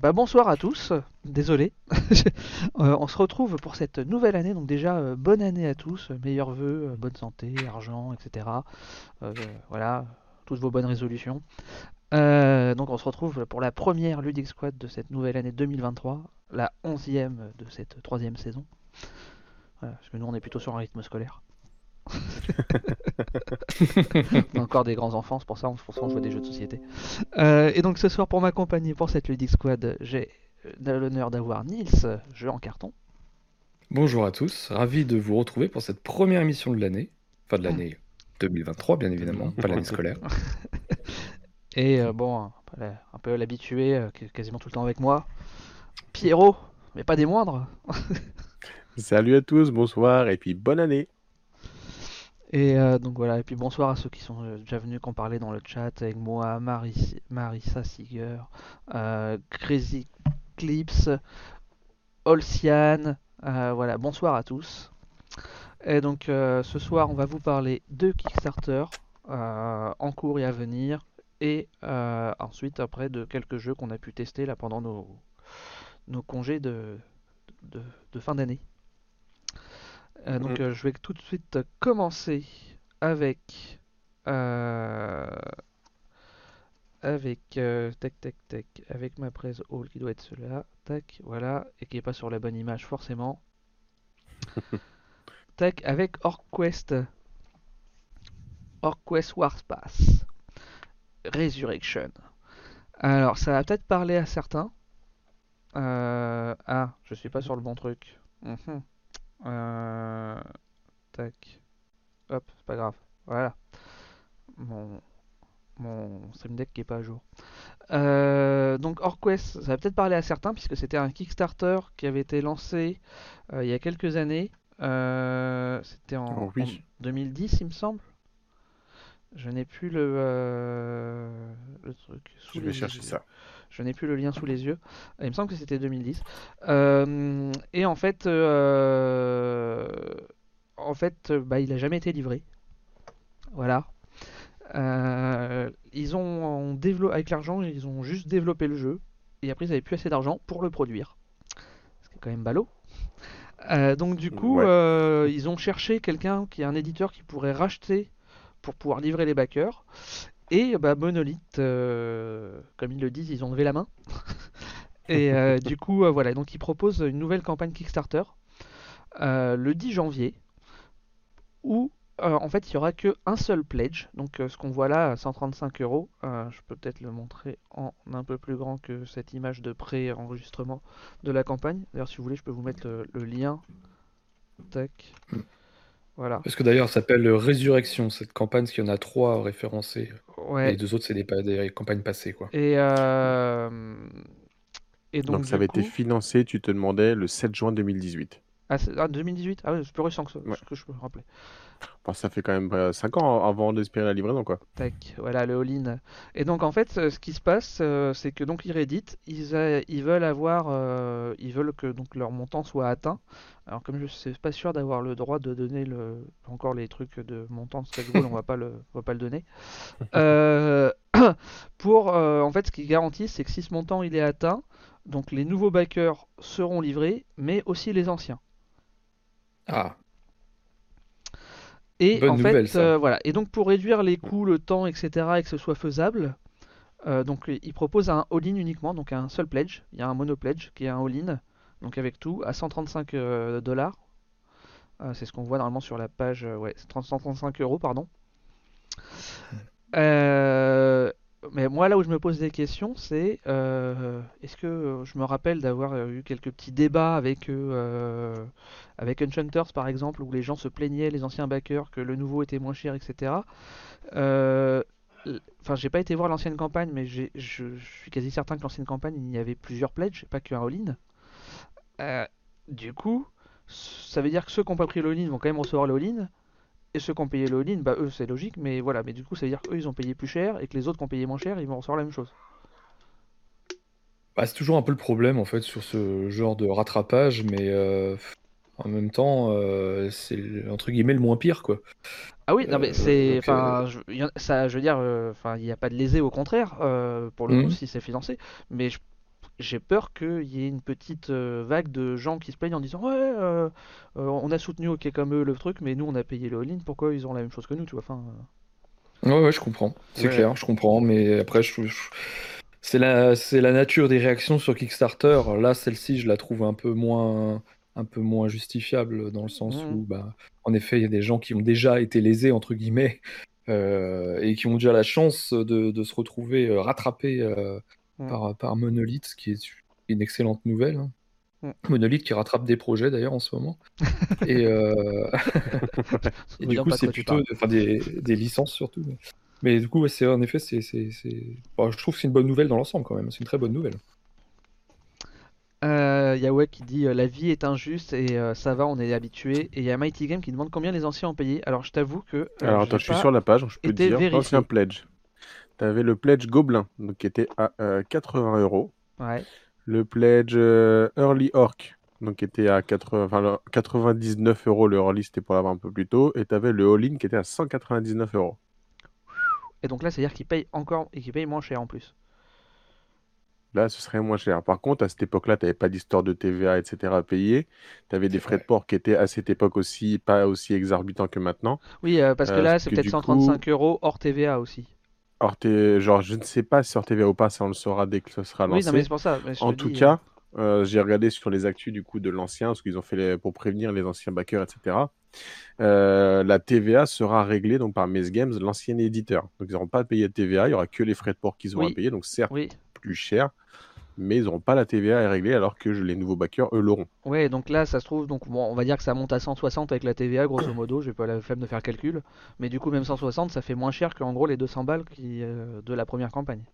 Bonsoir à tous, désolé. On se retrouve pour cette nouvelle année, donc déjà bonne année à tous, meilleurs vœux, bonne santé, argent, etc. Voilà, toutes vos bonnes résolutions. Donc on se retrouve pour la première Ludic Squad de cette nouvelle année 2023, la 11e de cette troisième saison. Voilà, parce que nous on est plutôt sur un rythme scolaire. On est encore des grands enfants, c'est pour ça on joue à des jeux de société. Et donc ce soir pour m'accompagner pour cette Ludic Squad, j'ai l'honneur d'avoir Nils, jeu en carton. Bonjour à tous, ravi de vous retrouver pour cette première émission de l'année, enfin de l'année 2023 bien évidemment, pas l'année 2023. scolaire. Et un peu l'habitué, quasiment tout le temps avec moi, Pierrot, mais pas des moindres. Salut à tous, bonsoir et puis bonne année. Et donc voilà, et puis bonsoir à ceux qui sont déjà venus qu'on parlait dans le chat avec moi, Marissa Seeger, Crazy Clips, Olsian, voilà, bonsoir à tous. Et donc ce soir on va vous parler de Kickstarter en cours et à venir, et ensuite après de quelques jeux qu'on a pu tester là pendant nos congés de, de fin d'année. Je vais tout de suite commencer avec euh, tac tac tac avec ma presse Hall qui doit être cela, tac, voilà, et qui est pas sur la bonne image forcément. Tac, avec Orquest Warpath Resurrection. Alors ça va peut-être parler à certains. Je suis pas sur le bon truc. Mhm. Euh, Tac, hop, c'est pas grave. Voilà, mon, mon Stream Deck qui est pas à jour. Donc Orquest, ça va peut-être parler à certains puisque c'était un Kickstarter qui avait été lancé il y a quelques années. C'était Oh en oui, 2010, il me semble. Je n'ai plus le truc sous je vais les chercher yeux. ça. Je n'ai plus le lien sous les yeux. Il me semble que c'était 2010. Et il a jamais été livré. Voilà. Avec l'argent, ils ont juste développé le jeu. Et après, ils n'avaient plus assez d'argent pour le produire. Ce qui est quand même ballot. Donc du coup, Ouais. ils ont cherché quelqu'un qui est un éditeur qui pourrait racheter pour pouvoir livrer les backers. Et Monolith, comme ils le disent, ils ont levé la main. Et du coup, voilà. Donc ils proposent une nouvelle campagne Kickstarter le 10 janvier où en fait il n'y aura qu'un seul pledge. Donc ce qu'on voit là, 135 euros, je peux peut-être le montrer en un peu plus grand que cette image de pré-enregistrement de la campagne. D'ailleurs, si vous voulez, je peux vous mettre le lien. Tac. Voilà. Parce que d'ailleurs ça s'appelle Résurrection cette campagne, parce qu'il y en a trois référencées, et Ouais. les deux autres c'est des campagnes passées quoi. Et, euh, et donc Donc ça du avait été coup. financé, tu te demandais, le 7 juin 2018. Ah, 2018? Ah oui, c'est plus récent que Ouais. ce que je me rappelais. Enfin, ça fait quand même 5 ans avant d'espérer la livraison, quoi. Tac, voilà le all-in. Et donc en fait, ce qui se passe, c'est que donc ils Reddit, ils veulent ils veulent que donc leur montant soit atteint. Alors comme je suis pas sûr d'avoir le droit de donner encore les trucs de montant de stretch goal, on va pas le donner. Euh, en fait, ce qu'ils garantissent, c'est que si ce montant il est atteint, donc les nouveaux backers seront livrés, mais aussi les anciens. Ah, Et en bonne fait, nouvelle ça. voilà. Et donc pour réduire les coûts, le temps, etc., et que ce soit faisable, donc il propose un all-in uniquement, donc un seul pledge. Il y a un mono pledge qui est un all-in, donc avec tout, à 135 dollars. C'est ce qu'on voit normalement sur la page, ouais, 135 euros, pardon. Euh, mais moi, là où je me pose des questions, c'est est-ce que je me rappelle d'avoir eu quelques petits débats avec Enchanters par exemple, où les gens se plaignaient, les anciens backers, que le nouveau était moins cher, etc. Euh, Enfin, j'ai pas été voir l'ancienne campagne, mais je suis quasi certain que l'ancienne campagne, il y avait plusieurs pledges, pas qu'un all-in. Euh, du coup, ça veut dire que ceux qui n'ont pas pris le all-in vont quand même recevoir le all-in, et ceux qui ont payé le all-in, bah eux c'est logique, mais voilà, mais du coup ça veut dire qu'eux ils ont payé plus cher, et que les autres qui ont payé moins cher, ils vont recevoir la même chose. Bah, c'est toujours un peu le problème en fait sur ce genre de rattrapage, mais en même temps c'est entre guillemets le moins pire quoi. Ah oui, non mais c'est, Donc enfin, ça, je veux dire, enfin, il n'y a pas de lésé, au contraire, pour le coup, hmm. si c'est financé, mais j'ai peur qu'il y ait une petite vague de gens qui se plaignent en disant ouais, on a soutenu OK comme eux le truc, mais nous on a payé le all-in, pourquoi ils ont la même chose que nous, tu vois. Enfin, Ouais, je comprends. C'est Ouais. clair, je comprends. Mais après, c'est la nature des réactions sur Kickstarter. Là, celle-ci, je la trouve un peu moins justifiable dans le sens mhm, où, bah, en effet, il y a des gens qui ont déjà été lésés, entre guillemets, et qui ont déjà la chance de se retrouver rattrapés mhm, par Monolith, ce qui est une excellente nouvelle, hein. mhm. Monolith qui rattrape des projets d'ailleurs en ce moment. Et, On et va du dire coup, pas de c'est quoi tu plutôt parles. enfin, des licences surtout. Mais du coup, ouais, en effet, bon, je trouve que c'est une bonne nouvelle dans l'ensemble quand même. C'est une très bonne nouvelle. Yahweh qui dit la vie est injuste et ça va, on est habitué. Et il y a Mighty Game qui demande combien les anciens ont payé. Alors je t'avoue que Alors attends, j'ai je suis pas sur la page, donc je peux te été dire. L'ancien vérifié. pledge. Tu avais le pledge Gobelin, donc qui était à 80 euros. Ouais. Le pledge Early Orc, donc qui était à 80, enfin, 99 euros. Le Early, c'était pour l'avoir un peu plus tôt. Et tu avais le All-in qui était à 199 euros. Et donc là, c'est-à-dire qu'ils payent encore et qu'ils payent moins cher en plus. Là, ce serait moins cher. Par contre, à cette époque-là, tu n'avais pas d'histoire de TVA, etc. à payer. Tu avais des C'est frais de vrai. port qui étaient à cette époque aussi pas aussi exorbitants que maintenant. Oui, parce que Parce là, c'est que peut-être du coup, 135 euros hors TVA aussi. genre, je ne sais pas si sur TVA ou pas, ça on le saura dès que ce sera Oui, non, mais lancé. c'est pour ça. Mais je te En tout dis. cas, j'ai regardé sur les actus du coup de l'ancien, parce qu'ils ont fait pour prévenir les anciens backers, etc. La TVA sera réglée donc par Mess Games, l'ancien éditeur. Donc ils n'auront pas à payer de TVA, il n'y aura que les frais de port qu'ils auront à Oui, payer. Donc certes, oui. plus cher, mais ils n'auront pas la TVA à régler alors que les nouveaux backers, eux, l'auront. Ouais, donc là, ça se trouve, donc bon, on va dire que ça monte à 160 avec la TVA, grosso modo. J'ai pas la flemme de faire le calcul. Mais du coup, même 160, ça fait moins cher qu'en gros les 200 balles de la première campagne.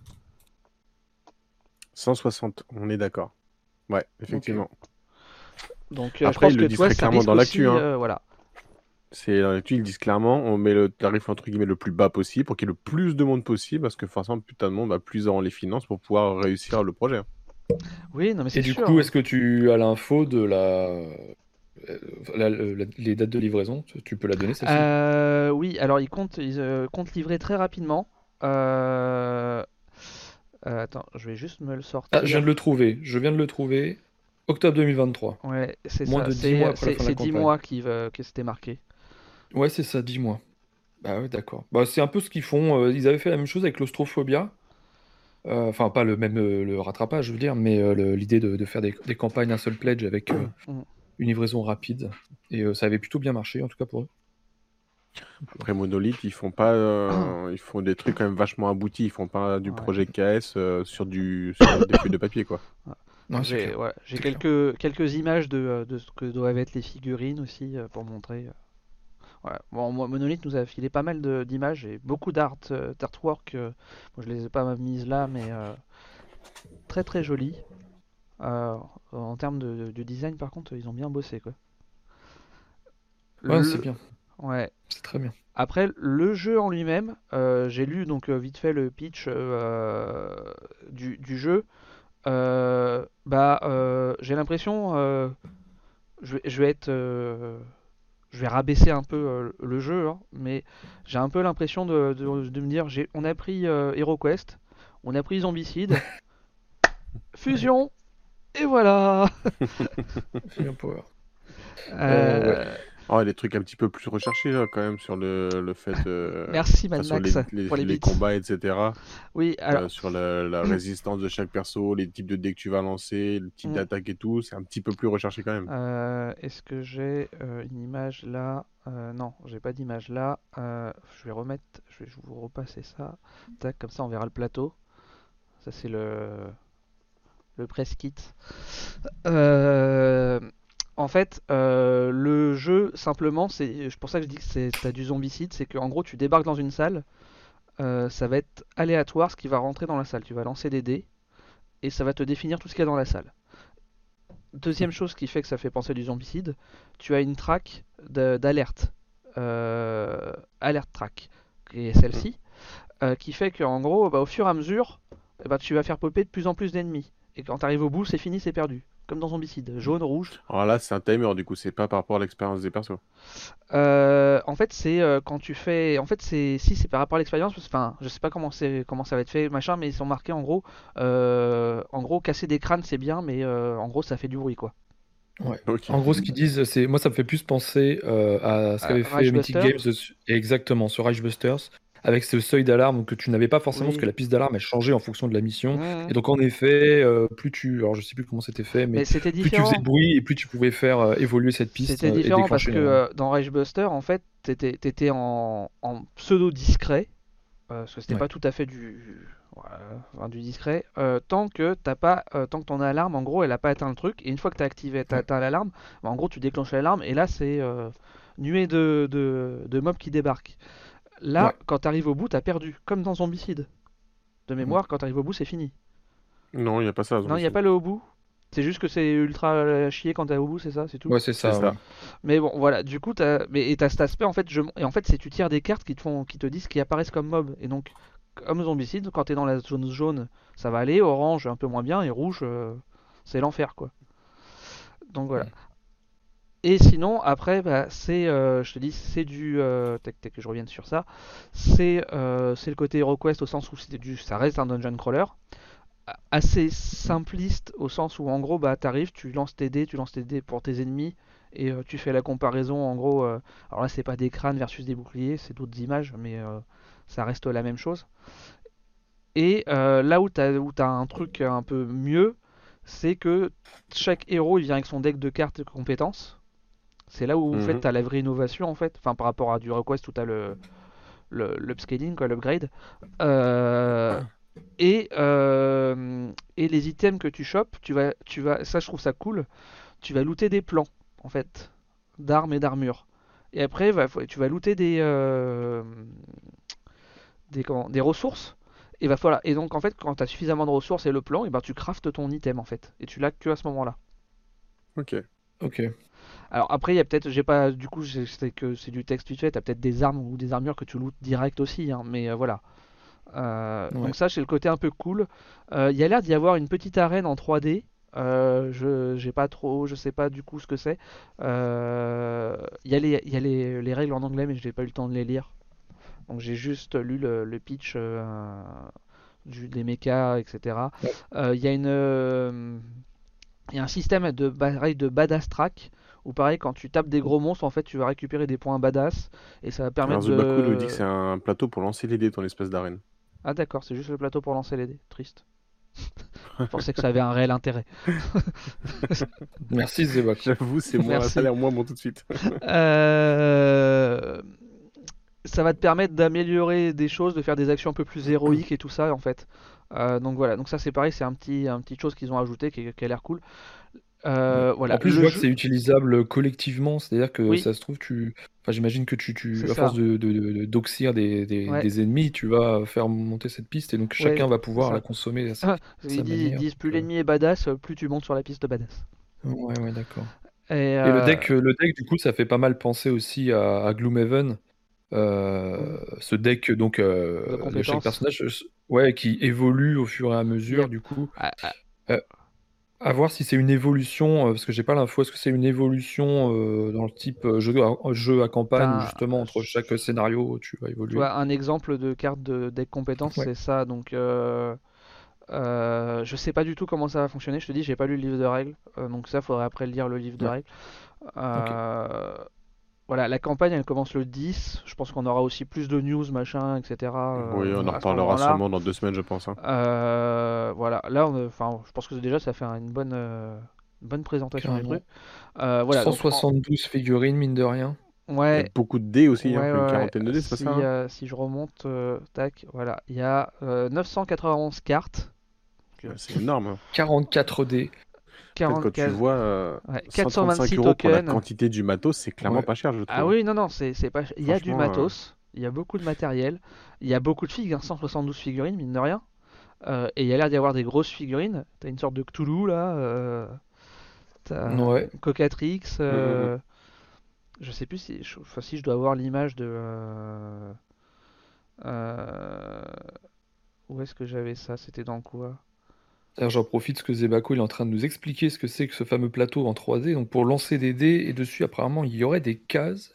160, on est d'accord. Ouais, Donc, effectivement. je Après, pense ils que le tu disent vois, très ça clairement risque dans l'actu, aussi, hein. voilà. C'est dans l'actu, ils disent clairement, on met le tarif entre guillemets le plus bas possible pour qu'il y ait le plus de monde possible, parce que forcément, plus t'as de monde, bah, plus ils auront les finances pour pouvoir réussir le projet, hein. Oui, non, mais Et c'est du sûr, coup, hein. est-ce que tu as l'info de les dates de livraison? Tu peux la donner celle-ci? Oui, alors ils comptent livrer très rapidement. Euh, attends, je vais juste me le Ah, je viens de le sortir. trouver. Je viens de le trouver. Octobre 2023. Ouais, c'est Moins ça. de 10 mois C'est après la c'est- fin de la c'est 10 campagne. mois que c'était marqué. Ouais, c'est ça, 10 mois. Bah ouais, d'accord. Bah, c'est un peu ce qu'ils font. Ils avaient fait la même chose avec l'Austrophobia. Enfin, pas le même le rattrapage, je veux dire, mais l'idée de faire des campagnes un seul pledge avec Mm. une livraison rapide. Et ça avait plutôt bien marché, en tout cas pour eux. Donc, Après Monolith, ils font pas, ils font des trucs quand même vachement aboutis. Ils font pas du Ouais. projet KS sur des feuilles de papier, quoi. non, c'est J'ai clair. ouais, j'ai C'est clair. quelques images de ce que doivent être les figurines aussi pour montrer. Ouais. Bon, moi, Monolith nous a filé pas mal d'images et beaucoup d'artwork. Bon, je les ai pas mises là, mais très très jolies. En termes de design, par contre, ils ont bien bossé, quoi. Ouais, c'est Le, bien. ouais. C'est très bien. Après, le jeu en lui-même, j'ai lu donc vite fait le pitch du jeu. J'ai l'impression, je vais rabaisser un peu le jeu, hein, mais j'ai un peu l'impression de me dire, on a pris HeroQuest, on a pris Zombicide, fusion, et voilà. Bien Power. Ouais. Euh, Oh, des trucs un petit peu plus recherchés là, quand même sur le fait, Merci enfin, Mad sur Max pour les les bits. combats, etc. Oui, alors, Sur la résistance de chaque perso, les types de dés que tu vas lancer, le type d'attaque et tout, c'est un petit peu plus recherché quand même. est-ce que j'ai une image là? Non, j'ai pas d'image là. Je vais vous repasser ça. Tac, comme ça on verra le plateau. Ça c'est le press kit. Euh, En fait, le jeu simplement, c'est pour ça que je dis que t'as du zombicide, c'est qu'en gros tu débarques dans une salle, ça va être aléatoire ce qui va rentrer dans la salle. Tu vas lancer des dés et ça va te définir tout ce qu'il y a dans la salle. Deuxième chose qui fait que ça fait penser à du zombicide, tu as une track d'alerte, alerte track, qui est Mm. celle-ci, qui fait qu'en gros, au fur et à mesure, tu vas faire popper de plus en plus d'ennemis. Et quand tu arrives au bout, c'est fini, c'est perdu. comme dans Zombicide, jaune, rouge. Alors là, c'est un timer, du coup, c'est pas par rapport à l'expérience des persos. En fait, c'est quand tu fais. En fait, c'est par rapport à l'expérience. Enfin, je sais pas comment ça va être fait, machin, mais ils sont marqués en gros, casser des crânes c'est bien, mais en gros, ça fait du bruit quoi. Ouais. Ok. En gros, ce qu'ils disent, c'est moi, ça me fait plus penser à ce qu'avait fait Mythic Ragebusters. Games exactement sur Ragebusters, avec ce seuil d'alarme que tu n'avais pas forcément, parce que Oui. la piste d'alarme elle changeait en fonction de la mission. Mhm. Et donc, en effet, alors je sais plus comment c'était fait, mais Mais c'était plus tu faisais de différent. bruit et plus tu pouvais faire évoluer cette piste C'était et différent parce déclencher que une alarme. dans Ragebuster, en fait, t'étais en pseudo discret. Parce que c'était Ouais. pas tout à fait voilà, enfin, du discret, tant que ton alarme, en gros, elle a pas atteint le truc, et une fois que t'as Ouais. atteint l'alarme, bah, en gros, tu déclenches l'alarme, et là, c'est nuée de mobs qui débarquent. Ouais. Là, quand t'arrives au bout, t'as perdu, comme dans Zombicide. De Mhm. mémoire, quand t'arrives au bout, c'est fini. Non, il n'y a pas ça, Non, il n'y a Zombicide. pas le au bout. C'est juste que c'est ultra chier quand t'es au bout, c'est ça, c'est tout. Ouais, c'est C'est ça, ça. ouais. Mais bon, voilà, du coup, t'as cet aspect, en fait, et en fait, c'est tu tires des cartes qui te disent qui apparaissent comme mobs. Et donc, comme zombicide, quand t'es dans la zone jaune, ça va aller, orange, un peu moins bien, et rouge, c'est l'enfer, quoi. Donc voilà. Mhm. Et sinon, après, bah, je te dis, c'est tac, tac, que je revienne sur ça. C'est le côté HeroQuest au sens où ça reste un dungeon crawler. Assez simpliste au sens où, en gros, bah, t'arrives, tu lances tes dés pour tes ennemis, et tu fais la comparaison, en gros. Alors là, c'est pas des crânes versus des boucliers, c'est d'autres images, mais ça reste la même chose. Et là où t'as un truc un peu mieux, c'est que chaque héros il vient avec son deck de cartes de compétences. C'est là où en fait Mhm. t'as la vraie innovation en fait, enfin par rapport à du request où t'as l'upscaling quoi, l'upgrade. Euh, et les items que tu chopes, ça je trouve ça cool. Tu vas looter des plans en fait d'armes et d'armures. Et après tu vas looter des ressources. Et va falloir. Et donc en fait, quand tu as suffisamment de ressources et le plan, et ben tu craftes ton item en fait. Et tu l'as que à ce moment-là. Ok. Ok. Alors après, il y a peut-être, j'ai pas, du coup, c'est que c'est du texte vite fait. T'as peut-être des armes ou des armures que tu lootes direct aussi, hein, mais voilà. Donc Ouais. ça, c'est le côté un peu cool. Il y a l'air d'y avoir une petite arène en 3D. J'ai pas trop, je sais pas du coup ce que c'est. Il y a les règles en anglais, mais je n'ai pas eu le temps de les lire. Donc j'ai juste lu le pitch des mechas, etc. Ouais. Il y a il y a un système de badass track où pareil quand tu tapes des gros monstres en fait tu vas récupérer des points badass et ça va Alors, permettre The Baku nous dit que c'est de... un plateau pour lancer les dés, ton espèce d'arène. Ah d'accord, c'est juste le plateau pour lancer les dés. Triste. Je pensais que ça avait un réel intérêt. Merci Zebaku. J'avoue, ça a Merci. l'air moins bon tout de suite. Euh, Ça va te permettre d'améliorer des choses, de faire des actions un peu plus héroïques et tout ça en fait. Donc voilà, donc ça c'est pareil, c'est un petit chose qu'ils ont ajouté qui a l'air cool. Ouais. Voilà, En plus, je le vois que jeu, c'est utilisable collectivement, c'est-à-dire que oui, ça se trouve, enfin, j'imagine que c'est à force ça. d'oxyre Ouais, des ennemis, tu vas faire monter cette piste et donc ouais, chacun va c'est pouvoir la ça. consommer à sa Ils manière. disent plus l'ennemi est badass, plus tu montes sur la piste de badass. Ouais, ouais, d'accord. Et Et le deck, du coup, ça fait pas mal penser aussi à Gloomhaven. Ce deck, donc, de de chaque compétences. personnage, ouais, qui évolue au fur et à mesure, Yep. du coup. Ah, ah, Euh, À voir si c'est une évolution, parce que j'ai pas l'info. Est-ce que c'est une évolution dans le type jeu à campagne où t'as justement entre chaque scénario tu vas tu évoluer? vois, un exemple de carte de deck compétences, Ouais, c'est ça. Donc, je sais pas du tout comment ça va fonctionner. Je te dis, j'ai pas lu le livre de règles. Donc, ça, faudrait après lire le livre de Ouais. règles. ok. Euh, voilà, la campagne, elle commence le 10. Je pense qu'on aura aussi plus de news, machin, etc. Oui, on en À ce reparlera moment-là. sûrement dans 2 semaines, je pense, hein. Voilà, là, enfin, je pense que déjà, ça fait une bonne présentation du truc. Carrément. Voilà, donc 172 figurines, mine de rien. Il y a ouais, beaucoup de dés aussi, hein, ouais, plus d'une ouais. quarantaine de dés, c'est pas ça, Si, hein? si je remonte, tac, voilà, il y a 991 cartes, donc, Ouais, c'est énorme, hein. 44 dés. En fait, quand tu 44, vois ouais, 135 426 euros pour la tokens. quantité du matos, c'est clairement Ouais. pas cher, je Ah trouve. oui, non, non, c'est pas, il y a du Franchement, matos, il y a beaucoup de matériel, il y a beaucoup de figues, hein, 172 figurines, mine de rien. Et il y a l'air d'y avoir des grosses figurines. T'as une sorte de Cthulhu là, t'as Ouais. Cocatrix. hum, hum, hum. Je sais plus enfin, si je dois avoir l'image de. Euh, où est-ce que j'avais ça? C'était dans quoi? D'ailleurs, j'en profite parce que Zebako il est en train de nous expliquer ce que c'est que ce fameux plateau en 3D. Donc pour lancer des dés et dessus apparemment il y aurait des cases.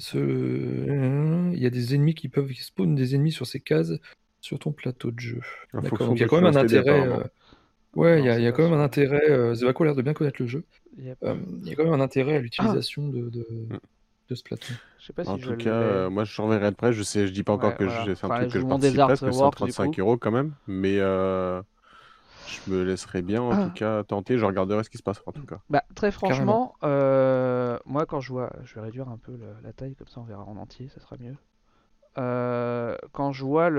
Il y a des ennemis qui spawn des ennemis sur ces cases sur ton plateau de jeu. En D'accord, fonction donc il y a de quand tu même un lances tes dés, intérêt. apparemment. Ouais, il y Non, a, c'est il y a pas quand même un sûr. intérêt. Zebako a l'air de bien connaître le jeu. Yep. Il y a quand même un intérêt à Ah, l'utilisation de Mm. ce plateau. je sais pas En si je tout l'ai. cas, moi, je surveillerai de près. Je dis pas encore Ouais, que voilà. c'est un Enfin, truc je que je vous montre des participerai parce que c'est artworks du coup. 135 € quand même. Mais je me laisserai bien, en tout Ah, cas, tenter. Je regarderai ce qui se passe, en tout cas. bah, très Carrément. franchement, moi quand je vois, je vais réduire un peu la taille comme ça on verra en entier, ça sera mieux. Quand je vois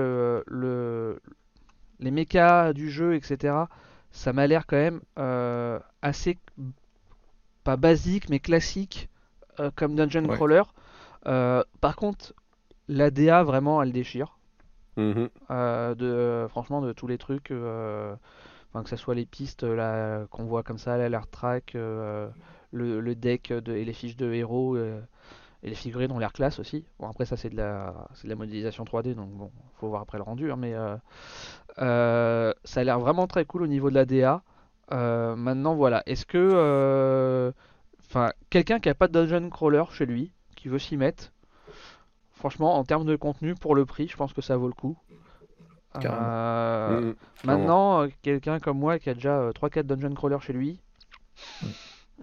les mechas du jeu, etc., ça m'a l'air quand même assez, pas basique, mais classique comme Dungeon Ouais, Crawler. Par contre, la DA, vraiment, elle déchire. Mhm. Franchement, de tous les trucs, enfin, que ce soit les pistes là, qu'on voit comme ça, l'alert track, le deck et les fiches de héros. Et les figurines ont l'air classe aussi. Bon, après, ça, c'est de la modélisation 3D, donc bon, faut voir après le rendu, hein, mais ça a l'air vraiment très cool au niveau de la DA. Maintenant, voilà. Est-ce que. Enfin, quelqu'un qui a pas de dungeon crawler chez lui, qui veut s'y mettre, franchement, en termes de contenu, pour le prix, je pense que ça vaut le coup. carrément. Mhm. Clairement. Maintenant, quelqu'un comme moi qui a déjà 3-4 dungeon crawlers chez lui, Mm.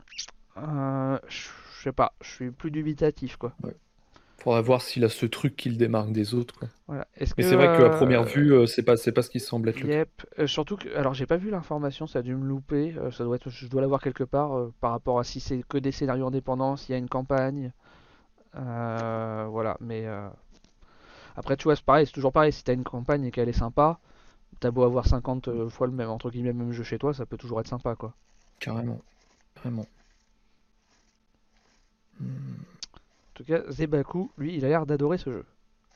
je sais pas, je suis plus dubitatif, quoi. Ouais. Faudra voir s'il a ce truc qui le démarque des autres, quoi. Voilà. Est-ce Mais que c'est vrai qu'à première vue, c'est pas ce qui semble être le cas. Yep. Surtout que, alors j'ai pas vu l'information, ça a dû me louper. Ça doit être, je dois l'avoir quelque part par rapport à si c'est que des scénarios indépendants, s'il y a une campagne. Voilà. Mais après, tu vois, c'est pareil, c'est toujours pareil. Si t'as une campagne et qu'elle est sympa, t'as beau avoir 50 fois le même entre guillemets le même jeu chez toi, ça peut toujours être sympa, quoi. Carrément. Carrément. Hmm. En tout cas, Zebaku, lui, il a l'air d'adorer ce jeu.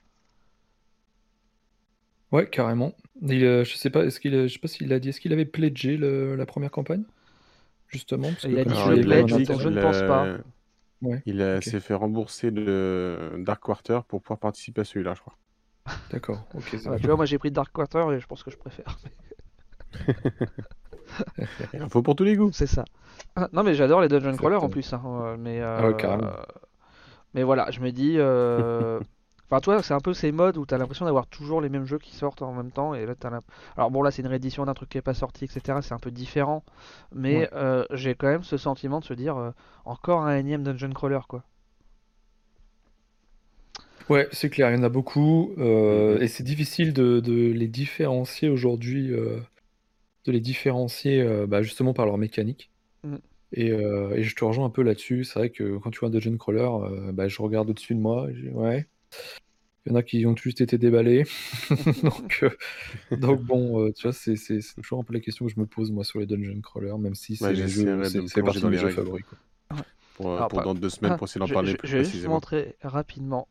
Ouais, carrément. Je sais pas, je sais pas s'il a dit, est-ce qu'il avait pledgé la première campagne? Justement, parce Et que il a dit comme je Alors, tu dis, le il y a il quand a même un pledge, dit donc je intérêt. ne pense pas. Ouais, qu'il ok. s'est fait rembourser le Darkwater pour pouvoir participer à celui-là, je crois. D'accord, ok, ça Voilà, va. tu vois, moi j'ai pris Darkwater et je pense que je préfère. Il en faut pour tous les goûts. C'est ça. Non, mais j'adore les dungeon crawlers en Exactement. plus, hein, Ah ouais, carrément. mais voilà, je me dis. Enfin, toi, c'est un peu ces modes où t'as l'impression d'avoir toujours les mêmes jeux qui sortent en même temps. Et là, Alors, bon, là, c'est une réédition d'un truc qui est pas sorti, etc. C'est un peu différent. Mais Ouais. j'ai quand même ce sentiment de se dire encore un énième dungeon crawler, quoi. Ouais, c'est clair, il y en a beaucoup. Mhm. Et c'est difficile de les différencier aujourd'hui, de les différencier bah, justement par leur mécanique. Mm. Et je te rejoins un peu là-dessus. C'est vrai que quand tu vois un dungeon crawler, bah, je regarde au-dessus de moi. Ouais. Il y en a qui ont juste été déballés. Donc, donc bon, tu vois, c'est toujours un peu la question que je me pose moi sur les dungeon crawlers, même si Ouais, c'est mes jeux, j'essaierai de me c'est plonger partie de dans mes les jeux règles favoris, quoi. Ouais. pour, Alors, pour dans 2 semaines pour essayer d'en parler plus je vais juste vous précisément. montrer rapidement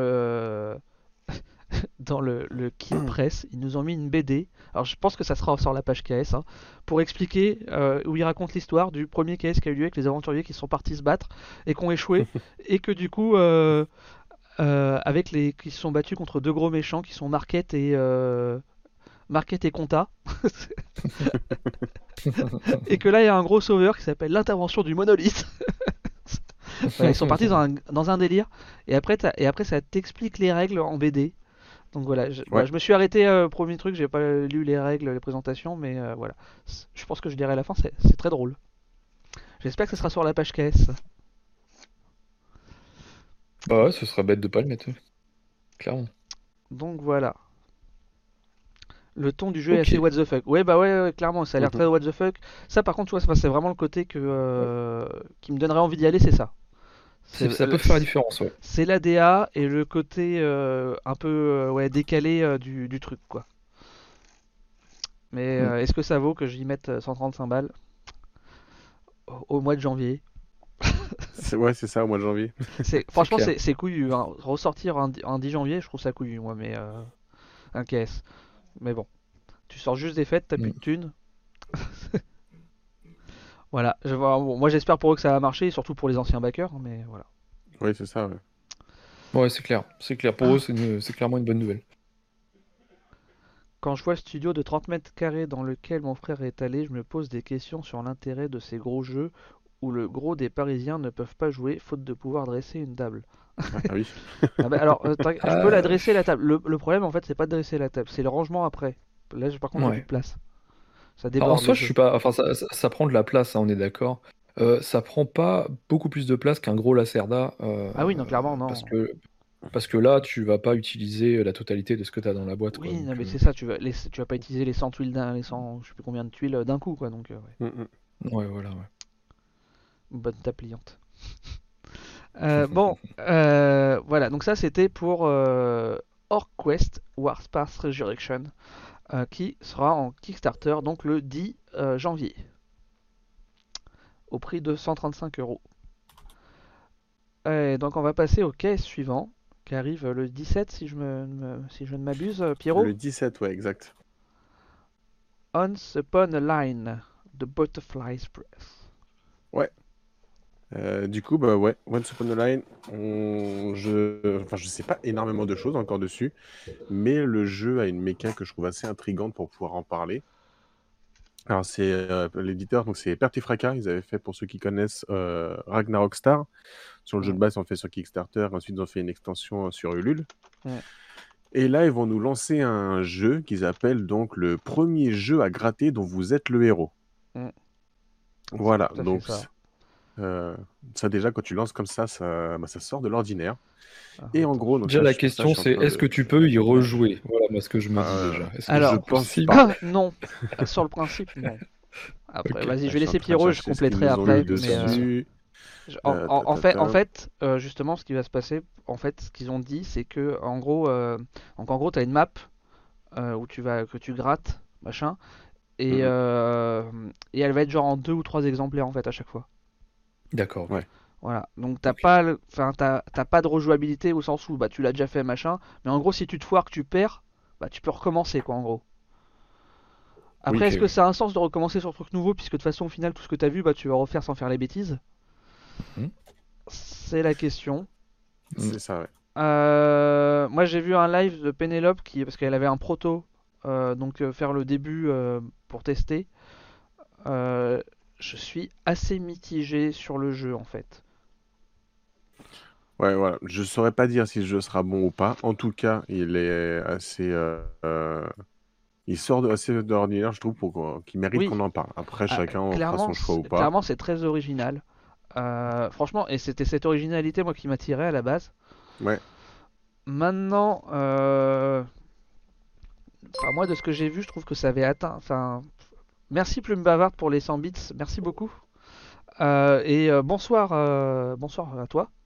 dans le kit presse, ils nous ont mis une BD. Alors je pense que ça sera sur la page KS, hein, pour expliquer où ils racontent l'histoire du premier KS qui a eu lieu avec les aventuriers qui sont partis se battre et qui ont échoué, et que du coup, avec les qui se sont battus contre deux gros méchants qui sont Marquette et Conta, et que là il y a un gros sauveur qui s'appelle l'intervention du monolithe. Voilà, ils sont partis dans un délire, et après ça t'explique les règles en BD. Donc voilà, Ouais, je me suis arrêté au premier truc, j'ai pas lu les règles, les présentations, mais voilà. Je pense que je dirai à la fin, c'est très drôle. J'espère que ce sera sur la page KS. Bah ouais, ce serait bête de pas le mettre, clairement. Donc voilà. Le ton du jeu est Ok. assez what the fuck. Ouais, bah ouais, clairement, ça a l'air mhm. très what the fuck. Ça, par contre, tu vois, c'est vraiment le côté Ouais. qui me donnerait envie d'y aller, c'est ça. Ça peut faire la différence, ouais. C'est l'ADA et le côté un peu ouais, décalé du truc, quoi. Mais Mm. est-ce que ça vaut que j'y mette 135 balles au mois de janvier? Ouais, c'est ça, au mois de janvier. C'est Franchement, clair. c'est couillu, hein. Ressortir un 10 janvier, je trouve ça couillu, moi, mais un KS. Mais bon, tu sors juste des fêtes, t'as plus Mm. de thunes. Voilà, bon, moi j'espère pour eux que ça va marcher, et surtout pour les anciens backers, mais voilà. Oui, c'est ça, ouais. Ouais, c'est clair. C'est clair. Pour eux, c'est clairement une bonne nouvelle. Quand je vois le studio de 30 mètres carrés dans lequel mon frère est allé, je me pose des questions sur l'intérêt de ces gros jeux où le gros des Parisiens ne peuvent pas jouer faute de pouvoir dresser une table. Ah oui. Ah bah alors, je peux la Ah, dresser la table. Le problème en fait, c'est pas de dresser la table, c'est le rangement après. Là, par contre, j'ai plus de ouais. place. Ça Alors, en déborde le soi, je jeu. suis pas. Enfin, ça prend de la place, hein, on est d'accord. Ça prend pas beaucoup plus de place qu'un gros Lacerda, Ah oui, non, clairement, parce non. que parce que là, tu vas pas utiliser la totalité de ce que tu as dans la boîte, quoi. Oui, non, Donc, mais c'est ça, tu vas pas utiliser les 100 tuiles les 100, je sais plus combien de tuiles d'un coup, quoi, donc ouais. Mm, mm. ouais, voilà, ouais. Bonne table pliante. Bon, voilà, donc ça c'était pour OrcQuest Warpath Resurrection, qui sera en Kickstarter donc le 10 janvier, au prix de 135 €. Et donc on va passer au case suivant, qui arrive le 17 si si je ne m'abuse, Pierrot. Le 17, ouais, exact. Once Upon a Line, The Butterfly's Breath. Ouais. Du coup, bah ouais, Once Upon a Line, enfin, je sais pas énormément de choses encore dessus, mais le jeu a une méca que je trouve assez intrigante pour pouvoir en parler. Alors, c'est l'éditeur, donc c'est Pertifracas. Ils avaient fait, pour ceux qui connaissent, Ragnarok Star. Sur le jeu Ouais, de base, ils ont fait sur Kickstarter. Ensuite, ils ont fait une extension sur Ulule. ouais, Et là, ils vont nous lancer un jeu qu'ils appellent donc le premier jeu à gratter dont vous êtes le héros. ouais. C'est Voilà, tout à fait donc ça. ça déjà, quand tu lances comme ça, ça sort de l'ordinaire. Alors, Et en attends, gros, donc Déjà, là, la pour ça, je question, suis en c'est train est-ce de... que tu peux y rejouer? Voilà, moi, ce que je me dis déjà. Est-ce que Je c'est Alors, pense possible? pas. non. Sur le principe, non. Après, Ok. vas-y, je Je vais suis en laisser train de Pierrot, je chercher ce qu'ils compléterai nous ont mis après. Mais dessus. en Ta. fait, justement, ce qui va se passer, en fait, ce qu'ils ont dit, c'est que, en gros, t'as une map que tu grattes, machin, et, Mhm. et elle va être genre en 2 ou 3 exemplaires en fait à chaque fois. D'accord, ok. Ouais. Voilà. Donc Ok. t'as pas de rejouabilité au sens où bah tu l'as déjà fait machin, mais en gros si tu te foires que tu perds, bah tu peux recommencer quoi en gros. Oui, Après, Ok, est-ce que oui. ça a un sens de recommencer sur un truc nouveau puisque de toute façon au final tout ce que t'as vu bah tu vas refaire sans faire les bêtises? Mhm. C'est la question. Mm. c'est ça, ouais. Moi j'ai vu un live de Pénélope parce qu'elle avait un proto, faire le début pour tester. Euh, je suis assez mitigé sur le jeu en fait. Ouais, voilà. Je saurais pas dire si le jeu sera bon ou pas. En tout cas, il est assez... il sort assez de l'ordinaire, je trouve, qu'il mérite Oui, qu'on en parle. Après, chacun en fera clairement, son choix ou pas. clairement c'est très original. Franchement, et c'était cette originalité moi qui m'attirait à la base. Ouais. Maintenant, moi de ce que j'ai vu, je trouve que ça avait atteint. Enfin, merci Plume Bavarde pour les 100 bits, merci beaucoup. Bonsoir, bonsoir à toi.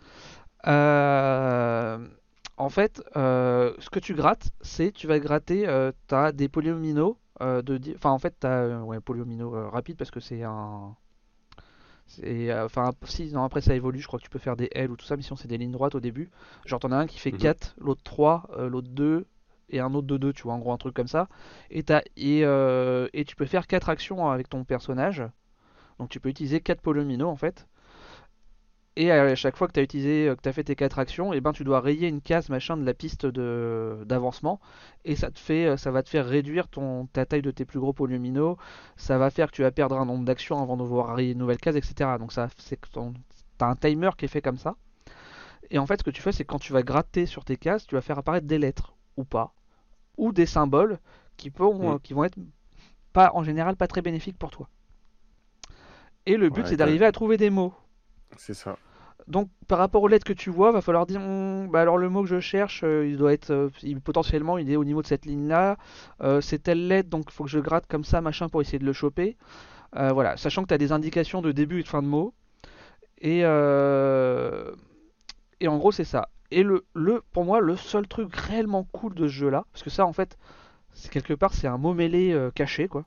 Euh, En fait, ce que tu grattes, c'est tu vas gratter, t'as des polyomino enfin en fait t'as ouais polyomino rapide parce que c'est un, enfin si non après ça évolue, je crois que tu peux faire des L ou tout ça, mais sinon c'est des lignes droites au début. Genre t'en as un qui fait Mhm. 4, l'autre 3, l'autre 2 et un autre de 2, tu vois en gros un truc comme ça. Et tu peux faire 4 actions avec ton personnage. Donc tu peux utiliser 4 polyomino en fait. Et à chaque fois que tu as utilisé, que tu as fait tes 4 actions, et ben tu dois rayer une case machin de la piste d'avancement. Et ça va te faire réduire ta taille de tes plus gros polyomino. Ça va faire que tu vas perdre un nombre d'actions avant de devoir rayer une nouvelle case, etc. Donc t'as un timer qui est fait comme ça. Et en fait, ce que tu fais, c'est que quand tu vas gratter sur tes cases, tu vas faire apparaître des lettres ou pas, ou des symboles Mhm. qui vont être pas en général pas très bénéfiques pour toi. Et le but, Ouais, c'est d'arriver à trouver des mots. c'est ça. Donc, par rapport aux lettres que tu vois, va falloir dire bah alors le mot que je cherche, il doit être potentiellement il est au niveau de cette ligne-là. C'est telle lettre, donc il faut que je gratte comme ça, machin, pour essayer de le choper. Voilà, sachant que tu as des indications de début et de fin de mots. Et, euh, et en gros, c'est ça. Et pour moi, le seul truc réellement cool de ce jeu-là, parce que ça, en fait, c'est quelque part, c'est un mot mêlé caché, quoi,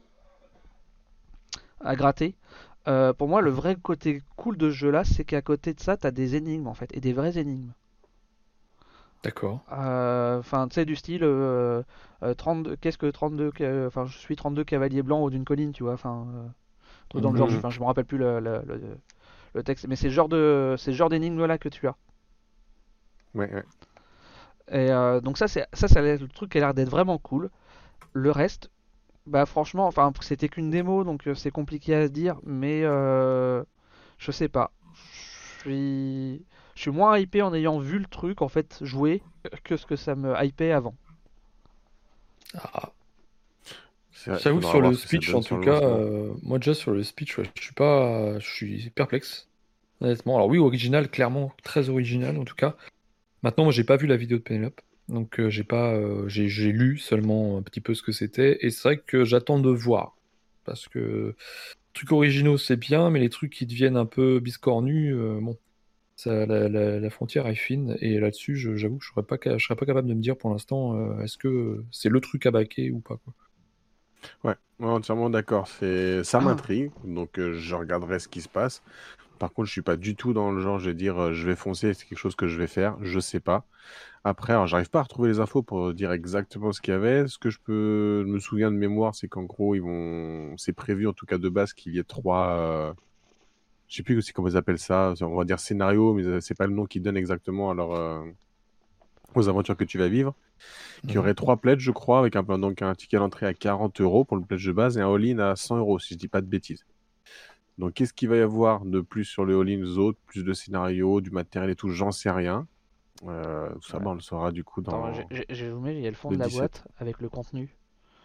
à gratter. Pour moi, le Mhm. vrai côté cool de ce jeu-là, c'est qu'à côté de ça, t'as des énigmes, en fait, et des vraies énigmes. D'accord. Enfin, tu sais, du style 32, qu'est-ce que 32, enfin, je suis 32 cavaliers blancs au haut d'une colline, tu vois, enfin, truc dans le genre, Mhm. Mhm. enfin, je me rappelle plus le texte, mais c'est le genre d'énigme là que tu as. Ouais, ouais. Et donc ça, c'est le truc qui a l'air d'être vraiment cool. Le reste, bah franchement, enfin c'était qu'une démo, donc c'est compliqué à se dire, mais je sais pas. Je suis moins hypé en ayant vu le truc en fait jouer que ce que ça me hypait avant. Ah, C'est vrai, j'avoue que faudra sur voir le ce que ça speech, donne en sur tout le cas, lancement. moi déjà sur le speech, ouais, je suis perplexe, honnêtement. Alors oui, original, clairement, très original en tout cas. Maintenant, moi, j'ai pas vu la vidéo de Penelope, donc j'ai pas, j'ai lu seulement un petit peu ce que c'était, et c'est vrai que j'attends de voir, parce que trucs originaux c'est bien, mais les trucs qui deviennent un peu biscornus, bon, ça, la frontière est fine, et là-dessus, j'avoue que je serais pas capable de me dire pour l'instant, est-ce que c'est le truc à baquer ou pas, quoi. Ouais, ouais, entièrement d'accord. Ça m'intrigue, donc je regarderai ce qui se passe. Par contre, je suis pas du tout dans le genre, je vais dire, je vais foncer, c'est quelque chose que je vais faire. Je sais pas. Après, alors, j'arrive pas à retrouver les infos pour dire exactement ce qu'il y avait. Ce que me souviens de mémoire, c'est qu'en gros, c'est prévu en tout cas de base qu'il y ait trois. Je sais plus aussi comment ils appellent ça. On va dire scénario, mais c'est pas le nom qu'ils donnent exactement aux aventures que tu vas vivre. Qu'il y Mhm. aurait trois pledges, je crois, avec donc un ticket d'entrée à 40 € pour le pledge de base et un all-in à 100 €, si je dis pas de bêtises. Donc, qu'est-ce qu'il va y avoir de plus sur le all-in, les autres, plus de scénarios, du matériel et tout, j'en sais rien. Tout ça, Ouais. bah, on le saura du coup Attends, dans je vais vous mettre, il y a le fond le de la 17. boîte avec le contenu.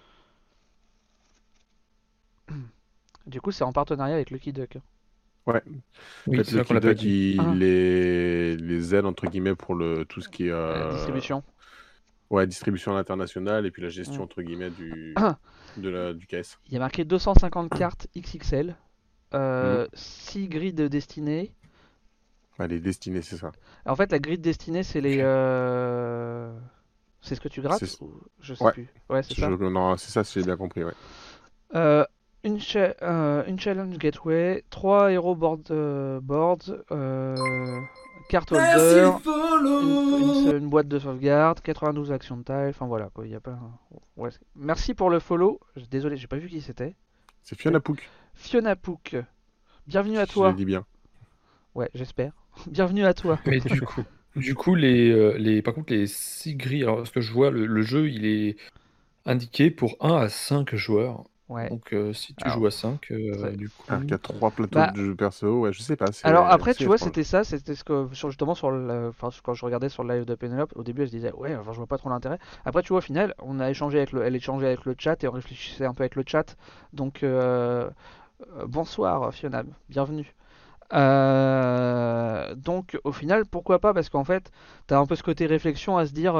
Du coup, c'est en partenariat avec Lucky Duck. Ouais, en Oui, fait, c'est vrai qu'on Lucky l'a pas Duck, dit. il les aide, entre guillemets, pour tout ce qui est Distribution. ouais, distribution à l'international et puis la Mm. gestion, entre guillemets, du caisse. Il y a marqué 250 cartes XXL, Mhm. 6 grilles de destinée. Ouais, les destinées, c'est ça. En fait, la grille de destinée, c'est les. Ok. C'est ce que tu grattes C'est... ou... Je sais Ouais, plus. Ouais, c'est ça. non, c'est ça, si j'ai bien compris, ouais. Euh, une challenge gateway, 3 hero boards, carte holder, une boîte de sauvegarde, 92 action tile, enfin voilà quoi, il y a pas. Ouais. Merci pour le follow. Désolé, j'ai pas vu qui c'était. C'est Fiona Pook, Fiona Pook. Bienvenue à si je le toi. dis bien. Ouais, j'espère. Bienvenue à toi. Mais du coup, par contre, les 6 grilles, alors, parce que je vois, le jeu, il est indiqué pour 1 à 5 joueurs. Ouais. Donc, si tu joues Alors, à 5, très- du Alors qu'il y coup. a 3 plateaux bah, de jeux perso, ouais, je sais pas, alors c'est après, tu vois, étrange. c'était ça, c'était ce que justement sur enfin, quand je regardais sur le live de Penelope, au début, elle se disait ouais, enfin, je vois pas trop l'intérêt. Après, tu vois, au final, on a échangé avec elle échangeait avec le chat et on réfléchissait un peu avec le chat. Donc, bonsoir Fiona, bienvenue. Donc, au final, pourquoi pas? Parce qu'en fait, t'as un peu ce côté réflexion à se dire.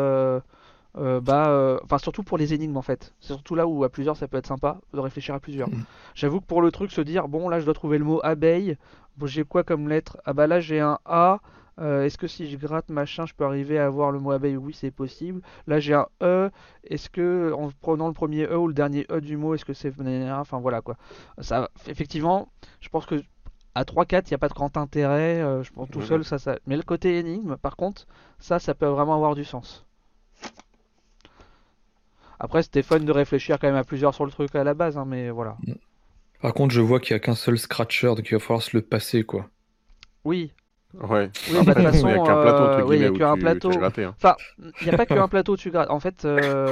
Enfin surtout pour les énigmes en fait. C'est surtout là où à plusieurs ça peut être sympa de réfléchir à plusieurs. Hmm. J'avoue que pour le truc se dire bon là je dois trouver le mot abeille. Bon j'ai quoi comme lettre? Ah bah là j'ai un A. Est-ce que si je gratte machin je peux arriver à avoir le mot abeille? Oui c'est possible. Là j'ai un E. Est-ce que en prenant le premier E ou le dernier E du mot est-ce que c'est enfin voilà quoi. Ça effectivement je pense que à 3-4 il n'y a pas de grand intérêt. Je pense tout seul Mhm. ça. Mais le côté énigme par contre ça peut vraiment avoir du sens. Après, c'était fun de réfléchir quand même à plusieurs sur le truc à la base, hein, mais voilà. Par contre, je vois qu'il y a qu'un seul scratcher, donc il va falloir se le passer, quoi. Oui, Ouais, oui, bah de toute après, il n'y a façon, qu'un plateau, entre oui, il n'y guillemets, a où qu'un tu as plateau. gratté. Hein. Enfin, il n'y a pas qu'un plateau où tu grattes. En fait,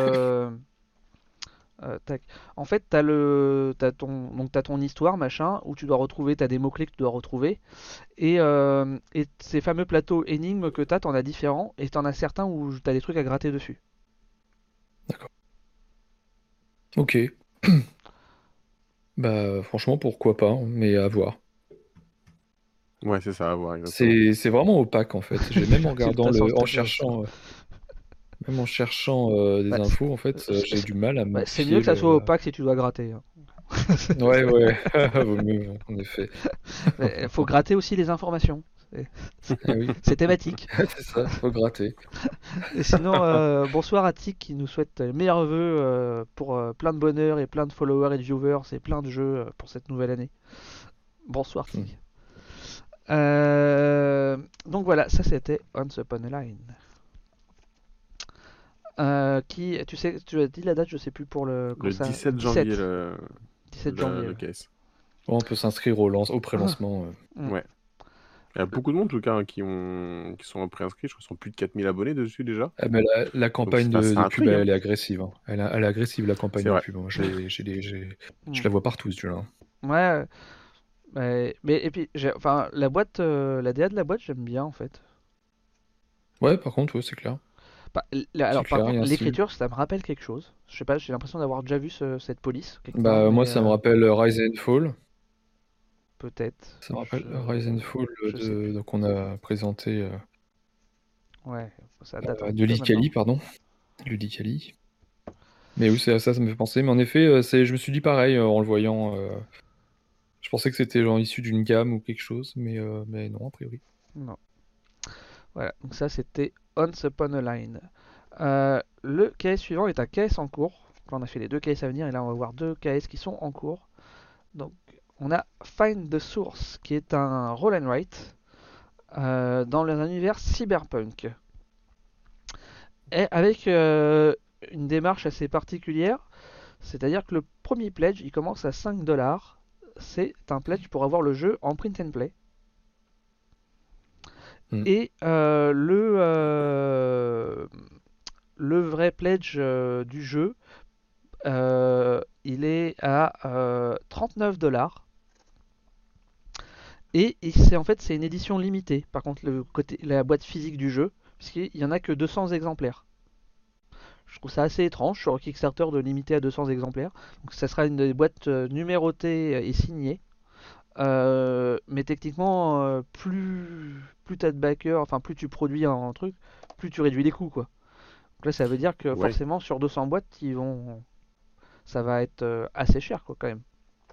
tac. En fait, t'as ton histoire, machin, où tu dois retrouver, t'as des mots-clés que tu dois retrouver. Et ces fameux plateaux énigmes que t'en as différents, et t'en as certains où t'as des trucs à gratter dessus. D'accord. Ok. Bah, franchement, pourquoi pas, hein, mais à voir. Ouais, c'est ça, à voir, exactement. C'est vraiment opaque, en fait. J'ai même en Tu le regardant passes sans en stresser. cherchant, des Bah, infos, en fait, j'ai du mal à bah, me c'est mieux fier que ça soit opaque si tu dois gratter, hein. Ouais, ouais, vaut mieux, en effet. Il faut gratter aussi les informations. Eh oui, C'est thématique. c'est ça, faut gratter. Et sinon, bonsoir à Tic qui nous souhaite les meilleurs vœux pour plein de bonheur et plein de followers et de viewers et plein de jeux pour cette nouvelle année. Bonsoir Hmm. Tic. Donc voilà, ça c'était Once Upon a Line. Tu sais, tu as dit la date, je sais plus pour le quand Le ça. 17 janvier, 17. 17 janvier. le case. Bon, on peut s'inscrire au Ah, pré-lancement. hmm. Ouais. Il y a beaucoup de monde, en tout cas, hein, qui sont préinscrits. Je crois qu'ils sont plus de 4000 abonnés dessus déjà. Ah, mais la Donc campagne c'est de pub, intrigue, hein. elle est agressive, hein. Elle est agressive, la campagne C'est de vrai. pub. Moi, je Hmm. la vois partout, celui-là, hein. Ouais, mais et puis enfin la boîte, la DA de la boîte j'aime bien en fait. Ouais, par contre, ouais, c'est clair. C'est Alors par clair, il y contre a un style. l'écriture ça me rappelle quelque chose. Je sais pas, j'ai l'impression d'avoir déjà vu cette police quelque part, Bah, moi, mais ça me rappelle Rise and Fall. peut-être, Ça me rappelle Rise and Fall je sais plus. donc on a présenté Ouais, ça date un petit de peu maintenant. Licali, pardon. Ludicali. Mais oui, ça me fait penser. Mais en effet, je me suis dit pareil en le voyant. Je pensais que c'était genre issu d'une gamme ou quelque chose, mais non, a priori. Non. Voilà, donc ça c'était Once Upon a Line. Le KS suivant est un KS en cours. Donc là, on a fait les deux KS à venir et là on va voir deux KS qui sont en cours. Donc on a Find the Source qui est un roll and write dans l'univers cyberpunk. Et avec une démarche assez particulière, c'est-à-dire que le premier pledge il commence à 5 dollars. C'est un pledge pour avoir le jeu en print and play. Hmm. Et le vrai pledge du jeu, il est à 39 dollars. Et en fait c'est une édition limitée. Par contre la boîte physique du jeu, puisqu'il n'y en a que 200 exemplaires. Je trouve ça assez étrange sur Kickstarter de limiter à 200 exemplaires. Donc ça sera une boîte numérotée et signée. Mais techniquement, plus t'as de backers, enfin plus tu produis un truc, plus tu réduis les coûts quoi. Donc là ça veut dire que Ouais. forcément sur 200 boîtes, ça va être assez cher quoi quand même.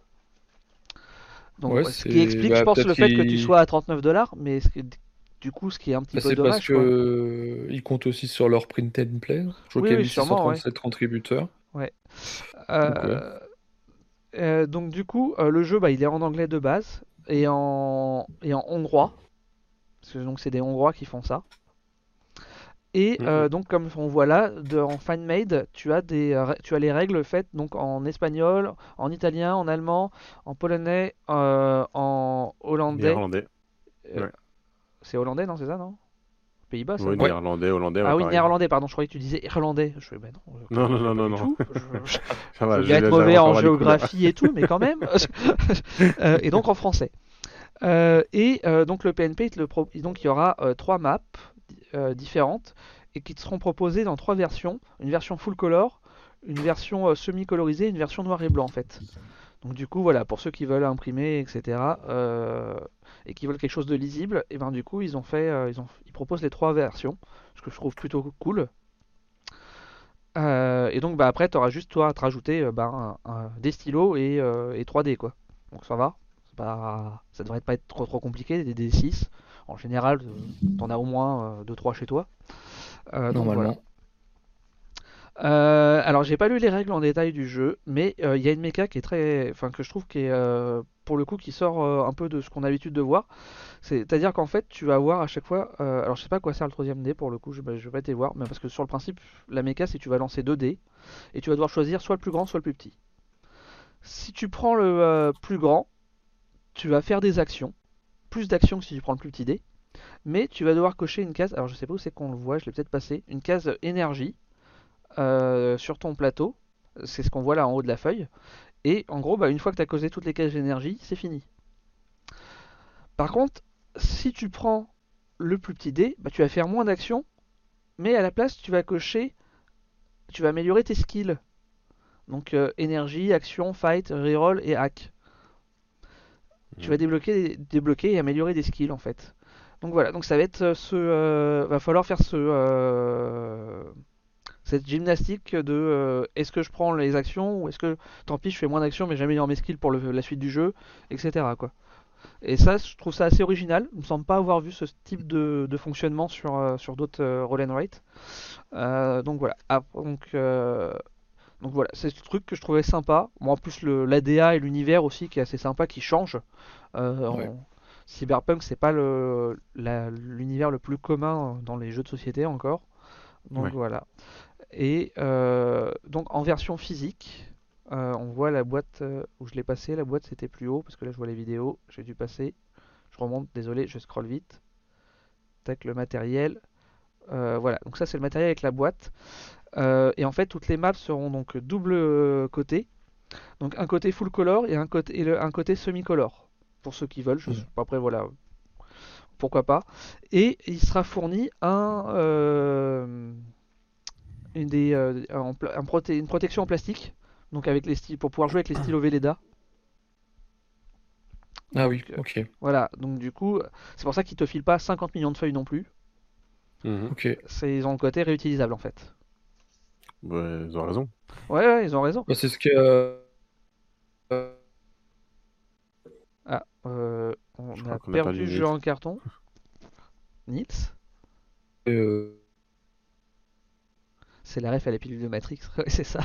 Donc Ouais, ouais, ce qui c'est. explique je Bah, pense le peut-être fait que tu qu'il. sois à 39 dollars, mais du coup ce qui est un petit Bah, peu c'est parce dommage quoi. que ils comptent aussi sur leur print and play. Je vois Oui qu'il y a oui sûrement ouais. 1637 contributeurs. Ouais. Donc ouais. Euh, donc du coup le jeu bah, il est en anglais de base et en hongrois. Parce que donc c'est des Hongrois qui font ça. Et Mhm. donc comme on voit là, en FineMade, tu as les règles faites donc en espagnol, en italien, en allemand, en polonais, en hollandais. Néerlandais. Euh, Ouais. c'est hollandais, non, c'est ça, non? Pays-Bas, ça, Oui, non? Ouais. néerlandais, hollandais, ouais, Ah oui, pareil. néerlandais, pardon, je croyais que tu disais irlandais. Je fais, bah non, Non, non, non, pas non, du non. tout. Ça Je va, veux bien être j'arrive mauvais encore en à les couleurs. géographie et tout, mais quand même. Et donc en français. Donc le PNP, donc il y aura trois maps différentes et qui te seront proposées dans trois versions. Une version full color, une version semi-colorisée et une version noir et blanc en fait. Donc du coup voilà, pour ceux qui veulent imprimer, etc. Et qui veulent quelque chose de lisible, et ben du coup ils proposent les trois versions, ce que je trouve plutôt cool. Et donc bah, après tu auras juste toi à te rajouter des stylos et 3D quoi. Donc ça va, ça devrait pas être trop compliqué, des D6. En général, t'en as au moins 2-3 chez toi. Donc voilà. Normalement. Alors j'ai pas lu les règles en détail du jeu, mais il y a une méca qui est enfin que je trouve qui est pour le coup qui sort un peu de ce qu'on a l'habitude de voir. C'est-à-dire qu'en fait tu vas avoir à chaque fois, alors je sais pas à quoi sert le troisième dé pour le coup, je vais pas te voir, mais parce que sur le principe la méca c'est que tu vas lancer 2 dés et tu vas devoir choisir soit le plus grand soit le plus petit. Si tu prends le plus grand, tu vas faire des actions, plus d'actions que si tu prends le plus petit dé, mais tu vas devoir cocher une case. Alors je sais pas où c'est qu'on le voit, je l'ai peut-être passé, une case énergie sur ton plateau. C'est ce qu'on voit là en haut de la feuille. Et en gros, bah, une fois que tu as causé toutes les cases d'énergie, c'est fini. Par contre, si tu prends le plus petit dé, bah, tu vas faire moins d'actions, mais à la place, tu vas améliorer tes skills. Donc énergie, action, fight, reroll et hack. Tu vas Mhm. débloquer et améliorer des skills en fait. Donc voilà, donc ça va être va falloir faire cette gymnastique de est-ce que je prends les actions ou est-ce que tant pis je fais moins d'actions mais j'améliore mes skills pour la suite du jeu, etc. quoi. Et ça, je trouve ça assez original. Il me semble pas avoir vu ce type de fonctionnement sur d'autres roll and write. Donc voilà. Donc voilà, c'est ce truc que je trouvais sympa. Moi en plus l'ADA et l'univers aussi qui est assez sympa, qui change. Ouais. Cyberpunk c'est pas l'univers le plus commun dans les jeux de société encore. Donc Ouais. voilà. Et donc en version physique, on voit la boîte où je l'ai passé. La boîte c'était plus haut parce que là je vois les vidéos. J'ai dû passer. Je je remonte, désolé, je scrolle vite. Tac, le matériel. Voilà, donc ça c'est le matériel avec la boîte. Et en fait, toutes les maps seront donc double côté. Donc un côté full color et un côté semi-color. Pour ceux qui veulent, après voilà, pourquoi pas. Et il sera fourni une protection en plastique. Donc avec les styles, pour pouvoir jouer avec les stylos Velleda. Ah oui, Donc, ok. voilà, donc du coup, c'est pour ça qu'ils te filent pas 50 millions de feuilles non plus. Ok. Ils ont le côté réutilisable en fait. Ouais, ils ont raison. Ouais, ils ont raison. Bah, c'est ce que. Ah, on Je a crois qu'on a perdu perdu le jeu Nils. en carton. Nils, euh, c'est la ref à la pilule de Matrix. Ouais, c'est ça.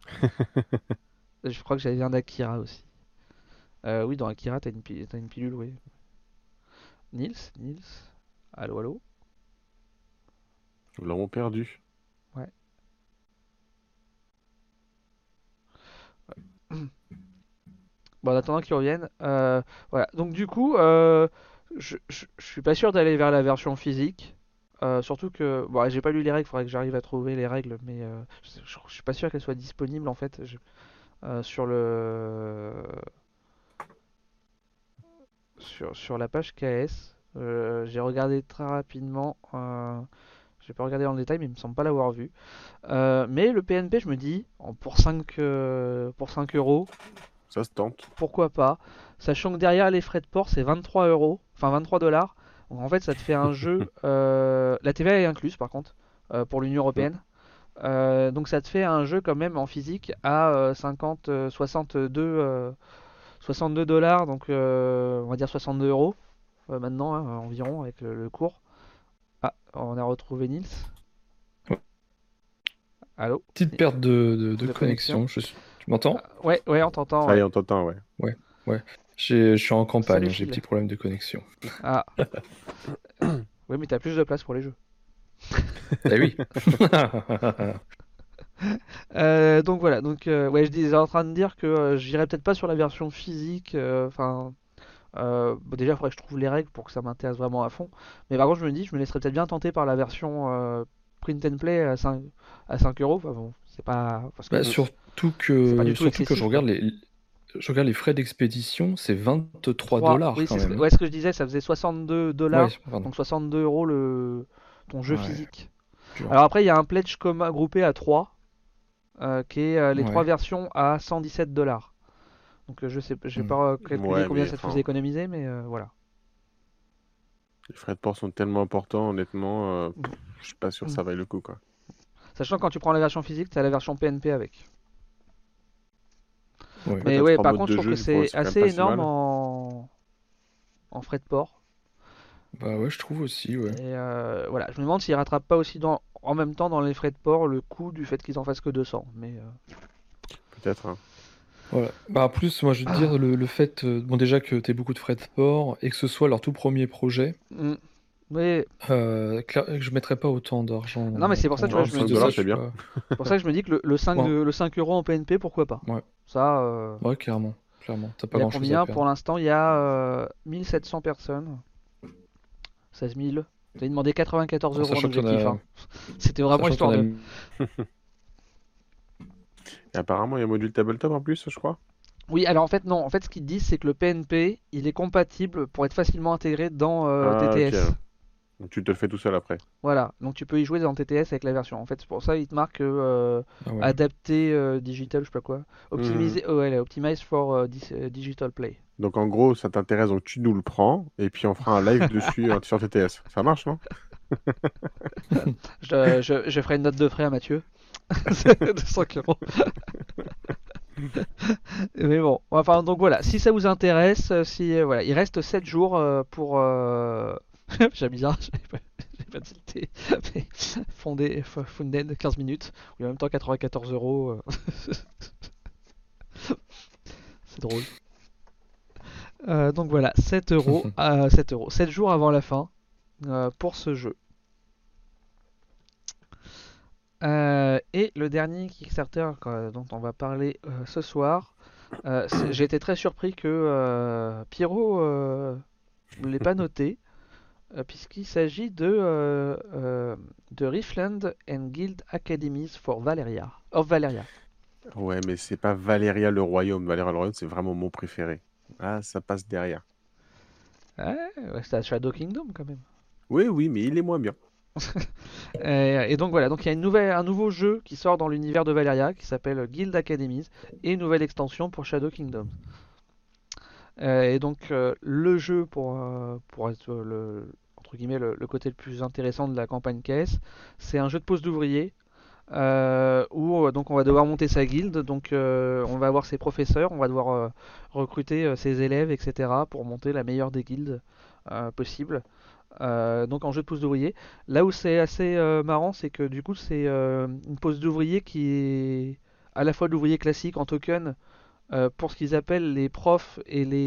Je crois que j'avais un Akira aussi. Oui, dans Akira, t'as une pilule, oui. Nils, allô, allô. Nous l'avons perdu. Ouais. Bon, en attendant qu'ils reviennent, voilà. Donc du coup, je suis pas sûr d'aller vers la version physique. Surtout que, bon, j'ai pas lu les règles, faudrait que j'arrive à trouver les règles, mais je suis pas sûr qu'elles soient disponibles en fait sur la page KS. J'ai regardé très rapidement. J'ai pas regardé dans le détail, mais il me semble pas l'avoir vu. Mais le PNP, je me dis, pour 5 euros, Ça se tente. pourquoi pas. Sachant que derrière les frais de port, c'est 23 euros, enfin 23 dollars. Donc en fait, ça te fait un jeu. La TVA est incluse par contre, pour l'Union Mm. Européenne. Donc ça te fait un jeu quand même en physique à 62 dollars, donc on va dire 62 euros maintenant, hein, environ, avec le cours. Ah, on a retrouvé Nils. Allô? Petite perte de De connexion. connexion. Tu m'entends? Ouais, on t'entend, Ça y ouais. est, on t'entend, ouais. Ouais, ouais. Je suis en Salut campagne, j'ai Phil. des petits problèmes de connexion. Ah, oui, mais t'as plus de place pour les jeux. Eh oui. Donc voilà, ouais, je disais en train de dire que j'irais peut-être pas sur la version physique. Enfin, bon, déjà, il faudrait que je trouve les règles pour que ça m'intéresse vraiment à fond. Mais par contre, je me dis, je me laisserais peut-être bien tenter par la version print and play à 5 euros. Enfin, bon, c'est pas parce que Bah, c'est pas du tout surtout que je excessif, quoi. regarde les frais d'expédition, c'est 23 3, dollars oui, quand même. ouais, ce que je disais, ça faisait 62 Ouais, dollars, pardon. donc 62 euros ton jeu Ouais, physique. dur. Alors après, il y a un pledge commun groupé à 3, qui est les 3 Ouais. versions à 117 dollars. Donc je sais, j'ai Hmm. pas calculé Ouais, combien mais ça te faisait enfin, économiser, mais voilà. les frais de port sont tellement importants, honnêtement, Mhm. je suis pas sûr que Mhm. ça vaille le coup, quoi. Sachant que quand tu prends la version physique, tu as la version PNP avec. Ouais. Ouais, Mais t'as ouais, 3 par modes contre, je de trouve jeu, que du coup, c'est c'est quand même assez pas si énorme mal. en frais de port. Bah ouais, je trouve aussi, ouais. Et voilà, je me demande s'ils rattrapent pas aussi en même temps dans les frais de port le coût du fait qu'ils en fassent que 200. Mais Peut-être, hein. Voilà. Bah en plus, moi je veux te dire, le fait, bon déjà que tu beaucoup de frais de port et que ce soit leur tout premier projet, mm, mais je mettrais pas autant d'argent non, mais c'est pour ça, tu vois, Non, en je me plus 5 de ça, dollars, dis, je c'est suis bien. pas. c'est pour ça que je me dis que le 5 Bon, le 5 euros en PNP, pourquoi pas. ouais, Ça, ouais, clairement, clairement. T'as il pas y a grand-chose à combien pour perdre. l'instant? Il y a 1700 personnes, 16 000. T'as demandé 94 En euros en sachant qu'il y en objectif, a, hein. C'était vraiment sachant qu'il y histoire en de. a. Et apparemment, il y a un module tabletop en plus, je crois. Oui, alors en fait, non. En fait, ce qu'ils disent, c'est que le PNP, il est compatible pour être facilement intégré dans Ah, ok. TTS. Donc tu te le fais tout seul après. Voilà, donc tu peux y jouer dans TTS avec la version. En fait, c'est pour ça il te marque Ah ouais. adapté digital, je sais pas quoi. Mhm. Optimisé, ouais, optimize for digital play. Donc en gros, ça t'intéresse, donc tu nous le prends, et puis on fera un live dessus sur TTS. Ça marche, non? Je ferai une note de frais à Mathieu. De 5 euros. Mais bon, enfin, donc voilà, si ça vous intéresse, si voilà, il reste 7 jours pour. J'ai bizarre, j'ai pas tilté. Mais Funded 15 minutes, ou en même temps 94 euros. C'est drôle. Donc voilà, 7 euros, 7 euros, 7 jours avant la fin pour ce jeu. Et le dernier Kickstarter dont on va parler ce soir, j'ai été très surpris que Pierrot je ne l'ai pas noté, puisqu'il s'agit de Riftland and Guild Academies for Valeria. Of Valeria. Ouais, mais c'est pas Valéria le Royaume. Valéria le Royaume, c'est vraiment mon préféré. Ah, ça passe derrière. Ouais, c'est à Shadow Kingdom quand même. Oui, oui, mais il est moins bien. Et donc voilà, donc il y a un nouveau jeu qui sort dans l'univers de Valeria qui s'appelle Guild Academies et une nouvelle extension pour Shadow Kingdom. Et donc le jeu pour être entre guillemets le côté le plus intéressant de la campagne KS, c'est un jeu de poste d'ouvrier où donc on va devoir monter sa guilde, donc on va avoir ses professeurs, on va devoir recruter ses élèves, etc. pour monter la meilleure des guildes possible. Donc en jeu de pose d'ouvrier. Là où c'est assez marrant, c'est que du coup c'est une pose d'ouvrier qui est à la fois de l'ouvrier classique en token pour ce qu'ils appellent les profs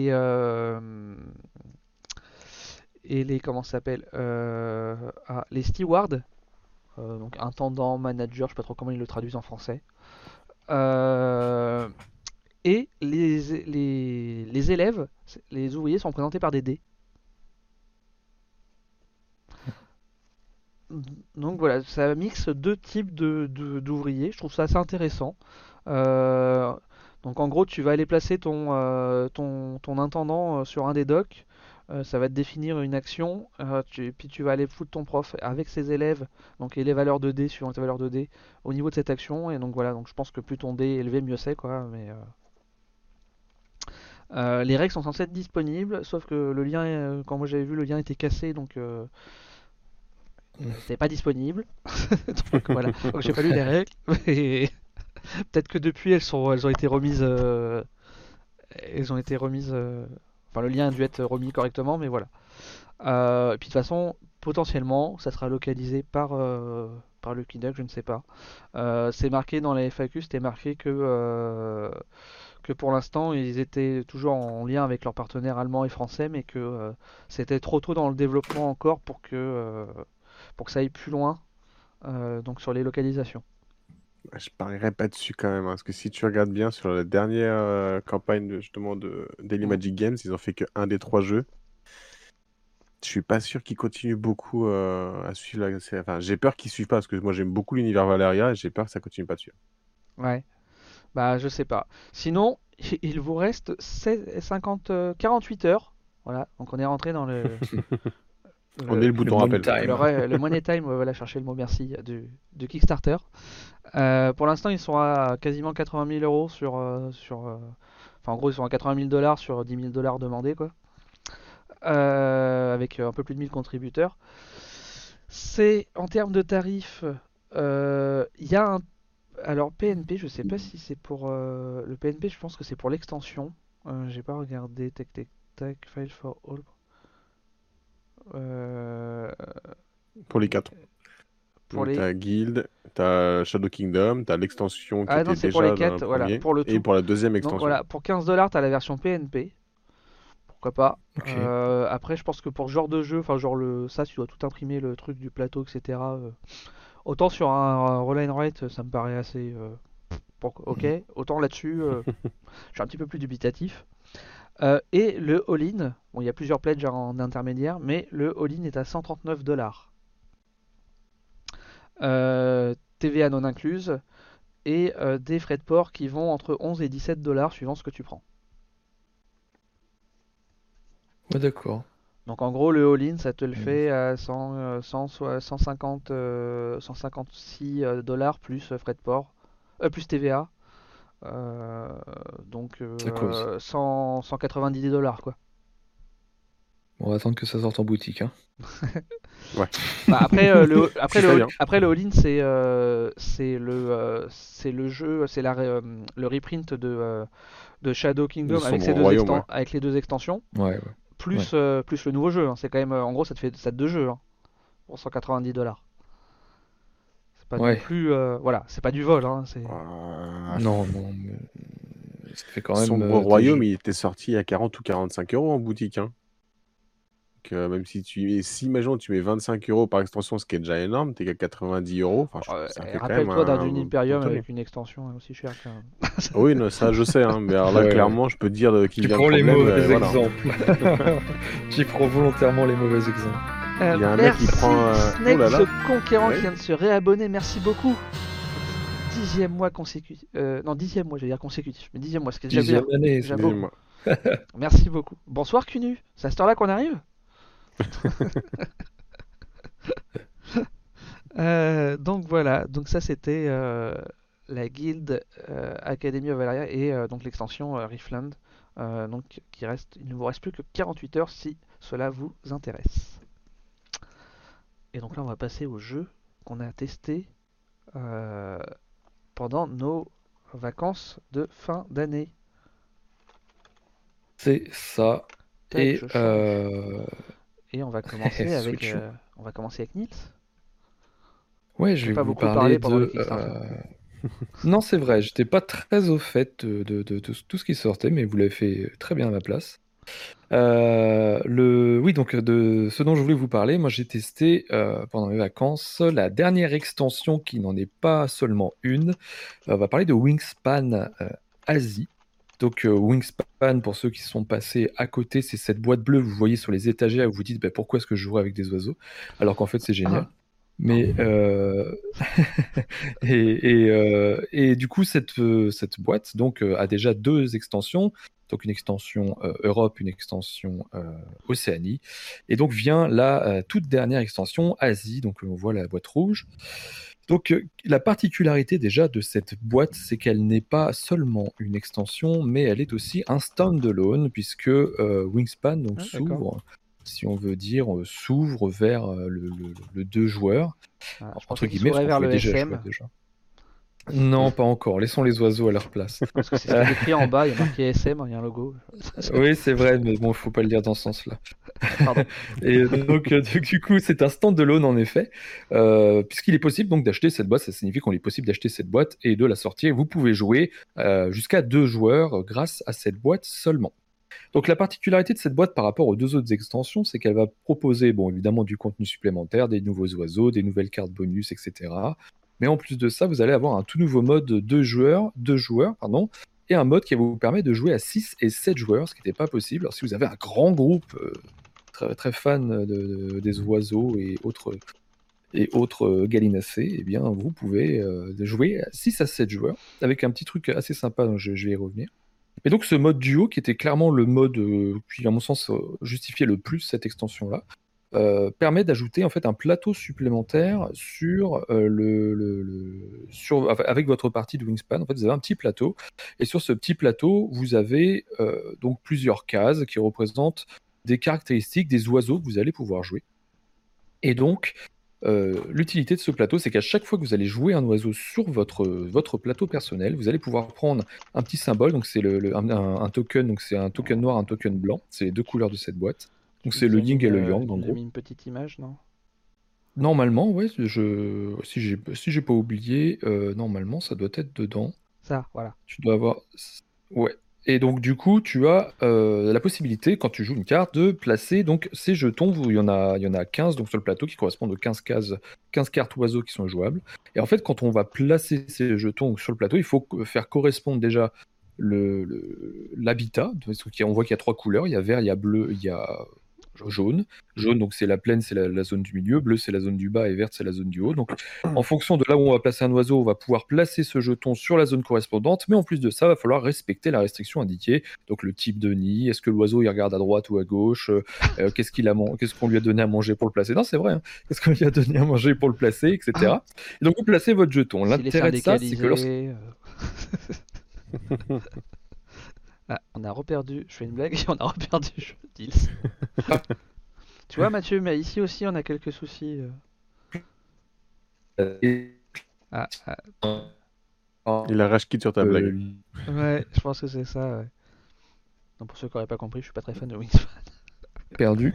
et les comment ça s'appelle les stewards, donc intendant, manager, je sais pas trop comment ils le traduisent en français. Euh, et les élèves, les ouvriers sont représentés par des dés. Donc voilà, ça mixe deux types d'ouvriers. Je trouve ça assez intéressant. Euh, donc en gros, tu vas aller placer ton intendant sur un des docks. Ça va te définir une action. Puis tu vas aller foutre ton prof avec ses élèves. Donc et les valeurs de dés suivant tes valeurs de dés au niveau de cette action. Et donc voilà, donc je pense que plus ton dé est élevé, mieux c'est quoi. Mais les règles sont censées être disponibles, sauf que le lien, quand moi j'avais vu, le lien était cassé, donc c'était pas disponible. Donc voilà, donc j'ai pas lu les règles, mais peut-être que depuis elles ont été remises, enfin le lien a dû être remis correctement, mais voilà. Et puis de toute façon, potentiellement, ça sera localisé par Lucky Duck, je ne sais pas. C'est marqué dans la FAQ, c'était marqué que pour l'instant ils étaient toujours en lien avec leurs partenaires allemands et français, mais que c'était trop tôt dans le développement encore pour que ça aille plus loin, donc sur les localisations. Je parierais pas dessus quand même, hein, parce que si tu regardes bien sur la dernière campagne justement de Daily Mm. Magic Games, ils ont fait que un des 3 jeux. Je suis pas sûr qu'ils continuent beaucoup à suivre Enfin, j'ai peur qu'ils suivent pas, parce que moi j'aime beaucoup l'univers Valeria et j'ai peur que ça continue pas dessus. Ouais, bah je sais pas. Sinon, il vous reste 48 heures. Voilà, donc on est rentré dans On est le, le Le bouton money rappel. time. le money time, voilà, chercher le mot merci du Kickstarter. Pour l'instant, ils sont à quasiment 80 000 euros enfin, en gros, ils sont à 80 000 dollars sur 10 000 dollars demandés, quoi. Avec un peu plus de 1000 contributeurs. C'est en termes de tarifs, il y a un. Alors, PNP, je sais pas si c'est pour. Le PNP, je pense que c'est pour l'extension. J'ai pas regardé. Tac, tac, tac. File for all. Euh, Pour les 4. pour Donc les. t'as Guild, t'as Shadow Kingdom, t'as l'extension qui Ah non, était c'est pour les déjà dans le quêtes, voilà, premier, pour le et tout. pour la deuxième Donc extension. voilà, pour 15 dollars, t'as la version PNP. Pourquoi pas. Ok. Après, je pense que pour ce genre de jeu, enfin, genre ça, tu dois tout imprimer, le truc du plateau, etc. Autant sur un Roll and Write, ça me paraît assez. Ok, Mhm. autant là-dessus, je suis un petit peu plus dubitatif. Et le all-in, bon, il y a plusieurs pledges en intermédiaire, mais le all-in est à 139 dollars. TVA non incluse, et des frais de port qui vont entre 11 et 17 dollars suivant ce que tu prends. Ouais, d'accord. Donc en gros, le all-in, ça te le Mm. fait à 150, 156 dollars plus frais de port, plus TVA. Euh, donc Ça cause. 190 dollars quoi. On va attendre que ça sorte en boutique, hein. Ouais, Bah, après, j'y fais rien. après le all-in, c'est le jeu, le reprint de Shadow De Kingdom avec, Sombre Royaume, ouais. avec les deux extensions, Ouais, ouais. Ouais. plus le nouveau jeu, hein. C'est quand même, en gros, ça te fait ça deux jeux, hein, pour 190 dollars. C'est pas non Ouais. plus, voilà, c'est pas du vol, hein, c'est. Non, non, mais ça fait quand même Sombre des Royaume, jeux. il était sorti à 40 ou 45 € en boutique, hein. Donc, même si imaginons tu mets 25 € par extension, ce qui est déjà énorme, t'es qu'à 90 €. Enfin, je trouve que ça Et fait quand même rappelle-toi d'un un Imperium tollé. avec une extension aussi chère quand même. Oui, non, ça je sais, hein, mais alors là, Ouais, ouais. clairement, je peux te dire qui Tu vient le prends les problème. mauvais Voilà. exemples. Tu prends volontairement les mauvais exemples. Il y a un mec qui Merci prend. Snake, Oh là là. ce conquérant Ouais. qui vient de se réabonner, merci beaucoup. 10e mois consécutif. Non, 10e mois, j'allais dire consécutif, mais 10e mois, ce qui est déjà bien. 10e année, Déjà c'est beaucoup. Dis-moi. Merci beaucoup. Bonsoir Cunu, c'est à cette heure-là qu'on arrive Donc voilà, donc ça c'était la guilde Academy of Valeria et donc l'extension Riftland. Donc il ne vous reste plus que 48 heures si cela vous intéresse. Et donc là on va passer au jeu qu'on a testé pendant nos vacances de fin d'année. C'est ça. Tac, Et je change. Et on va commencer avec Switchons. Nils. Ouais, je J'ai vais pas vous beaucoup parler parlé pendant le de. Kickstarter. Non, c'est vrai, j'étais pas très au fait de tout ce qui sortait, mais vous l'avez fait très bien à ma place. Oui, donc de ce dont je voulais vous parler, moi j'ai testé pendant mes vacances la dernière extension qui n'en est pas seulement une. On va parler de Wingspan Asie. Donc Wingspan, pour ceux qui sont passés à côté, c'est cette boîte bleue que vous voyez sur les étagères et vous vous dites bah, pourquoi est-ce que je jouerais avec des oiseaux alors qu'en fait c'est génial. Mais et du coup cette boîte donc a déjà 2 extensions, donc une extension Europe, une extension Océanie, et donc vient la toute dernière extension Asie, donc on voit la boîte rouge. Donc la particularité déjà de cette boîte, c'est qu'elle n'est pas seulement une extension, mais elle est aussi un standalone, puisque Wingspan donc, s'ouvre, si on veut dire, s'ouvre vers le 2 joueurs. Voilà, je Entre pensais qu'il guillemets, parce s'ouvrait qu'on vers pouvait le déjà jouer SM. déjà. Non, pas encore. Laissons les oiseaux à leur place. Parce que c'est ce qu'il y a écrit en bas, il y a marqué SM, il y a un logo. Oui, c'est vrai, mais bon, il faut pas le dire dans ce sens-là. Pardon. Et donc, du coup, c'est un standalone en effet, puisqu'il est possible donc d'acheter cette boîte. Ça signifie qu'on est possible d'acheter cette boîte et de la sortir. Vous pouvez jouer jusqu'à 2 joueurs grâce à cette boîte seulement. Donc, la particularité de cette boîte par rapport aux 2 autres extensions, c'est qu'elle va proposer, bon, évidemment, du contenu supplémentaire, des nouveaux oiseaux, des nouvelles cartes bonus, etc. Mais en plus de ça, vous allez avoir un tout nouveau mode de 2 joueurs, et un mode qui va vous permettre de jouer à 6 et 7 joueurs, ce qui n'était pas possible. Alors, si vous avez un grand groupe très, très fan des oiseaux et autres gallinacés, eh bien, vous pouvez jouer à 6 à 7 joueurs, avec un petit truc assez sympa, dont je vais y revenir. Et donc, ce mode duo, qui était clairement le mode qui, à mon sens, justifiait le plus cette extension-là, permet d'ajouter en fait un plateau supplémentaire avec votre partie de Wingspan. En fait, vous avez un petit plateau, et sur ce petit plateau, vous avez donc plusieurs cases qui représentent des caractéristiques des oiseaux que vous allez pouvoir jouer. Et donc, l'utilité de ce plateau, c'est qu'à chaque fois que vous allez jouer un oiseau sur votre plateau personnel, vous allez pouvoir prendre un petit symbole. Donc c'est un token, donc c'est un token noir, un token blanc. C'est les 2 couleurs de cette boîte. Donc c'est le yin et le yang, en Tu nous as gros. mis une petite image, non? Normalement, ouais, si j'ai pas oublié, normalement, ça doit être dedans. Ça, voilà. Tu dois avoir... Ouais. Et donc, du coup, tu as la possibilité, quand tu joues une carte, de placer donc, ces jetons. Il y en a 15 donc, sur le plateau qui correspondent aux 15 cartes oiseaux qui sont jouables. Et en fait, quand on va placer ces jetons sur le plateau, il faut faire correspondre déjà l'habitat. On voit qu'il y a 3 couleurs. Il y a vert, il y a bleu, il y a jaune. Jaune, donc c'est la plaine, c'est la zone du milieu. Bleu, c'est la zone du bas. Et verte, c'est la zone du haut. Donc, en fonction de là où on va placer un oiseau, on va pouvoir placer ce jeton sur la zone correspondante. Mais en plus de ça, il va falloir respecter la restriction indiquée. Donc, le type de nid. Est-ce que l'oiseau, il regarde à droite ou à gauche? Qu'est-ce qu'on lui a donné à manger pour le placer? Non, c'est vrai. Hein. Qu'est-ce qu'on lui a donné à manger pour le placer, etc. Et donc, vous placez votre jeton. L'intérêt de ça, c'est que lorsque... Ah, on a reperdu, je fais une blague, et on a reperdu Nils. Tu vois Mathieu, mais ici aussi on a quelques soucis. Il a rage quitte sur ta blague. Ouais, je pense que c'est ça, ouais. Donc pour ceux qui n'auraient pas compris, je suis pas très fan de Wingspan. Perdu.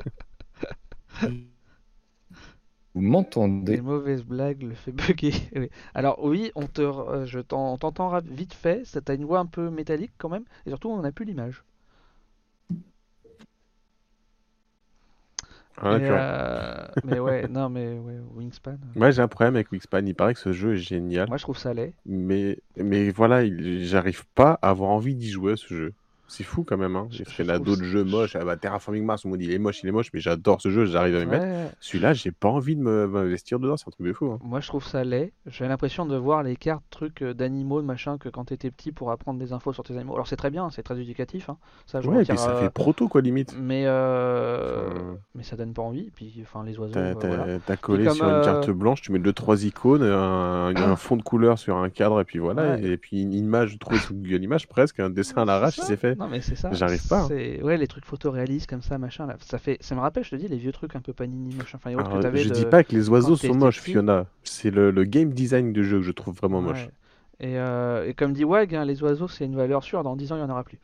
Vous m'entendez? Des mauvaises blagues le fait bugger. Oui. Alors oui, on t'entend vite fait, t'as une voix un peu métallique quand même, et surtout on n'a plus l'image. Ah, Et, purée. mais ouais, non, mais ouais, Wingspan. Moi, j'ai un problème avec Wingspan. Il paraît que ce jeu est génial, Moi, je trouve ça laid. mais voilà, j'arrive pas à avoir envie d'y jouer à ce jeu. C'est fou quand même, hein. Parce Je qu'il y en a trouve. d'autres jeux moches. Ah bah, Terraforming Mars, on me dit il est moche, mais j'adore ce jeu, j'arrive à m'y mettre. Ouais, Celui-là, j'ai pas envie de m'investir dedans, c'est un truc de fou, hein. moi, je trouve ça laid. J'ai l'impression de voir les cartes, trucs d'animaux, de machin, que quand t'étais petit pour apprendre des infos sur tes animaux. Alors, c'est très bien, c'est très éducatif, hein. Ça, je Ouais, et retire. puis ça fait proto, quoi, limite. Mais, Enfin, mais ça donne pas envie. Puis, enfin, les oiseaux, t'as, voilà. t'as- t'as Puis, collé comme. sur une carte blanche, tu mets 2-3 icônes, un fond de couleur sur un cadre, et puis voilà. Ouais, Et puis une image, je trouve, sur Google Images, presque, un dessin à c'est l'arrache, ça. c'est fait. Non, mais c'est ça. J'arrive pas, hein. Ouais, les trucs photoréalistes comme ça, machin, là. Ça me rappelle, je te dis, les vieux trucs un peu Panini, machin, enfin, et autres que Alors, t'avais je dis de pas que les quand oiseaux sont t'étais moches, petit. Fiona. C'est le game design du jeu que je trouve vraiment moche. Ouais. Et comme dit Wag, hein, les oiseaux, c'est une valeur sûre. Dans 10 ans, il n'y en aura plus.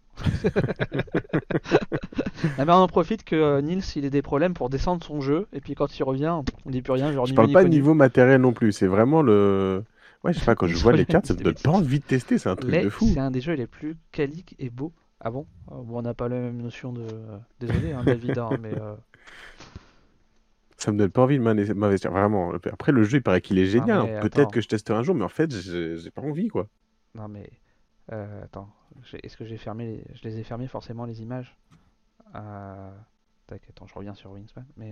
Ah, mais on en profite que Nils, il ait des problèmes pour descendre son jeu. Et puis quand il revient, on dit plus rien, genre Je ni vu parle ni pas de connu. niveau matériel non plus, c'est vraiment le. Ouais, je sais pas, quand je vois les cartes, ça me C'est donne pas envie de tester, c'est un truc de fou. c'est un des jeux les plus qualiques et beaux. Ah bon? Bon, on n'a pas la même notion de. Désolé, hein, David, hein, mais. Ça me donne pas envie de m'investir, vraiment. Après, le jeu, il paraît qu'il est Non, génial, hein. mais Peut-être attends. que je testerai un jour, mais en fait, j'ai pas envie, quoi. Non, mais. Attends. Est-ce que j'ai fermé Je les ai fermés forcément, les images. Tac, attends, je reviens sur Wingspan. Mais.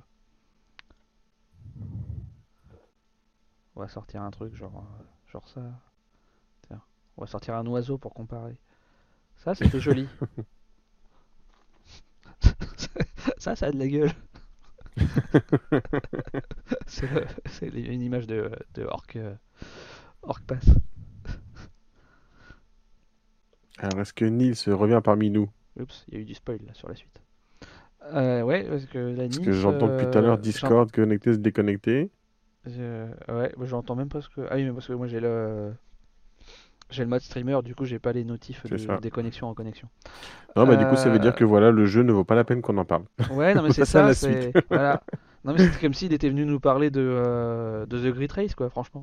On va sortir un truc, genre ça. Tiens. On va sortir un oiseau pour comparer. Ça, c'était joli. Ça a de la gueule. C'est une image de Orc Pass. Alors, est-ce que Nils revient parmi nous? Oups, il y a eu du spoil là sur la suite. Ouais, parce que la Parce Nils. que j'entends depuis tout à l'heure Discord connecté, se déconnecter. Ouais, moi, j'entends même pas ce que. Ah oui, mais parce que moi j'ai le mode streamer, du coup j'ai pas les notifs C'est ça. des connexions en connexion. Non, bah, du coup, ça veut dire Euh, que voilà, le jeu ne vaut pas la peine qu'on en parle. Ouais, non mais On c'est passe à ça, la c'est. suite. Voilà. Non mais c'était comme s'il était venu nous parler de The Great Race, quoi, franchement.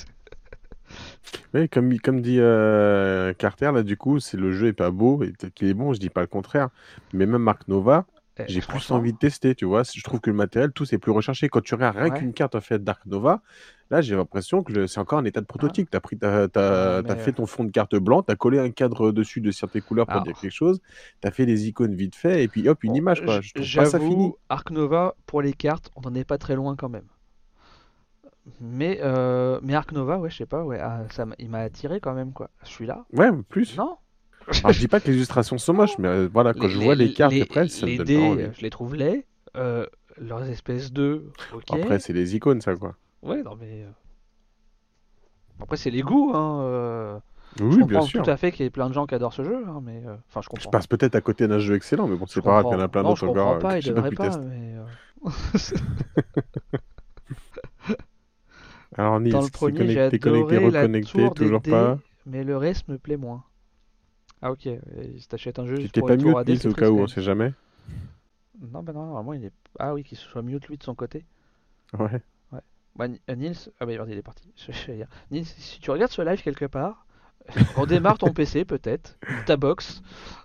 Oui, comme dit Carter, là, du coup, le jeu est pas beau et qu'il est bon, je dis pas le contraire. Mais même Ark Nova, j'ai plus Franchement, envie de tester, tu vois. Je trouve que le matériel, tout, c'est plus recherché. Quand tu regardes rien ouais. qu'une carte en fait d'Ark Nova, là, j'ai l'impression que c'est encore un état de Ah, prototype. non, T'as mais. fait ton fond de carte blanc, t'as collé un cadre dessus de certaines couleurs pour dire Alors, quelque chose, t'as fait les icônes vite fait, et puis hop, une bon, image, quoi. Je trouve pas ça fini. j'avoue, Ark Nova, pour les cartes, on n'en est pas très loin quand même. Mais Ark Nova, ouais, je sais pas, ouais, il m'a attiré quand même, quoi. Celui-là, Ouais, plus. non? Alors, je dis pas que les illustrations sont moches, mais voilà, quand je vois les cartes après, ça me Les donne pas dés, envie. je les trouve laids. Leurs espèces d'œufs, ok. Après, c'est les icônes, ça, quoi. Ouais, non, mais. Après, c'est les goûts, hein. Je Oui, bien comprends tout sûr. à fait qu'il y ait plein de gens qui adorent ce jeu, hein, mais. Enfin, je Je comprends. passe peut-être à côté d'un jeu excellent, mais bon, Je c'est pas grave, il y en a comprends. plein Non, je d'autres comprends encore pas, que il j'ai pas devrait pu pas, tester. mais. Alors, Dans Nils, le qui s'est premier, j'ai connecté, connecté, adoré la reconnecté, tour des toujours dés, pas. mais le reste me plaît moins. Ah, ok. Si t'achètes un jeu Tu juste t'es pour les pas tours mute, à dés, Nils, c'est au cas triste où, quand on même. sait jamais. Non, bah non, normalement, il est. Ah oui, qu'il se soit mute lui de son côté. Ouais. Ouais. Bah, Nils. Ah bah, regardez, il est parti. J'allais dire. Nils, si tu regardes ce live quelque part, redémarre ton PC peut-être, ou ta box.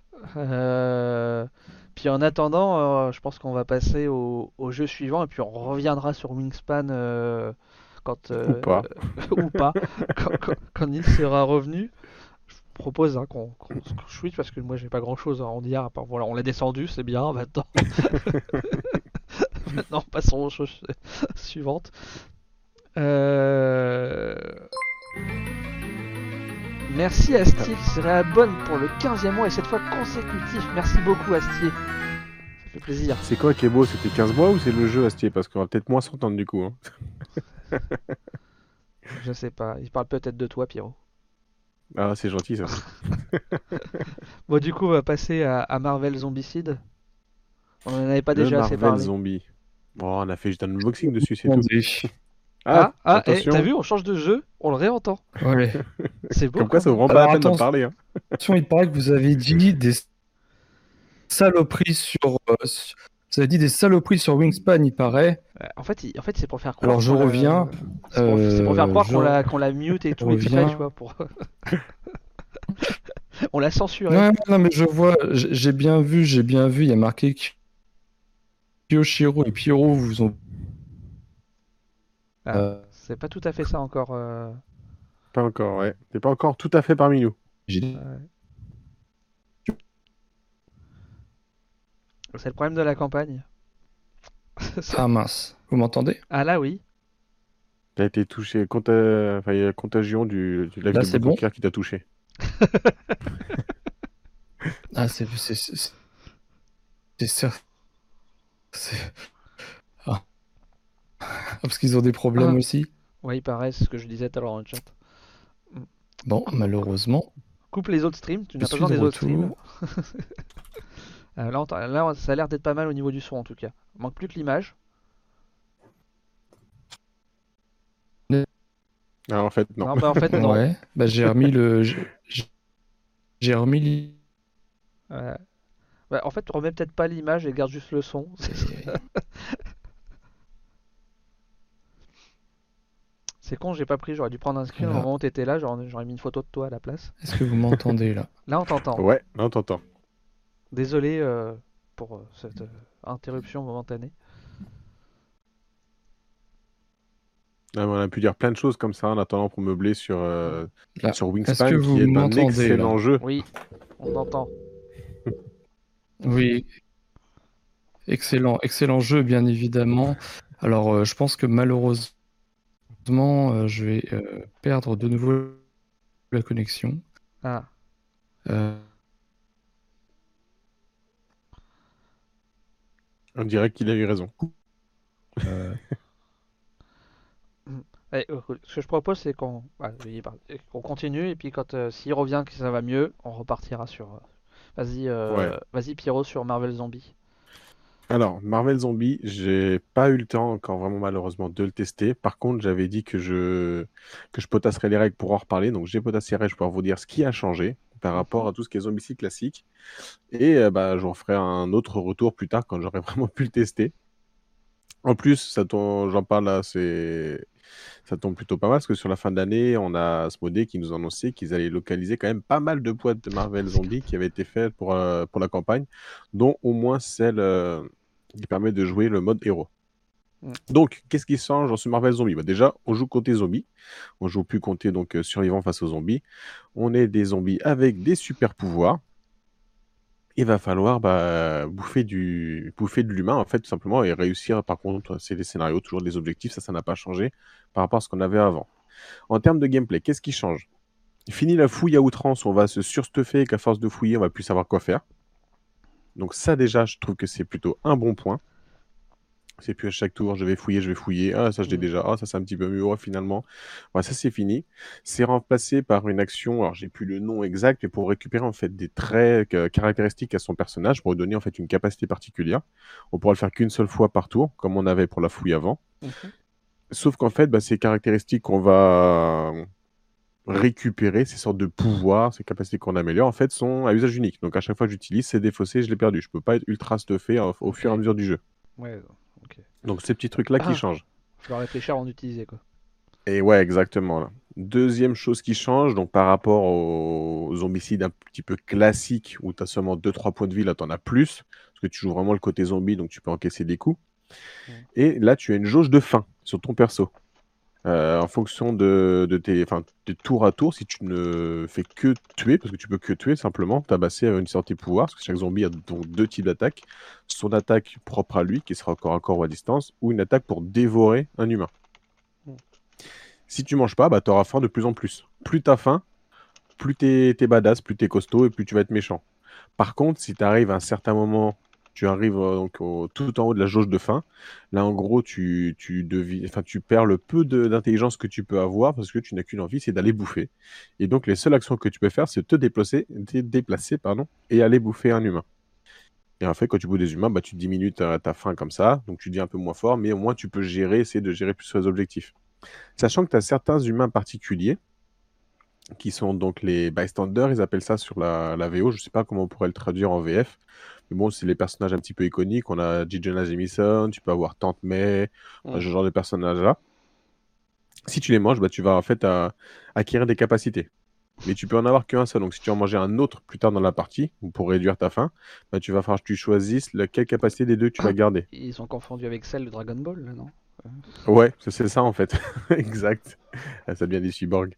Puis en attendant, je pense qu'on va passer au jeu suivant et puis on reviendra sur Wingspan quand Ou pas. ou pas quand Nils sera revenu. Je vous propose hein, qu'on switch parce que moi j'ai pas grand chose à en dire. À part, voilà, on l'a descendu, c'est bien. Maintenant, maintenant passons aux choses suivantes. Euh... Merci Astier qui se réabonne pour le 15e mois et cette fois consécutif. Merci beaucoup Astier. Ça fait plaisir. C'est quoi qui est beau? C'était 15 mois ou c'est le jeu, Astier? Parce qu'on va peut-être moins s'entendre du coup, hein. Je sais pas. Il parle peut-être de toi, Pierrot. Ah, c'est gentil, ça. Bon, du coup, on va passer à Marvel Zombicide. On en avait pas Le déjà assez Marvel parlé. Zombie. Bon, on a fait juste un unboxing dessus, c'est tout. Ah, attention. t'as vu, on change de jeu, on le réentend. Ouais. C'est beau. Comme quoi, quand ça vaut même. vraiment pas la Alors, peine d'en attention. parler, hein. Attention, il paraît que vous avez dit des saloperies vous avez dit des saloperies sur Wingspan, il paraît. En fait, c'est pour faire croire. Alors, je qu'on l'a- reviens. C'est pour faire croire Je qu'on l'a mute et tout exprès, reviens. tu vois. On l'a censuré. Ouais, non, mais je vois, j'ai bien vu, il y a marqué Kyoshiro et Pyro vous ont. Ah, c'est pas tout à fait ça encore. Pas encore, ouais. T'es pas encore tout à fait parmi nous. J'ai- C'est le problème de la campagne. Ah mince, vous m'entendez? Ah là oui. T'as été touché, enfin, il y a la contagion du live Là, de c'est bon? Bococker qui t'a touché. Ah, c'est ça. C'est- Ah. Parce qu'ils ont des problèmes Ah. aussi. Ouais, il paraît, c'est ce que je disais tout à l'heure dans le chat. Bon, malheureusement, Coupe les autres streams, tu je n'as pas suis besoin de des autres streams. retour. Là, ça a l'air d'être pas mal au niveau du son en tout cas. Il manque plus que l'image. Ah, en fait, non. Non, bah en fait, non. Ouais, bah j'ai remis le. J'ai remis. Ouais. Bah, en fait, remets peut-être pas l'image et garde juste le son. C'est con, j'ai pas pris, j'aurais dû prendre un screen au Là. moment où t'étais là, j'aurais mis une photo de toi à la place. Est-ce que vous m'entendez là? Là, on t'entend. Ouais, non, t'entends. Désolé pour cette interruption momentanée. Ah, mais on a pu dire plein de choses comme ça en attendant pour meubler sur Là. Est-ce Wingspan, que vous qui est un m'entendez excellent là? jeu. Oui, on entend. Oui, excellent, excellent jeu, bien évidemment. Alors, je pense que malheureusement, je vais perdre de nouveau la connexion. Ah, Euh, On dirait qu'il a eu raison. euh, allez, ce que je propose, c'est qu'on continue et puis quand s'il revient que ça va mieux, on repartira sur. Vas-y, Ouais. vas-y Pierrot sur Marvel Zombie. Alors, Marvel Zombie, j'ai pas eu le temps encore vraiment malheureusement de le tester. Par contre, j'avais dit que je potasserais les règles pour en reparler. Donc, j'ai potassé les règles pour pouvoir vous dire ce qui a changé par rapport à tout ce qui est Zombicide classique. Et bah, je referai un autre retour plus tard quand j'aurai vraiment pu le tester. En plus, j'en parle là, ça tombe plutôt pas mal parce que sur la fin de l'année, on a Asmodée qui nous a annoncé qu'ils allaient localiser quand même pas mal de boîtes de Marvel Zombie qui avaient été faites pour la campagne, dont au moins celle qui permet de jouer le mode héros. Mm. Donc, qu'est-ce qui change dans ce Marvel Zombie? Bah, déjà, on joue côté zombies. On joue plus côté donc survivants face aux zombies. On est des zombies avec des super pouvoirs. Il va falloir bouffer de l'humain, en fait, tout simplement, et réussir. Par contre, c'est des scénarios, toujours des objectifs, ça n'a pas changé par rapport à ce qu'on avait avant. En termes de gameplay, qu'est-ce qui change? Fini la fouille à outrance, on va se surstuffer et qu'à force de fouiller, on va plus savoir quoi faire. Donc ça, déjà, je trouve que c'est plutôt un bon point. C'est plus à chaque tour, je vais fouiller. Ah, ça, je l'ai déjà. Ah, ça, c'est un petit peu mieux. Oh, finalement. Voilà, ça, c'est fini. C'est remplacé par une action. Alors, j'ai plus le nom exact, mais pour récupérer, en fait, des traits caractéristiques à son personnage, pour lui donner, en fait, une capacité particulière. On pourra le faire qu'une seule fois par tour, comme on avait pour la fouille avant. Mhm. Sauf qu'en fait, ces caractéristiques qu'on va récupérer, ces sortes de pouvoirs, ces capacités qu'on améliore, en fait, sont à usage unique. Donc, à chaque fois que j'utilise, c'est défaussé, je l'ai perdu. Je peux pas être ultra stuffé au fur et à mesure du jeu. Ouais, ok. Donc, ces petits trucs-là qui changent. Je dois réfléchir avant d'utiliser quoi. Et ouais, exactement. Là. Deuxième chose qui change, donc par rapport aux zombicides un petit peu classiques, où tu as seulement 2-3 points de vie, là tu en as plus, parce que tu joues vraiment le côté zombie, donc tu peux encaisser des coups. Et là, tu as une jauge de faim sur ton perso. En fonction de tes tour à tour, si tu ne fais que tuer, parce que tu peux que tuer simplement, tabasser une sortie de pouvoir, parce que chaque zombie a donc 2 types d'attaques. Son attaque propre à lui, qui sera corps à corps ou à distance, ou une attaque pour dévorer un humain. Si tu manges pas, tu auras faim de plus en plus. Plus tu as faim, plus t'es badass, plus t'es costaud et plus tu vas être méchant. Par contre, si tu arrives à un certain moment, tu arrives tout en haut de la jauge de faim, là en gros tu perds le peu d'intelligence que tu peux avoir parce que tu n'as qu'une envie, c'est d'aller bouffer. Et donc les seules actions que tu peux faire, c'est te déplacer et aller bouffer un humain. Et en fait, quand tu bouffes des humains, tu diminues ta faim comme ça, donc tu deviens un peu moins fort, mais au moins tu peux essayer de gérer plus les objectifs. Sachant que tu as certains humains particuliers qui sont donc les bystanders, ils appellent ça sur la VO, je sais pas comment on pourrait le traduire en VF, mais bon, c'est les personnages un petit peu iconiques, on a J. Jonah Jameson, tu peux avoir Tante May, ce genre de personnages-là. Si tu les manges, tu vas en fait acquérir des capacités. mais tu peux en avoir qu'un seul. Donc si tu en manges un autre plus tard dans la partie, ou pour réduire ta faim, bah, tu vas falloir que tu choisisses quelle capacité des deux tu vas garder. Ils sont confondus avec celle de Dragon Ball, là, non? Ouais, c'est ça en fait. Exact. Ah, ça devient des cyborgs.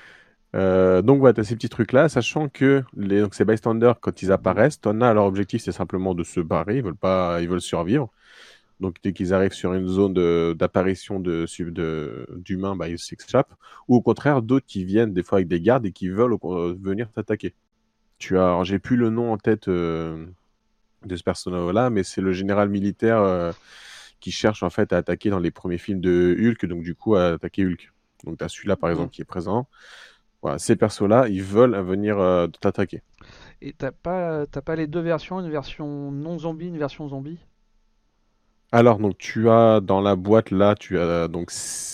Donc voilà, tu as ces petits trucs-là, sachant que donc, ces bystanders, quand ils apparaissent, t'en as, leur objectif, c'est simplement de se barrer, ils veulent survivre. Donc dès qu'ils arrivent sur une zone d'apparition d'humains, bah, ils s'échappent. Ou au contraire, d'autres qui viennent des fois avec des gardes et qui veulent venir t'attaquer. Alors, j'ai plus le nom en tête de ce personnage-là, mais c'est le général militaire qui cherche en fait à attaquer dans les premiers films de Hulk, donc du coup à attaquer Hulk. Donc tu as celui-là par exemple qui est présent. Voilà, ces persos-là, ils veulent venir t'attaquer. Et t'as pas les deux versions, une version non zombie, une version zombie? Alors, donc tu as dans la boîte là, tu as donc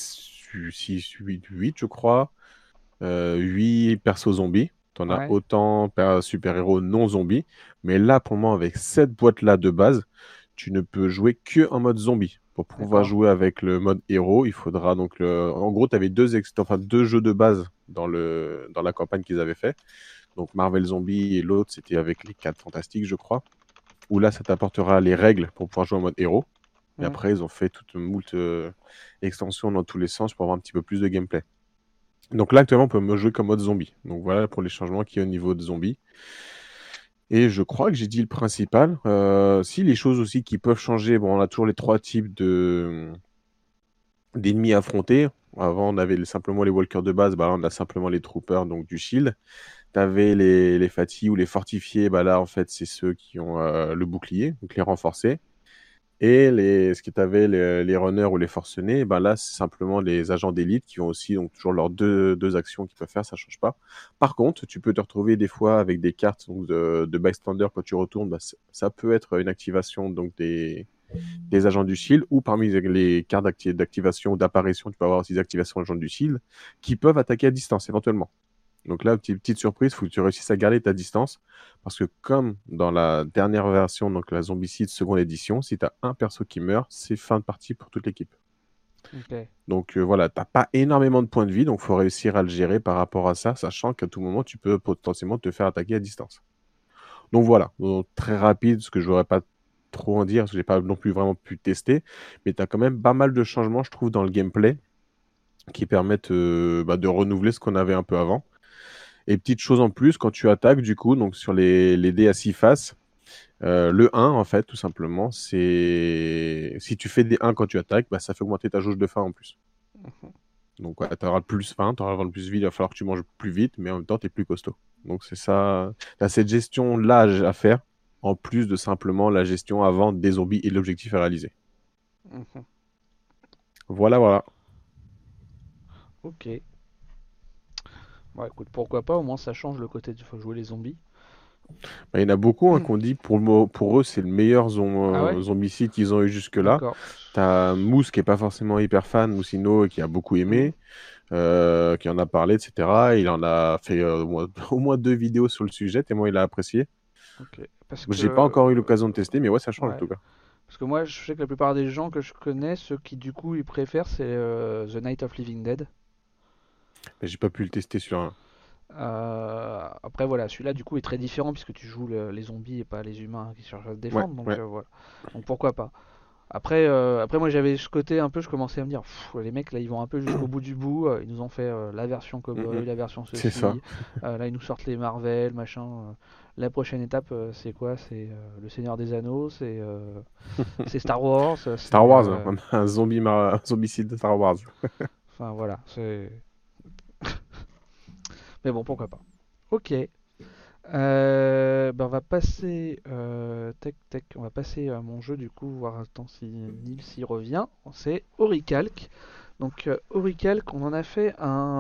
6, 8, je crois, 8 persos zombies. Tu en as Ouais, autant super-héros non zombies. Mais là, pour moi, avec cette boîte-là de base, tu ne peux jouer que en mode zombie. Pour pouvoir d'accord. jouer avec le mode héros, il faudra donc en gros, tu avais deux jeux de base dans la campagne qu'ils avaient fait. Donc Marvel Zombie et l'autre, c'était avec les 4 Fantastiques, je crois. Où là, ça t'apportera les règles pour pouvoir jouer en mode héros. Et Hmm. après, ils ont fait toute moult extensions dans tous les sens pour avoir un petit peu plus de gameplay. Donc là, actuellement, on peut me jouer comme mode zombie. Donc voilà pour les changements qu'il y a au niveau de zombie. Et je crois que j'ai dit le principal. Si les choses aussi qui peuvent changer, bon, on a toujours les 3 types d'ennemis affrontés. Avant, on avait simplement les walkers de base, bah là, on a simplement les troopers, donc du shield. T'avais les fatigues ou les fortifiés, bah là, en fait, c'est ceux qui ont le bouclier, donc les renforcés. Et ce que tu avais, les runners ou les forcenés, ben là, c'est simplement les agents d'élite qui ont aussi donc, toujours leurs deux actions qu'ils peuvent faire, ça change pas. Par contre, tu peux te retrouver des fois avec des cartes donc, de bystander quand tu retournes, bah, ça peut être une activation donc, des agents du shield, ou parmi les cartes d'activation ou d'apparition, tu peux avoir aussi des activations agents du shield qui peuvent attaquer à distance éventuellement. Donc là, petite surprise, il faut que tu réussisses à garder ta distance. Parce que comme dans la dernière version, donc la Zombicide seconde édition, si tu as un perso qui meurt, c'est fin de partie pour toute l'équipe. Ok. Donc voilà, tu n'as pas énormément de points de vie, donc il faut réussir à le gérer par rapport à ça, sachant qu'à tout moment, tu peux potentiellement te faire attaquer à distance. Donc voilà, donc, très rapide, ce que je n'aurais pas trop en dire, parce que je n'ai pas non plus vraiment pu tester, mais tu as quand même pas mal de changements, je trouve, dans le gameplay, qui permettent de renouveler ce qu'on avait un peu avant. Et petite chose en plus, quand tu attaques, du coup, donc sur les dés à 6 faces, le 1, en fait, tout simplement, c'est. Si tu fais des 1 quand tu attaques, bah, ça fait augmenter ta jauge de faim en plus. Mhm. Donc, ouais, tu auras le plus faim, tu auras le plus vite, il va falloir que tu manges plus vite, mais en même temps, tu es plus costaud. Donc, c'est ça. Tu as cette gestion-là à faire, en plus de simplement la gestion avant des zombies et l'objectif à réaliser. Mhm. Voilà, voilà. Ok. Bon, écoute, pourquoi pas, au moins ça change le côté du faut jouer les zombies. Bah, il y en a beaucoup qui ont dit pour eux, c'est le meilleur Ah ouais? zombicide qu'ils ont eu jusque-là. D'accord. T'as Mousse qui est pas forcément hyper fan, Moussino qui a beaucoup Mhm. aimé, qui en a parlé, etc. Il en a fait au moins 2 vidéos sur le sujet, tellement il a apprécié. Ok. Parce J'ai pas que. encore eu l'occasion de tester, mais ouais, ça change en Ouais. tout cas. Parce que moi, je sais que la plupart des gens que je connais, ceux qui du coup ils préfèrent, c'est The Night of Living Dead. Mais j'ai pas pu le tester sur un. Après voilà, celui-là du coup est très différent puisque tu joues les zombies et pas les humains qui cherchent à se Ouais, défendre, donc ouais. voilà. Donc pourquoi pas. Après moi j'avais ce côté un peu, je commençais à me dire, pff, les mecs là ils vont un peu jusqu'au bout du bout, ils nous ont fait la version Mhm. cowboy, la version C'est ça. ceci, là ils nous sortent les Marvel, machin. La prochaine étape c'est quoi? C'est le Seigneur des Anneaux, c'est Star Wars, Star Wars, hein. Un zombicide de Star Wars. Enfin voilà, c'est. Mais bon, pourquoi pas. Ok. Ben, on va passer. Tac, tac, on va passer à mon jeu du coup, voir attends si Nils y revient. C'est Oricalc. Donc, Oricalc, on en a fait un.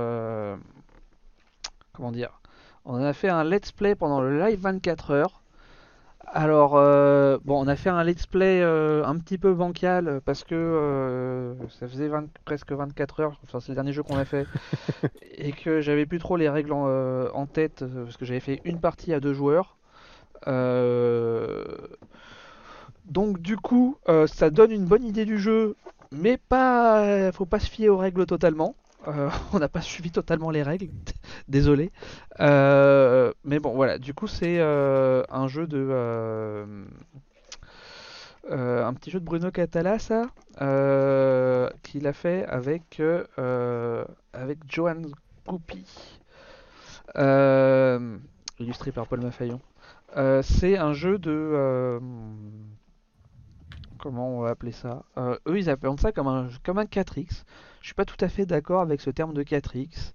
Comment dire? On en a fait un let's play pendant le live 24 heures. Alors, bon, on a fait un let's play un petit peu bancal parce que ça faisait presque 24 heures, enfin c'est le dernier jeu qu'on a fait, et que j'avais plus trop les règles en tête parce que j'avais fait une partie à 2 joueurs. Euh, donc du coup, ça donne une bonne idée du jeu, mais pas, faut pas se fier aux règles totalement. On n'a pas suivi totalement les règles, désolé. Mais bon, voilà. Du coup, c'est un jeu un petit jeu de Bruno Catala, ça, qu'il a fait avec Johan Goupy, euh, illustré par Paul Mafayon. C'est un jeu comment on va appeler ça? Eux, ils appellent ça comme un 4X. Je suis pas tout à fait d'accord avec ce terme de 4X,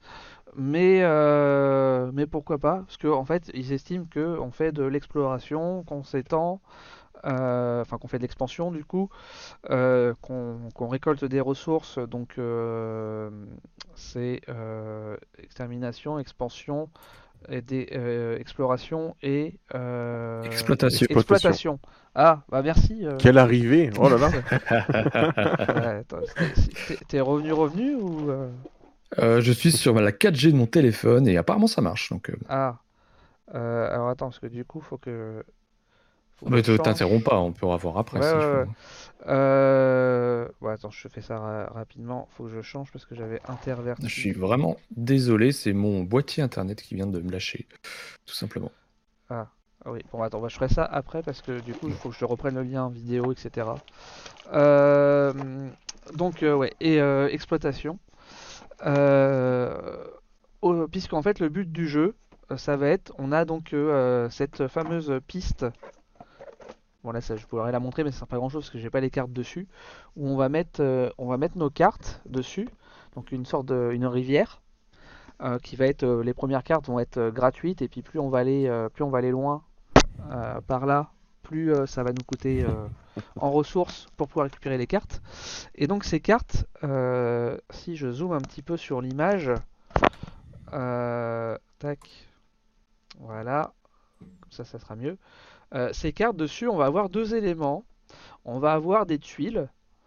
mais pourquoi pas? Parce qu'en fait, ils estiment qu'on fait de l'exploration, qu'on s'étend, enfin qu'on fait de l'expansion du coup, qu'on récolte des ressources, donc c'est extermination, expansion, exploration et Exploitation. exploitation. Ah, bah merci. Quelle arrivée! Oh là là! Ouais, attends, t'es revenu ou Je suis sur la 4G de mon téléphone et apparemment ça marche. Donc, Ah, alors attends, parce que du coup, faut que mais je change. t'interromps pas, on peut revoir après Ouais, s'il ouais, faut. ouais. Bon, attends, je fais ça rapidement. Faut que je change parce que j'avais interverti. Je suis vraiment désolé, c'est mon boîtier internet qui vient de me lâcher, tout simplement. Ah, oui. Bon, attends, bah, je ferai ça après parce que du coup, il faut que je reprenne le lien vidéo, etc. Euh, donc, ouais, et exploitation. Puisqu'en fait, le but du jeu, ça va être, on a donc cette fameuse piste. Bon là, je pourrais la montrer, mais ça sert pas grand chose parce que j'ai pas les cartes dessus. Où on va mettre nos cartes dessus. Donc une rivière qui va être, les premières cartes vont être gratuites et puis plus on va aller loin par là, plus ça va nous coûter en ressources pour pouvoir récupérer les cartes. Et donc ces cartes, si je zoome un petit peu sur l'image, tac, voilà, comme ça sera mieux. Ces cartes dessus, on va avoir deux éléments. On va avoir des tuiles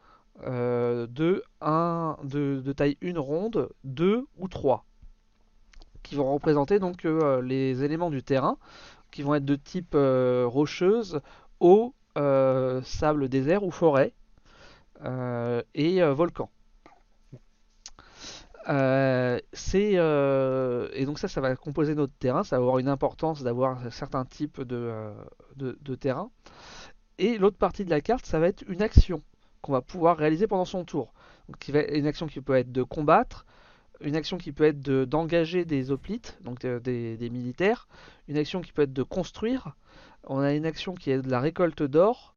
de taille 1 ronde, 2 ou 3, qui vont représenter donc les éléments du terrain, qui vont être de type rocheuse, eau, sable désert ou forêt, et volcan. Et donc ça va composer notre terrain, ça va avoir une importance d'avoir certains types de terrain. Et l'autre partie de la carte, ça va être une action qu'on va pouvoir réaliser pendant son tour. Donc, une action qui peut être de combattre, une action qui peut être d'engager des hoplites, donc des militaires, une action qui peut être de construire, on a une action qui est de la récolte d'or,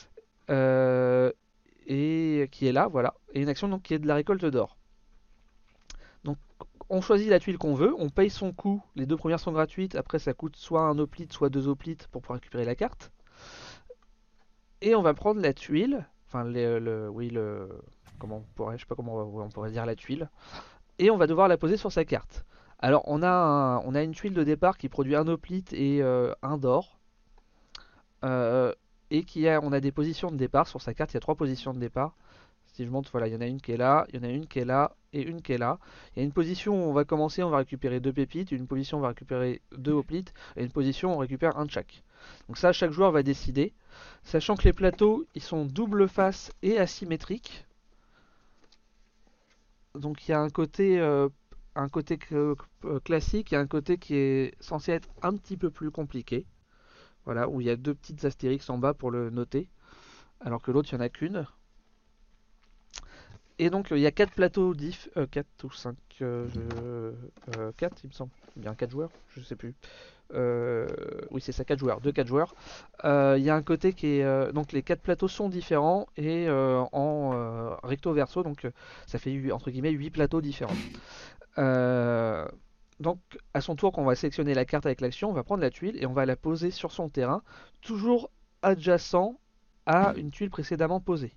et qui est là, voilà, et une action donc qui est de la récolte d'or. Donc on choisit la tuile qu'on veut, on paye son coût, les deux premières sont gratuites, après ça coûte soit un hoplite, soit deux hoplites pour pouvoir récupérer la carte. Et on va prendre la tuile, enfin comment je sais pas comment on pourrait dire la tuile, et on va devoir la poser sur sa carte. Alors on a une tuile de départ qui produit un hoplite et un d'or, et on a des positions de départ sur sa carte. Il y a trois positions de départ. Si je montre, voilà, il y en a une qui est là, il y en a une qui est là et une qui est là. Il y a une position où on va commencer, on va récupérer deux pépites, une position on va récupérer deux hoplites, et une position où on récupère un de chaque. Donc ça, chaque joueur va décider, sachant que les plateaux, ils sont double face et asymétriques. Donc il y a un côté classique et un côté qui est censé être un petit peu plus compliqué. Voilà, où il y a deux petites astérix en bas pour le noter, alors que l'autre, il n'y en a qu'une. Et donc il y a 4 plateaux 4 ou 5, 4 il me semble, ou bien 4 joueurs, je sais plus. Oui c'est ça, 4 joueurs, 4 joueurs. Il y a un côté qui est... donc les 4 plateaux sont différents et en recto verso, donc ça fait entre guillemets 8 plateaux différents. Donc à son tour, quand on va sélectionner la carte avec l'action, on va prendre la tuile et on va la poser sur son terrain, toujours adjacent à une tuile précédemment posée.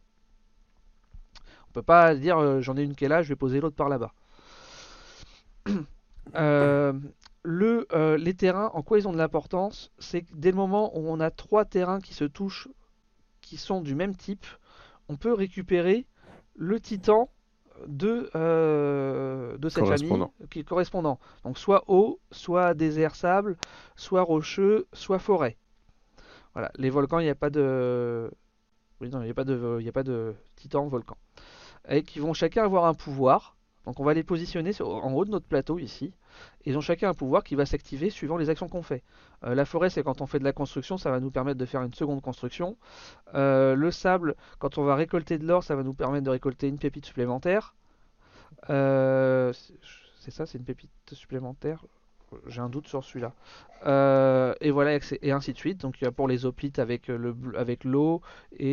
On peut pas dire j'en ai une qui est là, je vais poser l'autre par là-bas. Les terrains, en quoi ils ont de l'importance? C'est que dès le moment où on a 3 terrains qui se touchent, qui sont du même type, on peut récupérer le titan de cette famille qui est correspondant. Donc soit eau, soit désert sable, soit rocheux, soit forêt. Voilà. Les volcans, il n'y a pas de... Oui, non, il n'y a pas de titan volcan. Et qui vont chacun avoir un pouvoir. Donc on va les positionner en haut de notre plateau ici. Ils ont chacun un pouvoir qui va s'activer suivant les actions qu'on fait. La forêt, c'est quand on fait de la construction, ça va nous permettre de faire une seconde construction. Le sable, quand on va récolter de l'or, ça va nous permettre de récolter une pépite supplémentaire. Euh, c'est ça, c'est une pépite supplémentaire. J'ai un doute sur celui-là. Et voilà, et ainsi de suite. Donc pour les hoplites avec l'eau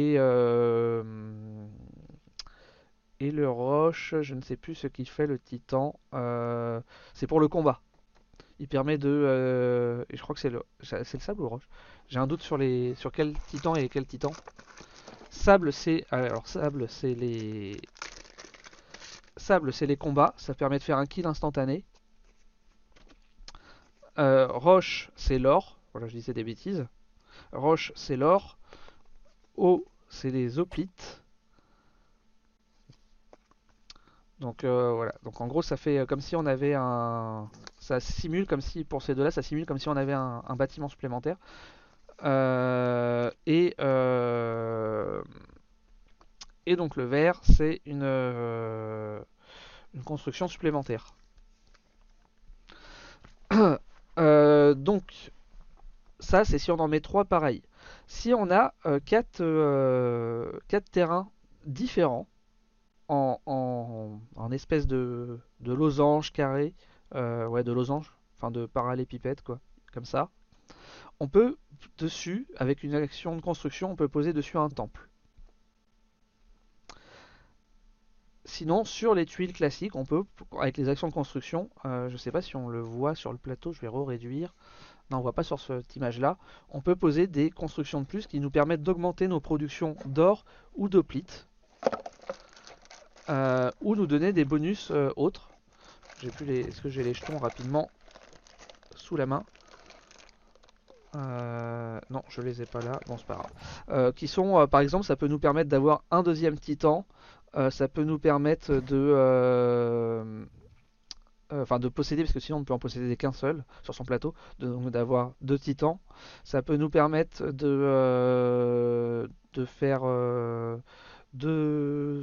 et le roche, je ne sais plus ce qu'il fait le titan. C'est pour le combat. Il permet et je crois que c'est le sable ou le roche. J'ai un doute sur quel titan et quel titan. Sable, c'est les combats. Ça permet de faire un kill instantané. Roche, c'est l'or. Voilà, je disais des bêtises. Roche, c'est l'or. Eau, c'est les hoplites. Donc voilà. Donc en gros, ça fait comme si on avait ça simule comme si pour ces deux-là, ça simule comme si on avait un bâtiment supplémentaire. Et donc le vert, c'est une construction supplémentaire. Donc ça, c'est si on en met 3 pareils. Si on a 4 terrains différents en espèce de losange carré, ouais, de losange, enfin de parallélépipède, quoi, comme ça, on peut dessus, avec une action de construction, on peut poser dessus un temple. Sinon, sur les tuiles classiques, on peut, avec les actions de construction, je ne sais pas si on le voit sur le plateau, je vais réduire. Non, on ne voit pas sur cette image-là. On peut poser des constructions de plus qui nous permettent d'augmenter nos productions d'or ou d'hoplite, ou nous donner des bonus autres. Est-ce que j'ai les jetons rapidement sous la main? Non, je les ai pas là. Bon, c'est pas grave. Qui sont, par exemple, ça peut nous permettre d'avoir un deuxième titan. Ça peut nous permettre de posséder, parce que sinon on ne peut en posséder qu'un seul sur son plateau, donc d'avoir 2 titans. Ça peut nous permettre de faire deux.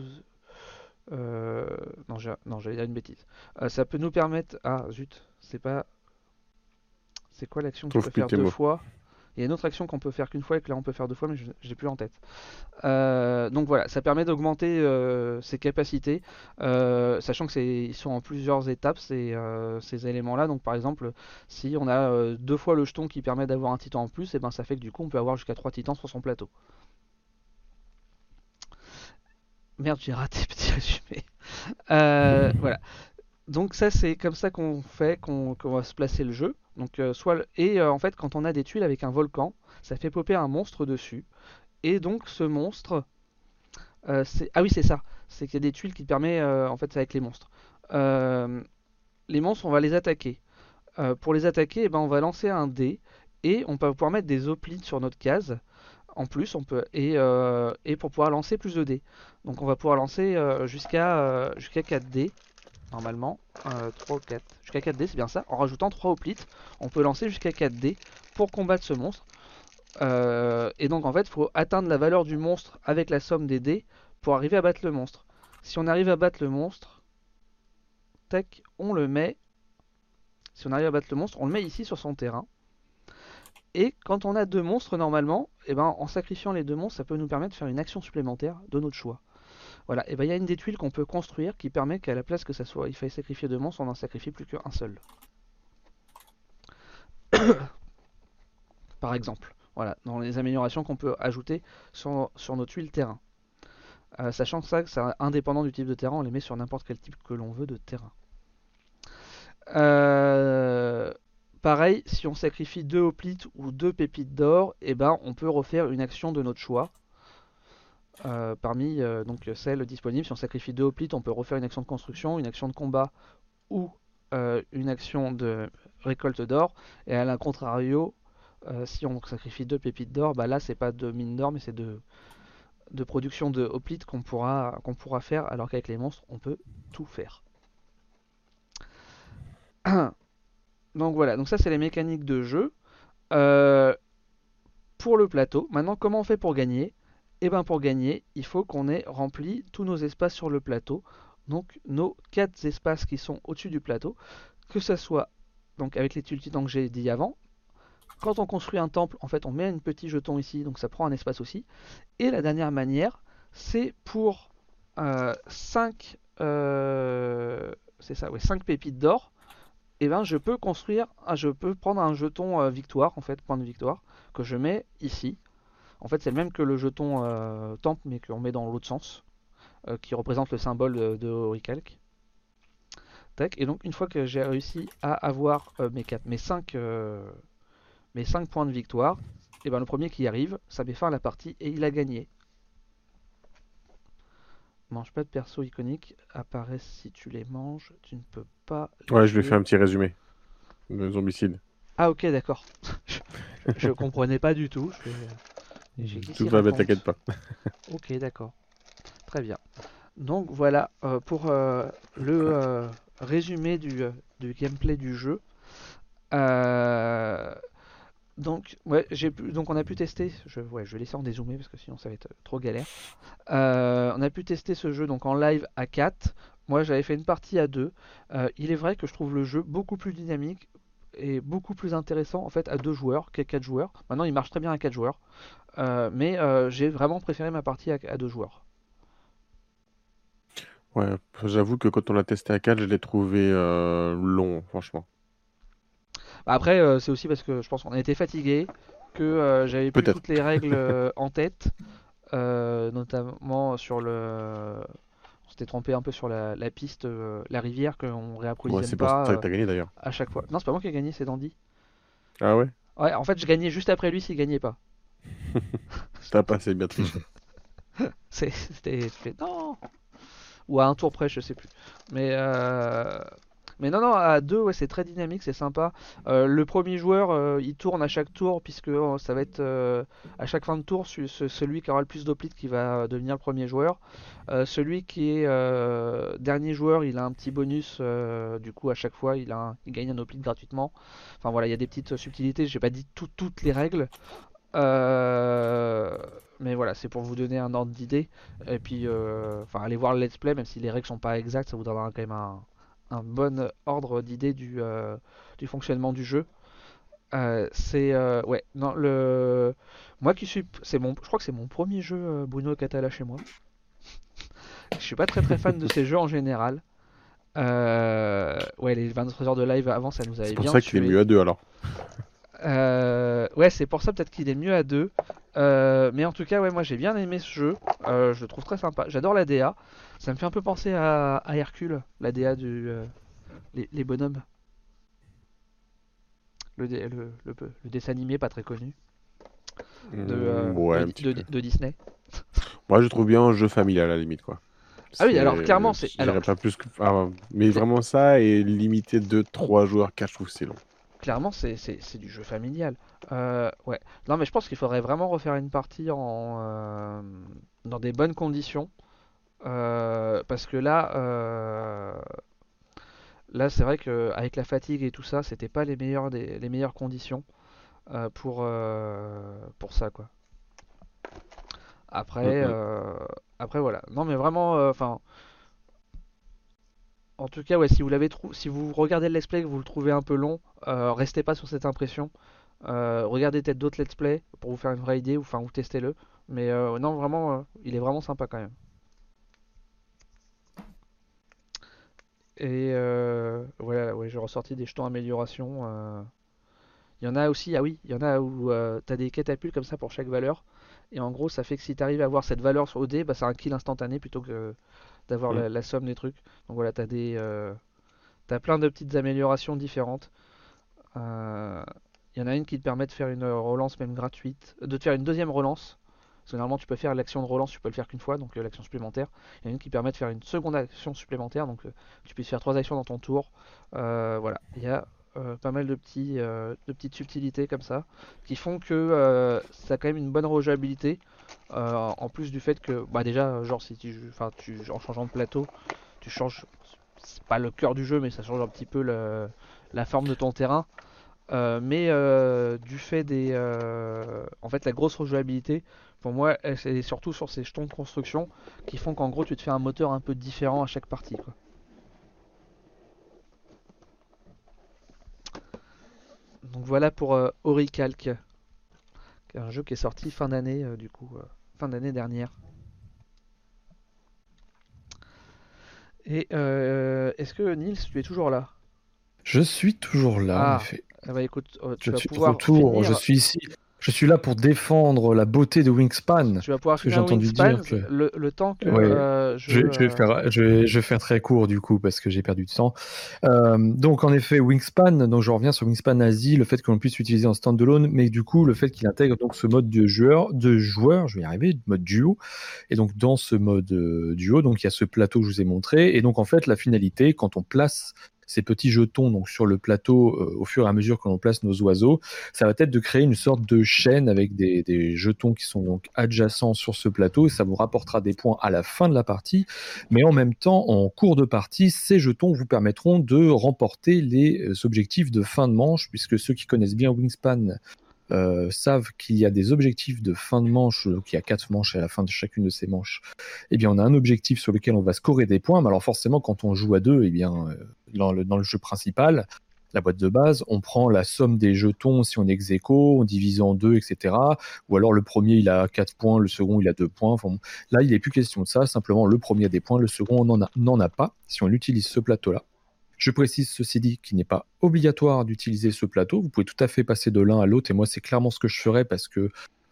Non, j'allais dire une bêtise. Ça peut nous permettre. Ah zut, c'est pas. C'est quoi l'action que tu peux faire 2 fois? Il y a une autre action qu'on peut faire qu'une fois et que là on peut faire 2 fois, mais je n'ai plus en tête. Donc voilà, ça permet d'augmenter ses capacités, sachant que ils sont en plusieurs étapes ces éléments-là. Donc par exemple, si on a 2 fois le jeton qui permet d'avoir un titan en plus, et ben ça fait que du coup on peut avoir jusqu'à 3 titans sur son plateau. Merde, j'ai raté petit résumé. Voilà. Donc ça c'est comme ça qu'on va se placer le jeu. Donc en fait quand on a des tuiles avec un volcan, ça fait popper un monstre dessus. Et donc ce monstre, ah oui c'est ça, c'est qu'il y a des tuiles qui permettent en fait c'est avec les monstres. Les monstres on va les attaquer. Pour les attaquer, eh ben, on va lancer un dé et on va pouvoir mettre des hoplites sur notre case. En plus, on peut et pour pouvoir lancer plus de dés. Donc on va pouvoir lancer jusqu'à 4 dés normalement, 3 ou 4. Jusqu'à 4 dés, c'est bien ça. En rajoutant 3 hoplites, on peut lancer jusqu'à 4 dés pour combattre ce monstre. Et donc en fait, il faut atteindre la valeur du monstre avec la somme des dés pour arriver à battre le monstre. Si on arrive à battre le monstre, tac, on le met. Si on arrive à battre le monstre, on le met ici sur son terrain. Et quand on a 2 monstres normalement, et ben, en sacrifiant les 2 monstres, ça peut nous permettre de faire une action supplémentaire de notre choix. Voilà, et ben il y a une des tuiles qu'on peut construire qui permet qu'à la place que ça soit, il faille sacrifier 2 monstres, on n'en sacrifie plus qu'un seul. Par exemple, voilà, dans les améliorations qu'on peut ajouter sur nos tuiles terrain. Sachant que ça, c'est indépendant du type de terrain, on les met sur n'importe quel type que l'on veut de terrain. Pareil, si on sacrifie 2 hoplites ou 2 pépites d'or, et ben on peut refaire une action de notre choix. Parmi donc celles disponibles, si on sacrifie 2 hoplites, on peut refaire une action de construction, une action de combat ou une action de récolte d'or. Et à l'incontrario, si on sacrifie 2 pépites d'or, bah là c'est pas de mine d'or mais c'est de production de hoplites qu'on pourra faire, alors qu'avec les monstres on peut tout faire. Donc voilà, donc ça c'est les mécaniques de jeu. Pour le plateau, maintenant comment on fait pour gagner? Et bien pour gagner, il faut qu'on ait rempli tous nos espaces sur le plateau donc nos 4 espaces qui sont au-dessus du plateau, que ce soit donc avec les tultidans que j'ai dit avant. Quand on construit un temple, en fait, on met un petit jeton ici, donc ça prend un espace aussi. Et la dernière manière, c'est pour 5 c'est ça, ouais, 5 pépites d'or. Et ben, je peux prendre un jeton victoire, en fait, point de victoire, que je mets ici. En fait, c'est le même que le jeton temple, mais qu'on met dans l'autre sens, qui représente le symbole de Oricalc. Tac. Et donc, une fois que j'ai réussi à avoir mes 5 points de victoire, et ben le premier qui arrive, ça met fin à la partie et il a gagné. Mange pas de perso iconique, apparaissent si tu les manges, tu ne peux pas les Ouais, je lui ai fait tuer. un petit résumé de Zombicide. Ah ok, d'accord. Je comprenais pas du tout. J'ai qui Tout s'y va bien, raconte. t'inquiète pas. Ok, d'accord. Très bien. Donc voilà pour le résumé du gameplay du jeu. Euh, Donc, ouais, donc on a pu tester. Ouais, je vais laisser en dézoomer parce que sinon ça va être trop galère. On a pu tester ce jeu donc en live à 4. Moi, j'avais fait une partie à 2. Il est vrai que je trouve le jeu beaucoup plus dynamique et beaucoup plus intéressant en fait à 2 joueurs qu'à 4 joueurs. Maintenant, il marche très bien à 4 joueurs, mais j'ai vraiment préféré ma partie à 2 joueurs. Ouais, j'avoue que quand on l'a testé à 4, je l'ai trouvé long, franchement. Bah, après, c'est aussi parce que je pense qu'on a été fatigué, que j'avais plus Peut-être. toutes les règles en tête, notamment sur on s'était trompé un peu sur la piste, la rivière, qu'on Ouais, réapprovisionne c'est pour ça pas que t'as gagné d'ailleurs. à chaque fois. Non, c'est pas moi qui ai gagné, c'est Dandy. Ah ouais? Ouais, en fait, je gagnais juste après lui s'il gagnait pas. T'as pas assez bien triché. C'était fait non, ou à un tour près, je sais plus. Mais non, non, à 2, ouais, c'est très dynamique, c'est sympa. Le premier joueur, il tourne à chaque tour, puisque ça va être à chaque fin de tour celui qui aura le plus d'hoplites qui va devenir le premier joueur. Celui qui est dernier joueur, il a un petit bonus, du coup, à chaque fois, il gagne un hoplite gratuitement. Enfin voilà, il y a des petites subtilités, j'ai pas dit toutes les règles. Euh, mais voilà, c'est pour vous donner un ordre d'idée. Et puis, enfin, allez voir le let's play, même si les règles sont pas exactes, ça vous donnera quand même un bon ordre d'idée du fonctionnement du jeu. Ouais, non, moi qui suis, je crois que c'est mon premier jeu Bruno Catala chez moi. Je suis pas très fan de ces jeux en général. Ouais, les 23 heures de live avant, ça nous C'est avait pour bien ça qu'il est tué. mieux à 2 alors. Ouais, c'est pour ça peut-être qu'il est mieux à 2. Mais en tout cas, ouais, moi j'ai bien aimé ce jeu. Je le trouve très sympa. J'adore la DA. Ça me fait un peu penser à Hercule, la DA les bonhommes. Le dessin animé pas très connu Ouais, un petit peu. de Disney. Moi, je trouve bien un jeu familial à la limite, quoi. Ah oui, alors C'est... clairement, Je dirais pas plus que... Ah, mais vraiment ça, et limité de 3 joueurs, 4, je trouve que c'est long. clairement c'est du jeu familial. Ouais. Non, mais je pense qu'il faudrait vraiment refaire une partie dans des bonnes conditions. Parce que là, c'est vrai qu'avec la fatigue et tout ça, c'était pas les meilleures conditions pour ça, quoi. Mm, Après, mm. après voilà. Non, mais vraiment, enfin, en tout cas, ouais, si vous regardez le let's play et que vous le trouvez un peu long, restez pas sur cette impression. Regardez peut-être d'autres let's play pour vous faire une vraie idée, ou enfin, vous testez-le. Mais non, vraiment, il est vraiment sympa quand même. Et voilà, ouais, j'ai ressorti des jetons amélioration. Il y en a aussi, ah oui, il y en a où tu as des catapultes comme ça pour chaque valeur. Et en gros, ça fait que si tu arrives à avoir cette valeur sur OD, bah, c'est un kill instantané plutôt que d'avoir Mm. la somme des trucs. Donc voilà, t'as plein de petites améliorations différentes. Euh, Il y en a une qui te permet de faire une relance même gratuite, de te faire une deuxième relance. Parce que normalement, tu peux faire l'action de relance, tu peux le faire qu'une fois, donc l'action supplémentaire. Il y en a une qui permet de faire une seconde action supplémentaire, donc tu puisses faire 3 actions dans ton tour. Voilà, il y a pas mal de petites subtilités comme ça qui font que ça a quand même une bonne rejouabilité. En plus du fait que, bah déjà, genre si en changeant de plateau, tu changes, c'est pas le cœur du jeu, mais ça change un petit peu la forme de ton terrain. Mais du fait en fait, la grosse rejouabilité Pour moi, c'est surtout sur ces jetons de construction qui font qu'en gros tu te fais un moteur un peu différent à chaque partie, quoi. Donc voilà pour Oricalc, qui est un jeu qui est sorti fin d'année, fin d'année dernière. Et est-ce que Nils, tu es toujours là? Je suis toujours là, en Ah, effet. bah écoute, tu Je vas suis de pouvoir retour. Je finir. suis ici. Je suis là pour défendre la beauté de Wingspan. Tu vas pouvoir Parce que j'ai finir entendu Wingspan dire que. le temps que Ouais. je. Je vais faire très court du coup parce que j'ai perdu du temps. Donc en effet, Wingspan, donc je reviens sur Wingspan Asie, le fait que l'on puisse l'utiliser en standalone, mais du coup le fait qu'il intègre donc ce mode de joueur, je vais y arriver, mode duo. Et donc dans ce mode duo, donc il y a ce plateau que je vous ai montré, et donc en fait la finalité, quand on place ces petits jetons donc sur le plateau au fur et à mesure que l'on place nos oiseaux, ça va être de créer une sorte de chaîne avec des jetons qui sont donc adjacents sur ce plateau, et ça vous rapportera des points à la fin de la partie, mais en même temps, en cours de partie, ces jetons vous permettront de remporter les objectifs de fin de manche, puisque ceux qui connaissent bien Wingspan savent qu'il y a des objectifs de fin de manche, donc il y a 4 manches, et à la fin de chacune de ces manches, eh bien, on a un objectif sur lequel on va scorer des points, mais alors forcément, quand on joue à deux, eh bien, dans le jeu principal, la boîte de base, on prend la somme des jetons si on est ex aequo, on divise en deux, etc. Ou alors le premier, il a 4 points, le second, il a 2 points. Enfin, bon, là, il n'est plus question de ça, simplement le premier a des points, le second n'en a pas, si on utilise ce plateau-là. Je précise ceci dit qu'il n'est pas obligatoire d'utiliser ce plateau. Vous pouvez tout à fait passer de l'un à l'autre, et moi c'est clairement ce que je ferais parce que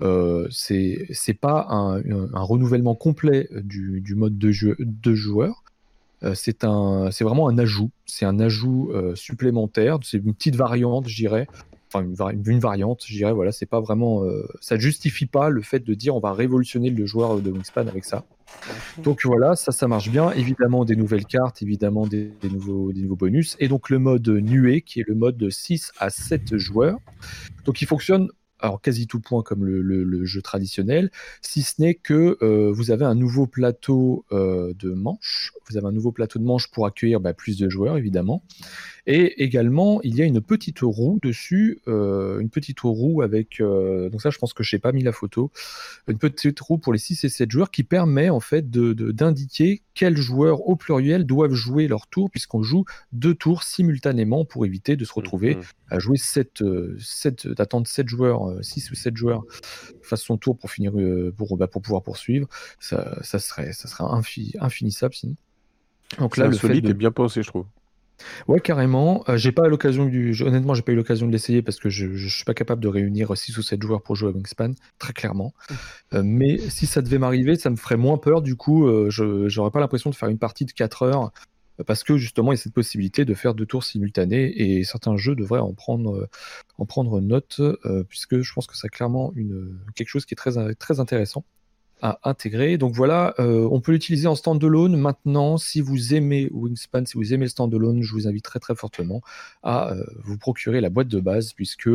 c'est pas un renouvellement complet du mode de jeu de joueur. C'est vraiment un ajout. C'est un ajout supplémentaire. C'est une petite variante, je dirais. Enfin, une variante, je dirais. Voilà, c'est pas vraiment. Ça justifie pas le fait de dire on va révolutionner le joueur de Wingspan avec ça. Donc voilà, ça marche bien. Évidemment, des nouvelles cartes, évidemment, des nouveaux bonus. Et donc le mode nuée, qui est le mode de 6 à 7 joueurs. Donc il fonctionne, alors quasi tout point comme le jeu traditionnel, si ce n'est que vous avez un nouveau plateau de manches. Vous avez un nouveau plateau de manches pour accueillir plus de joueurs, évidemment. Et également, il y a une petite roue dessus, une petite roue avec... donc ça, je pense que je n'ai pas mis la photo. Une petite roue pour les 6 et 7 joueurs qui permet en fait d'indiquer quels joueurs au pluriel doivent jouer leur tour, puisqu'on joue 2 tours simultanément pour éviter de se retrouver à jouer d'attendre 7 joueurs, 6 ou 7 joueurs fassent son tour pour finir, pour pouvoir poursuivre. Ça serait infinissable sinon. Donc C'est là, le fait insolite de... et bien pensé, je trouve. Ouais, carrément. Honnêtement, j'ai pas eu l'occasion de l'essayer parce que je suis pas capable de réunir 6 ou 7 joueurs pour jouer à Wingspan, très clairement. Mais si ça devait m'arriver, ça me ferait moins peur. Du coup, j'aurais pas l'impression de faire une partie de 4 heures parce que justement, il y a cette possibilité de faire 2 tours simultanés et certains jeux devraient en prendre note puisque je pense que c'est clairement quelque chose qui est très, très intéressant à intégrer. Donc voilà, on peut l'utiliser en standalone. Maintenant, si vous aimez Wingspan, si vous aimez le standalone, je vous invite très très fortement à vous procurer la boîte de base, puisque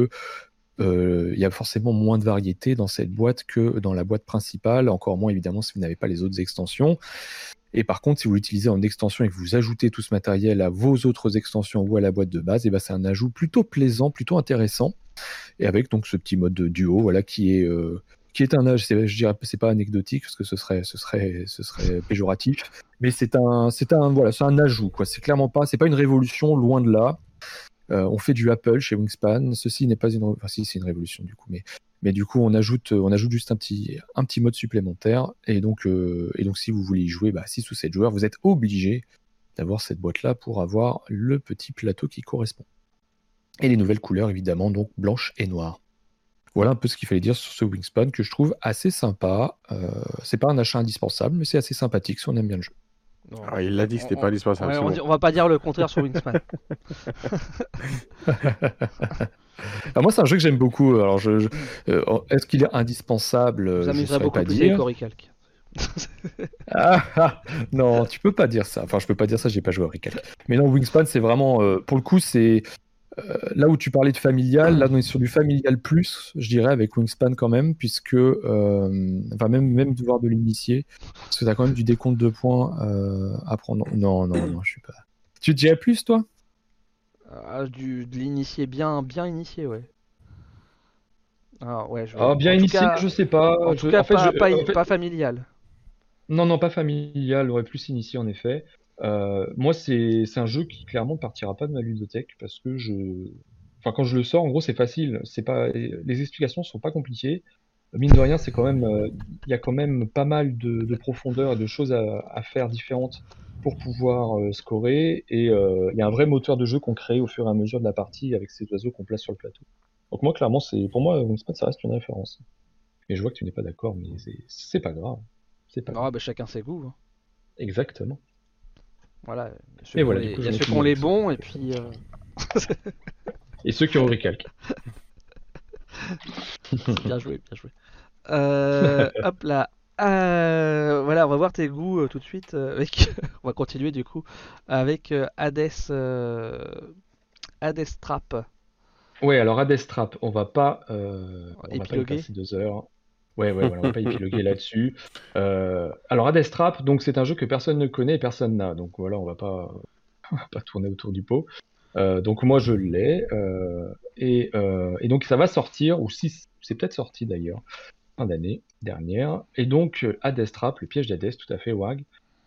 il y a forcément moins de variété dans cette boîte que dans la boîte principale, encore moins évidemment si vous n'avez pas les autres extensions. Et par contre, si vous l'utilisez en extension et que vous ajoutez tout ce matériel à vos autres extensions ou à la boîte de base, et c'est un ajout plutôt plaisant, plutôt intéressant, et avec donc ce petit mode de duo, voilà, qui est un âge, je dirais, c'est pas anecdotique parce que ce serait péjoratif, mais c'est un ajout, quoi. C'est clairement pas, c'est pas une révolution, loin de là. On fait du Apple chez Wingspan. Ceci n'est pas si c'est une révolution du coup, mais du coup on ajoute juste un petit mode supplémentaire, et donc si vous voulez y jouer 6 ou 7 joueurs, vous êtes obligé d'avoir cette boîte là pour avoir le petit plateau qui correspond. Et les nouvelles couleurs évidemment, donc blanche et noire. Voilà un peu ce qu'il fallait dire sur ce Wingspan que je trouve assez sympa. C'est pas un achat indispensable, mais c'est assez sympathique si on aime bien le jeu. Ah, il l'a dit que c'était pas indispensable. On va pas dire le contraire sur Wingspan. Alors moi, c'est un jeu que j'aime beaucoup. Alors, est-ce qu'il est indispensable? Vous Je ne amuserez saurais beaucoup pas plus dire. avec Oricalc. Non, tu peux pas dire ça. Enfin, je peux pas dire ça, j'ai pas joué à Oricalc. Mais non, Wingspan, c'est vraiment... pour le coup, c'est... là où tu parlais de familial, là on est sur du familial plus, je dirais, avec Wingspan quand même, puisque... enfin, même devoir de l'initier, parce que tu as quand même du décompte de points à prendre. Non, je suis pas... Tu dirais plus, toi? De l'initié bien initié, ouais. Ah ouais, je Ah, vois. bien initié, je sais pas. En tout cas, En fait, pas familial. non, pas familial, aurait plus initié en effet. Moi, c'est un jeu qui clairement ne partira pas de ma ludothèque parce que enfin, quand je le sors, en gros, c'est facile. C'est pas, les explications sont pas compliquées. Mine de rien, c'est quand même, il y a quand même pas mal de profondeur et de choses à faire différentes pour pouvoir scorer. Et il y a un vrai moteur de jeu qu'on crée au fur et à mesure de la partie avec ces oiseaux qu'on place sur le plateau. Donc moi, clairement, pour moi, Wingspan, ça reste une référence. Et je vois que tu n'es pas d'accord, mais c'est pas grave. C'est pas Non, grave. bah, chacun ses goûts, hein. Exactement. Voilà, Et voilà, du il coup, y a j'en ai ceux qui fini ont les avec ça. bons et puis Et ceux qui ont recalque. bien joué, bien joué. Hop là. Voilà, on va voir tes goûts tout de suite avec. On va continuer du coup avec Hades Trap. Ouais, alors Hades Trap, on va pas y Épilogué. passer 2 heures. Ouais, voilà, on va pas épiloguer là-dessus. Alors Hades Trap, donc c'est un jeu que personne ne connaît et personne n'a. Donc voilà, on va pas tourner autour du pot. Donc moi je l'ai. Et donc ça va sortir, ou si c'est peut-être sorti d'ailleurs, fin d'année dernière. Et donc Hades Trap, le piège d'Hadès, tout à fait, Wag.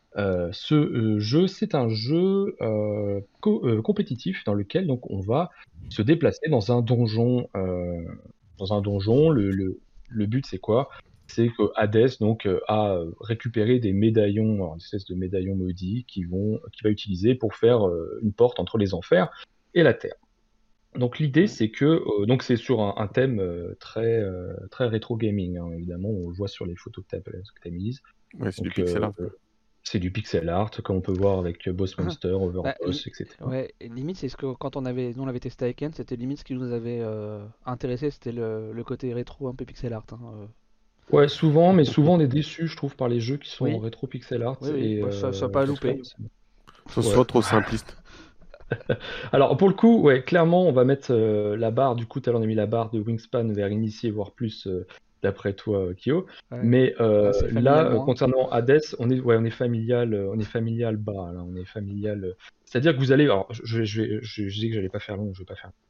Ce jeu, c'est un jeu compétitif dans lequel donc on va se déplacer dans un donjon. Dans un donjon, le but c'est quoi? C'est que Hadès donc a récupéré des médaillons, alors, une espèce de médaillons maudits qu'il va utiliser pour faire une porte entre les enfers et la terre. Donc l'idée c'est que donc c'est sur un thème très rétro gaming, hein, évidemment, on le voit sur les photos que tu as mises. Ouais, c'est du Donc pixel art. c'est du pixel art, comme on peut voir avec Boss Monster, Bah, Overboss, etc. ouais, et limite, c'est ce que quand nous on l'avait testé avec Ken, c'était limite ce qui nous avait intéressé, c'était le côté rétro, un peu pixel art, hein. Ouais, souvent, mais souvent on est déçu, je trouve, par les jeux qui sont en Oui, rétro pixel art. oui, Et bah, ça a pas à louper. Soit ouais. trop simpliste. Alors pour le coup, ouais, clairement, on va mettre la barre. Du coup, tout à l'heure on a mis la barre de Wingspan vers initié, voire plus, d'après toi, Kyo. Ouais. Mais Là, c'est familial là, moins. concernant Hades, on est familial bas. Là, on est familial. C'est-à-dire que vous allez. Alors, je dis que j'allais pas faire long, je vais pas faire.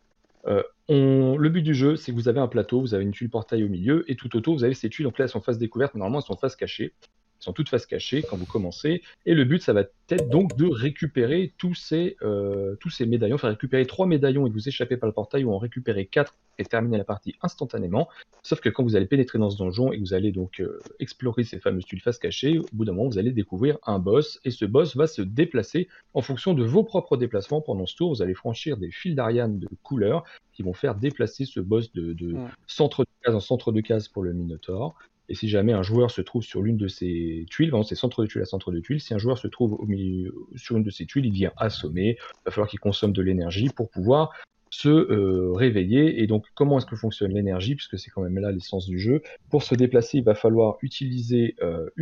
Le but du jeu, c'est que vous avez un plateau, vous avez une tuile portail au milieu, et tout autour, vous avez ces tuiles. Donc là, elles sont face découverte, mais normalement, elles sont face cachée. Elles sont toutes face cachée quand vous commencez. Et le but, ça va être donc de récupérer tous ces médaillons. Faire récupérer 3 médaillons et vous échapper par le portail, ou en récupérer 4 et terminer la partie instantanément. Sauf que quand vous allez pénétrer dans ce donjon et que vous allez donc explorer ces fameuses tuiles face cachée, au bout d'un moment, vous allez découvrir un boss. Et ce boss va se déplacer en fonction de vos propres déplacements pendant ce tour. Vous allez franchir des fils d'Ariane de couleurs qui vont faire déplacer ce boss de centre de case en centre de case pour le Minotaur. Et si jamais un joueur se trouve sur l'une de ces tuiles, vraiment c'est centre de tuile à centre de tuile, si un joueur se trouve au milieu, sur une de ces tuiles, il devient assommé, il va falloir qu'il consomme de l'énergie pour pouvoir se réveiller. Et donc comment est-ce que fonctionne l'énergie, puisque c'est quand même là l'essence du jeu. Pour se déplacer, il va falloir utiliser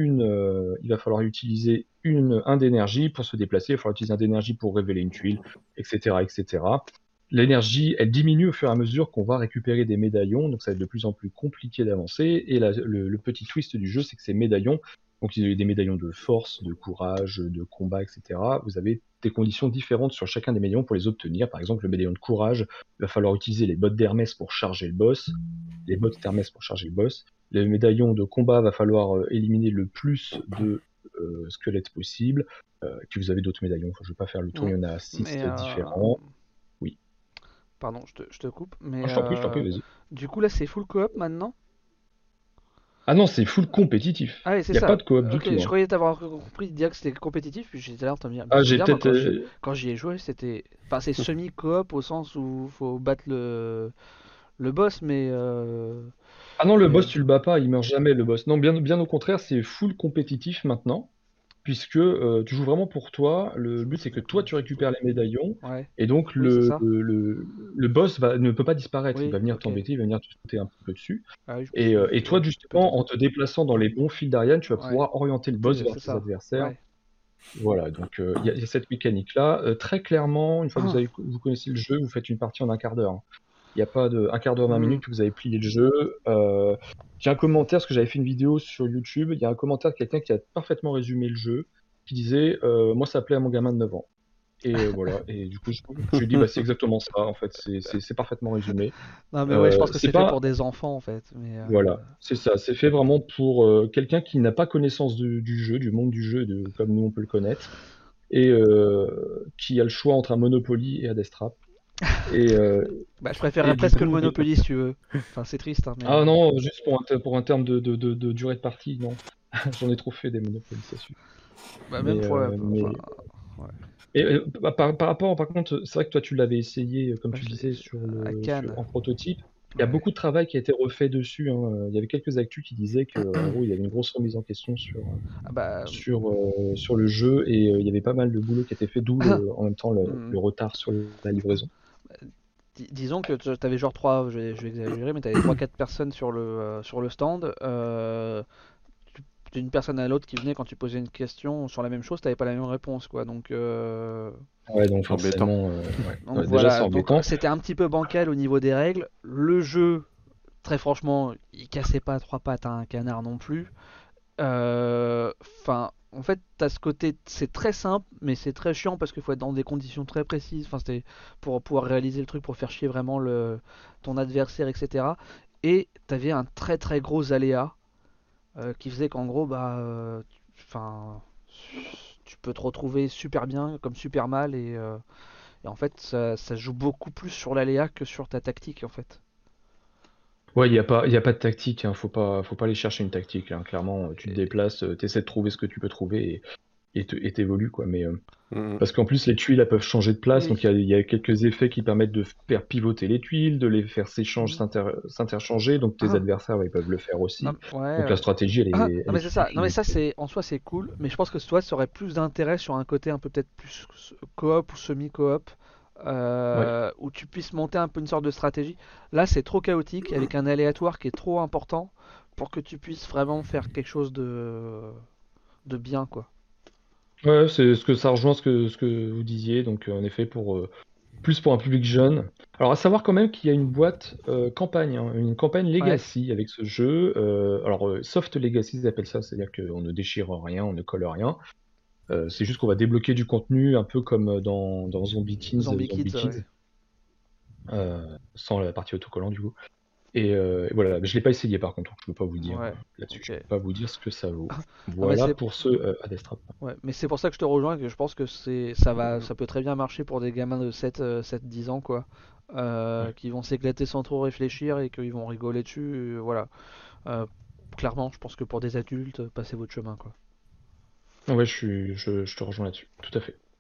un d'énergie. Pour se déplacer, il va falloir utiliser un d'énergie pour révéler une tuile, etc., etc. L'énergie, elle diminue au fur et à mesure qu'on va récupérer des médaillons, donc ça va être de plus en plus compliqué d'avancer. Et le petit twist du jeu, c'est que ces médaillons, donc il y a des médaillons de force, de courage, de combat, etc. Vous avez des conditions différentes sur chacun des médaillons pour les obtenir. Par exemple, le médaillon de courage, il va falloir utiliser les bottes d'Hermès pour charger le boss. Les bottes d'Hermès pour charger le boss. Les médaillons de combat, va falloir éliminer le plus de squelettes possible. Puis vous avez d'autres médaillons, enfin, je ne vais pas faire le tour, il y en a 6 différents. Oui. Pardon, je te coupe, mais Je t'en prie, vas-y. du coup là c'est full coop maintenant. Ah non, c'est full compétitif. Ah oui, c'est Il n'y a ça. pas de coop du Ok, tout. je croyais t'avoir compris de dire que c'était compétitif, puis j'étais là en train de me dire. Ah, Je veux j'ai dire, moi, peut-être. quand j'y ai joué, c'était. Enfin, c'est semi-coop au sens où faut battre le boss, mais. Ah non, le mais boss, tu le bats pas, il meurt jamais, le boss. Non, bien au contraire, c'est full compétitif maintenant, puisque tu joues vraiment pour toi. Le but, c'est que toi, tu récupères les médaillons, Ouais. et donc Oui, c'est le, ça. le, le boss ne peut pas disparaître. Il Oui, va venir ok. t'embêter, il va venir te sauter un peu dessus. Ah oui, je me Et, suis. et toi, Ouais, justement, peut-être. en te déplaçant dans les bons fils d'Ariane, tu vas Ouais. pouvoir orienter le boss vers C'est tes ça. adversaires. Ouais. Voilà, donc il y a cette mécanique-là. Très clairement, une fois que vous connaissez le jeu, vous faites une partie en un quart d'heure. Il n'y a pas de un quart d'heure, 20 minutes que vous avez plié le jeu. J'ai un commentaire, parce que j'avais fait une vidéo sur YouTube, il y a un commentaire de quelqu'un qui a parfaitement résumé le jeu, qui disait moi ça plaît à mon gamin de 9 ans. Et voilà. Et du coup, je lui dis, bah, c'est exactement ça, en fait. C'est parfaitement résumé. Non, mais ouais, je pense que C'est c'est fait pas. pour des enfants en fait. Mais Voilà, c'est ça. C'est fait vraiment pour quelqu'un qui n'a pas connaissance du jeu, du monde du jeu, comme nous on peut le connaître, et qui a le choix entre un Monopoly et Adestrap. Et, bah, je et préférerais du presque le coup, Monopoly si tu veux. Enfin, c'est triste, hein, mais ah non, juste pour un terme de durée de partie, non. J'en ai trop fait des Monopoly, ça suffit. bah, même Mais, pour. Enfin, mais... ouais. Et, par rapport, par contre, c'est vrai que toi tu l'avais essayé, comme Bah, tu le disais, à Cannes. en prototype. Il y a Ouais. beaucoup de travail qui a été refait dessus, hein. Il y avait quelques actus qui disaient que, en gros, il y avait une grosse remise en question Ah bah, sur le jeu et il y avait pas mal de boulot qui a été fait, d'où en même temps hmm. le retard sur la livraison. Disons que tu avais genre 3, je vais exagérer, mais tu avais 3-4 personnes sur le stand. D'une personne à l'autre qui venait quand tu posais une question sur la même chose, t'avais pas la même réponse, quoi. Ouais, donc C'est embêtant. forcément, Donc déjà c'est voilà, donc embêtant. c'était un petit peu bancal au niveau des règles. Le jeu, très franchement, il cassait pas à trois pattes à un canard non plus. Enfin, en fait, t'as ce côté, c'est très simple, mais c'est très chiant parce qu'il faut être dans des conditions très précises. Enfin, c'était pour pouvoir réaliser le truc, pour faire chier vraiment ton adversaire, etc. Et t'avais un très très gros aléa qui faisait qu'en gros, enfin, tu peux te retrouver super bien comme super mal et en fait, ça joue beaucoup plus sur l'aléa que sur ta tactique en fait. Ouais, il y a pas de tactique, hein. Faut pas aller chercher une tactique, hein. Clairement, tu te déplaces, t'essaies de trouver ce que tu peux trouver et t'évolues, quoi. Mais Mhm. parce qu'en plus, les tuiles elles peuvent changer de place, Oui. donc il y a quelques effets qui permettent de faire pivoter les tuiles, de les faire Mhm. s'interchanger, donc tes adversaires ils peuvent le faire Non, aussi. ouais, Donc la ouais. stratégie Non elle est mais c'est toute ça. Non mais infinie. ça c'est en soi c'est cool, mais je pense que toi ça aurait plus d'intérêt sur un côté un peu peut-être plus coop ou semi-coop Ouais. où tu puisses monter un peu une sorte de stratégie. Là c'est trop chaotique avec un aléatoire qui est trop important pour que tu puisses vraiment faire quelque chose de bien quoi. Ouais, c'est ce que ça rejoint ce que vous disiez, donc en effet plus pour un public jeune. Alors à savoir quand même qu'il y a une boîte campagne, hein, une campagne Ouais. Legacy avec ce jeu. Soft Legacy ils appellent ça, c'est-à-dire qu'on ne déchire rien, on ne colle rien. C'est juste qu'on va débloquer du contenu un peu comme dans Zombie Teens, Zombie Zombie Kids ouais. Kids, sans la partie autocollant du coup. Et voilà, je l'ai pas essayé par contre, donc je peux pas vous dire Ouais. là-dessus, Ok. je peux pas vous dire ce que ça vaut. Non mais Voilà c'est pour ce Adestrap. ouais, mais c'est pour ça que je te rejoins que je pense que ça peut très bien marcher pour des gamins de 7 10 ans quoi. Ouais. Qui vont s'éclater sans trop réfléchir et qu'ils vont rigoler dessus, voilà. Euh, Clairement, je pense que pour des adultes, passez votre chemin, quoi. Ouais, je te rejoins là-dessus, tout à fait.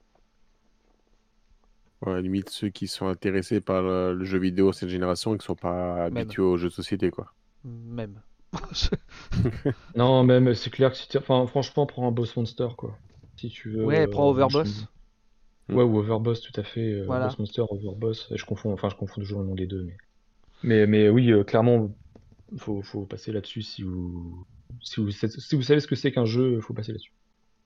Ouais, limite ceux qui sont intéressés par le jeu vidéo cette génération et qui sont pas Même, habitués aux jeux de société, quoi. même. Non, même c'est clair que si enfin, franchement, prends un Boss Monster quoi. Si tu veux, Ouais, prends moi, Overboss, Mm. ouais, ou Overboss, tout à fait. voilà. Boss Monster, Overboss, je confonds toujours le nom des deux, mais oui, clairement, faut passer là-dessus si vous savez ce que c'est qu'un jeu, faut passer là-dessus.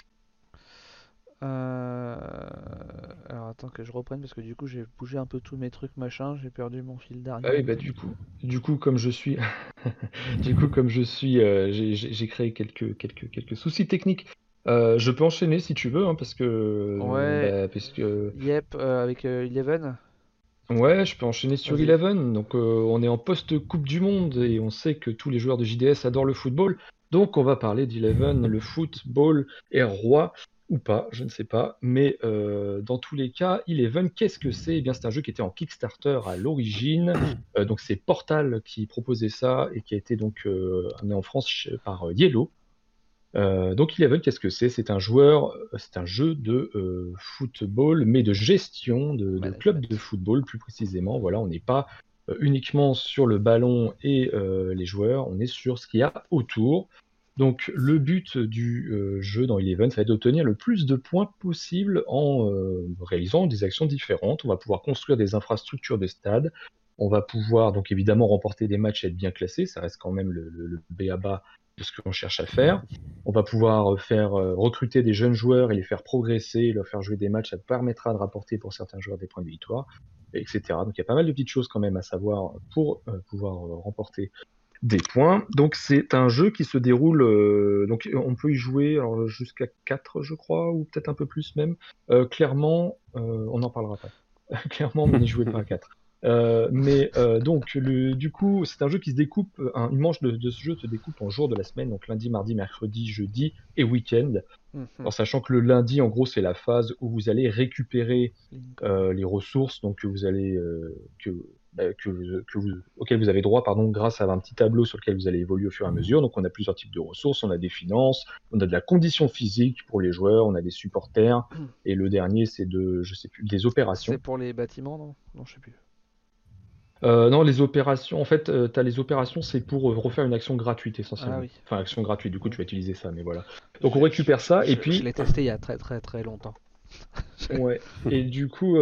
Euh, Alors attends que je reprenne parce que du coup j'ai bougé un peu tous mes trucs machin, j'ai perdu mon fil Ah oui, d'Ariane. bah du coup, comme je suis, du coup, comme je suis, j'ai créé quelques soucis techniques. Je peux enchaîner si tu veux, hein, Ouais, parce que yep, avec Eleven. ouais, je peux enchaîner sur Vas-y. Eleven. Donc, on est en post-Coupe du Monde et on sait que tous les joueurs de JDS adorent le football. Donc, on va parler d'Eleven. Le football est roi ou pas, je ne sais pas. Mais dans tous les cas, Eleven, qu'est-ce que c'est? Eh bien, c'est un jeu qui était en Kickstarter à l'origine. Donc, c'est Portal qui proposait ça et qui a été donc amené en France par Yellow. Donc Eleven, qu'est-ce que c'est? C'est un jeu de football, mais de gestion de club de Management. football plus précisément. Voilà, on n'est pas uniquement sur le ballon et les joueurs, on est sur ce qu'il y a autour. Donc le but du jeu dans Eleven, ça va être d'obtenir le plus de points possible en réalisant des actions différentes. On va pouvoir construire des infrastructures de stade. On va pouvoir donc évidemment remporter des matchs et être bien classé. Ça reste quand même le b.a.-ba de ce qu'on cherche à faire. On va pouvoir faire recruter des jeunes joueurs et les faire progresser, leur faire jouer des matchs. Ça permettra de rapporter pour certains joueurs des points de victoire, etc. Donc il y a pas mal de petites choses quand même à savoir pour pouvoir remporter des points. Donc c'est un jeu qui se déroule, donc on peut y jouer alors, jusqu'à 4 je crois, ou peut-être un peu plus même. Clairement, on n'en parlera pas. Clairement, on n'y jouait pas à 4. Donc du coup, c'est un jeu qui se découpe, une manche de ce jeu se découpe en jours de la semaine, donc lundi, mardi, mercredi, jeudi et week-end. Mhm. En sachant que le lundi, en gros, c'est la phase où vous allez récupérer les ressources, donc que vous allez auxquelles vous avez droit, pardon, grâce à un petit tableau sur lequel vous allez évoluer au fur et à mesure. Donc, on a plusieurs types de ressources, on a des finances, on a de la condition physique pour les joueurs, on a des supporters, et le dernier, c'est je sais plus, des opérations. C'est pour les bâtiments, non? Non, je sais plus. Non, les opérations, en fait, tu as les opérations, c'est pour refaire une action gratuite essentiellement. Ah oui. Enfin, action gratuite, du coup, tu vas utiliser ça, mais voilà. Donc, on récupère ça, et puis. Je l'ai testé il y a très très très longtemps. Ouais. Et du coup,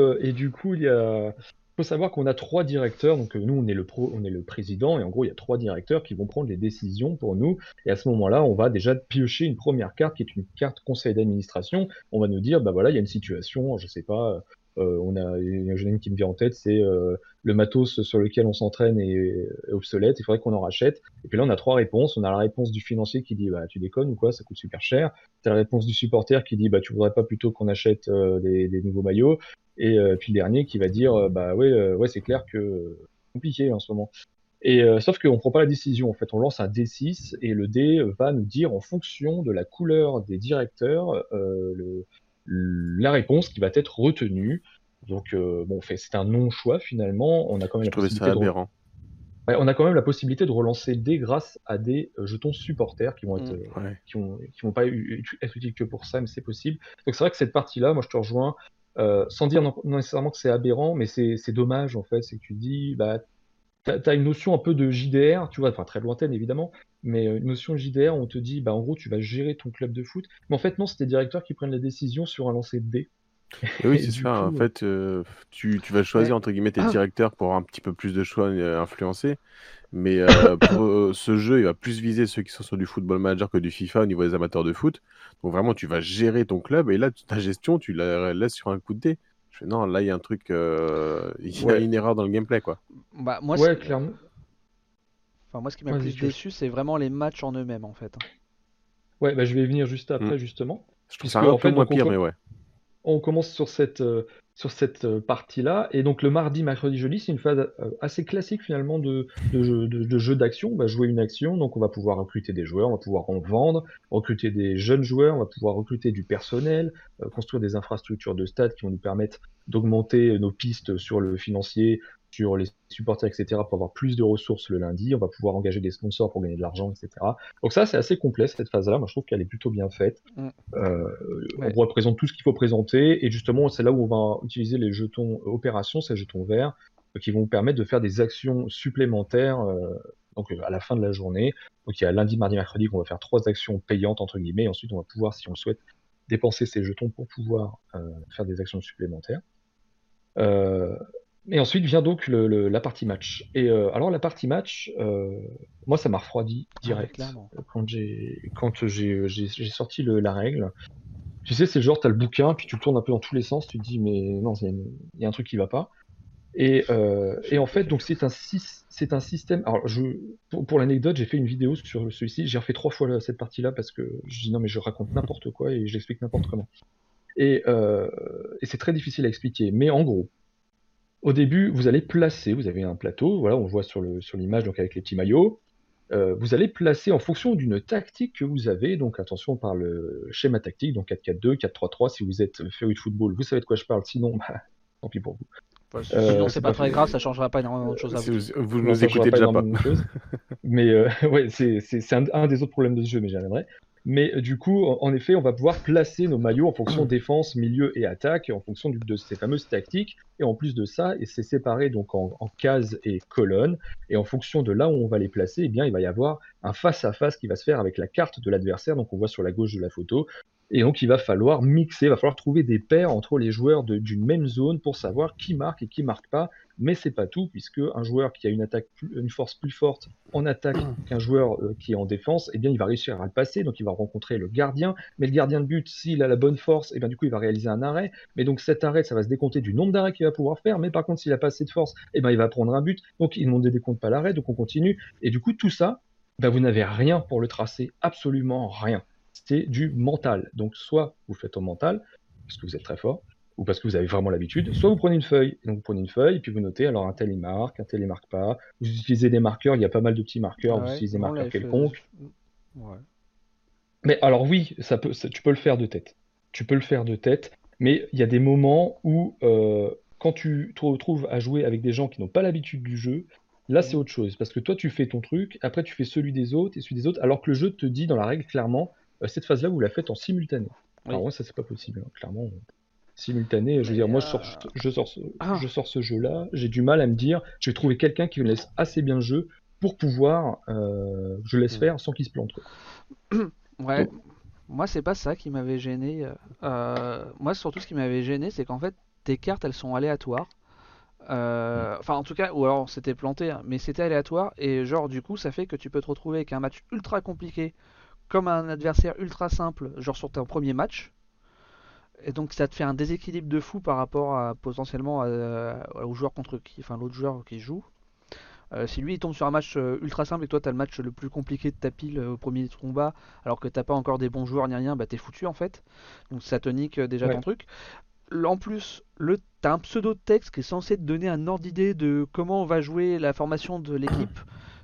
faut savoir qu'on a 3 directeurs. Donc, nous, on est le président, et en gros, il y a 3 directeurs qui vont prendre les décisions pour nous. Et à ce moment-là, on va déjà piocher une première carte qui est une carte conseil d'administration. On va nous dire, bah voilà, il y a une situation, je sais pas. Il y a une qui me vient en tête, c'est le matos sur lequel on s'entraîne est obsolète, il faudrait qu'on en rachète. Et puis là, on a 3 réponses. On a la réponse du financier qui dit, bah tu déconnes ou quoi, ça coûte super cher. T'as la réponse du supporter qui dit, bah tu voudrais pas plutôt qu'on achète des nouveaux maillots. Et puis le dernier qui va dire, bah ouais, c'est clair que compliqué en ce moment. Et sauf qu'on prend pas la décision. En fait, on lance un D6 et le dé va nous dire en fonction de la couleur des directeurs la réponse qui va être retenue. Donc c'est un non-choix finalement. On a quand même Je la trouvais ça possibilité de aberrant. Ouais, on a quand même la possibilité de relancer le dé grâce à des jetons supporters qui vont être, Ouais. qui vont pas être utiles que pour ça, mais c'est possible. Donc c'est vrai que cette partie-là, moi je te rejoins, sans dire non nécessairement que c'est aberrant, mais c'est dommage en fait. C'est que tu te dis, bah, t'as une notion un peu de JDR, tu vois, enfin très lointaine évidemment, mais une notion de JDR, on te dit, bah en gros tu vas gérer ton club de foot. Mais en fait non, c'est tes directeurs qui prennent les décisions sur un lancer de dé. Et oui, Et c'est du ça. En coup, fait, tu vas choisir Ouais. entre guillemets tes directeurs pour avoir un petit peu plus de choix influencés. Mais pour ce jeu, il va plus viser ceux qui sont sur du Football Manager que du FIFA au niveau des amateurs de foot. Donc vraiment, tu vas gérer ton club et là, ta gestion, tu la laisses sur un coup de dé. Je fais non, là, il y a un truc, il y a ouais, une erreur dans le gameplay, quoi. Bah, moi, ouais, clairement. enfin, moi, ce qui m'a le Vas-y, plus tu veux. déçu, c'est vraiment les matchs en eux-mêmes, en fait. Ouais, bah, je vais y venir juste Mm. après, justement. Je trouve ça Puisque, un en peu fait, moins donc, pire, mais ouais. on commence sur cette partie-là. Et donc, le mardi, mercredi, jeudi, c'est une phase assez classique, finalement, de jeu d'action. On va jouer une action, donc on va pouvoir recruter des joueurs, on va pouvoir en vendre, recruter des jeunes joueurs, on va pouvoir recruter du personnel, construire des infrastructures de stade qui vont nous permettre d'augmenter nos pistes sur le financier, sur les supporters, etc., pour avoir plus de ressources le lundi. On va pouvoir engager des sponsors pour gagner de l'argent, etc. Donc ça, c'est assez complet, cette phase-là. Moi, je trouve qu'elle est plutôt bien faite. Mm. Euh, Ouais. On représente tout ce qu'il faut présenter, et justement, c'est là où on va utiliser les jetons opérations, ces jetons verts, qui vont vous permettre de faire des actions supplémentaires à la fin de la journée. Donc il y a lundi, mardi, mercredi qu'on va faire 3 actions payantes, entre guillemets, et ensuite on va pouvoir, si on le souhaite, dépenser ces jetons pour pouvoir faire des actions supplémentaires. Euh, et ensuite vient donc la partie match. Et alors la partie match, moi ça m'a refroidi Ah ouais, direct clairement. quand j'ai sorti la règle. Tu sais, c'est le genre, t'as le bouquin, puis tu le tournes un peu dans tous les sens, tu te dis, mais non, il y a un truc qui va pas. Et en fait, donc c'est un système. Alors, pour l'anecdote, j'ai fait une vidéo sur celui-ci. J'ai refait 3 fois cette partie-là parce que je dis non, mais je raconte n'importe quoi et j'explique n'importe comment. Et c'est très difficile à expliquer. Mais en gros, au début, vous allez placer, vous avez un plateau, voilà, on le voit sur l'image, donc avec les petits maillots. Vous allez placer en fonction d'une tactique que vous avez. Donc attention, on parle schéma tactique, donc 4-4-2, 4-3-3. Si vous êtes féru de football, vous savez de quoi je parle. Sinon, bah, tant pis pour vous. Enfin, sinon, c'est C'est pas pas très grave, ça changera pas énormément de choses à Si vous. vous Non, nous ça changera écoutez pas déjà pas. énormément de choses. Mais ouais, c'est un des autres problèmes de ce jeu, mais j'y reviendrai. Mais du coup, en effet, on va pouvoir placer nos maillots en fonction défense, milieu et attaque, en fonction de ces fameuses tactiques. Et en plus de ça, et c'est séparé donc en cases et colonnes. Et en fonction de là où on va les placer, eh bien, il va y avoir un face-à-face qui va se faire avec la carte de l'adversaire. Donc on voit sur la gauche de la photo. Et donc il va falloir mixer, il va falloir trouver des paires entre les joueurs d'une même zone pour savoir qui marque et qui marque pas mais c'est pas tout, puisque un joueur qui a une force plus forte en attaque qu'un joueur qui est en défense, eh bien il va réussir à le passer, donc il va rencontrer le gardien, mais le gardien de but, s'il a la bonne force, eh bien du coup il va réaliser un arrêt, mais donc cet arrêt, ça va se décompter du nombre d'arrêts qu'il va pouvoir faire, mais par contre s'il a pas assez de force, eh bien il va prendre un but, donc il ne décompte pas l'arrêt, donc on continue, et du coup tout ça, ben, vous n'avez rien pour le tracer, absolument rien. C'est du mental, donc soit vous faites au mental, parce que vous êtes très fort, ou parce que vous avez vraiment l'habitude, soit vous prenez une feuille, donc vous prenez une feuille, et puis vous notez, alors un tel il marque, un tel il marque pas, vous utilisez des marqueurs, il y a pas mal de petits marqueurs, vous utilisez des nous, on marqueurs l'avait fait. quelconques, Ouais. mais alors oui, tu peux le faire de tête. Tu peux le faire de tête, mais il y a des moments où, quand tu te retrouves à jouer avec des gens qui n'ont pas l'habitude du jeu, là c'est autre chose. Parce que toi tu fais ton truc, après tu fais celui des autres et celui des autres, alors que le jeu te dit dans la règle clairement, cette phase-là vous la faites en simultané. Oui. Alors moi ça c'est pas possible, hein, clairement. Simultané, je veux dire, moi je sors ce jeu-là, j'ai du mal à me dire, je vais trouver quelqu'un qui me laisse assez bien le jeu pour pouvoir, je laisse faire sans qu'il se plante, quoi. Ouais, Donc, moi c'est pas ça qui m'avait gêné. Moi surtout ce qui m'avait gêné c'est qu'en fait tes cartes elles sont aléatoires. Enfin en tout cas, ou alors c'était planté, hein, mais c'était aléatoire et genre du coup ça fait que tu peux te retrouver avec un match ultra compliqué comme un adversaire ultra simple, genre sur ton premier match. Et donc ça te fait un déséquilibre de fou par rapport à potentiellement au joueur contre qui, enfin l'autre joueur qui joue. Si lui il tombe sur un match ultra simple et que toi t'as le match le plus compliqué de ta pile au premier combat, alors que t'as pas encore des bons joueurs ni rien, bah t'es foutu en fait. Donc ça te nique déjà ouais. ton truc. En plus, t'as un pseudo texte qui est censé te donner un ordre d'idée de comment on va jouer la formation de l'équipe.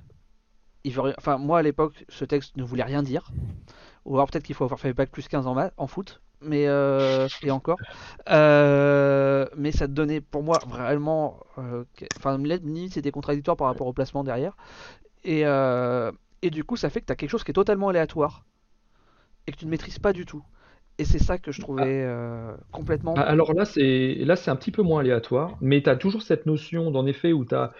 Enfin, moi à l'époque, ce texte ne voulait rien dire. Ou alors peut-être qu'il faut avoir fait bac plus 15 en foot. Mais et encore. Mais ça te donnait pour moi vraiment. Enfin, limite c'était contradictoire par rapport au placement derrière. Et, euh, et du coup, ça fait que t'as quelque chose qui est totalement aléatoire et que tu ne maîtrises pas du tout. Et c'est ça que je Ah, trouvais complètement. alors là c'est un petit peu moins aléatoire, mais tu as toujours cette notion d'en effet où tu as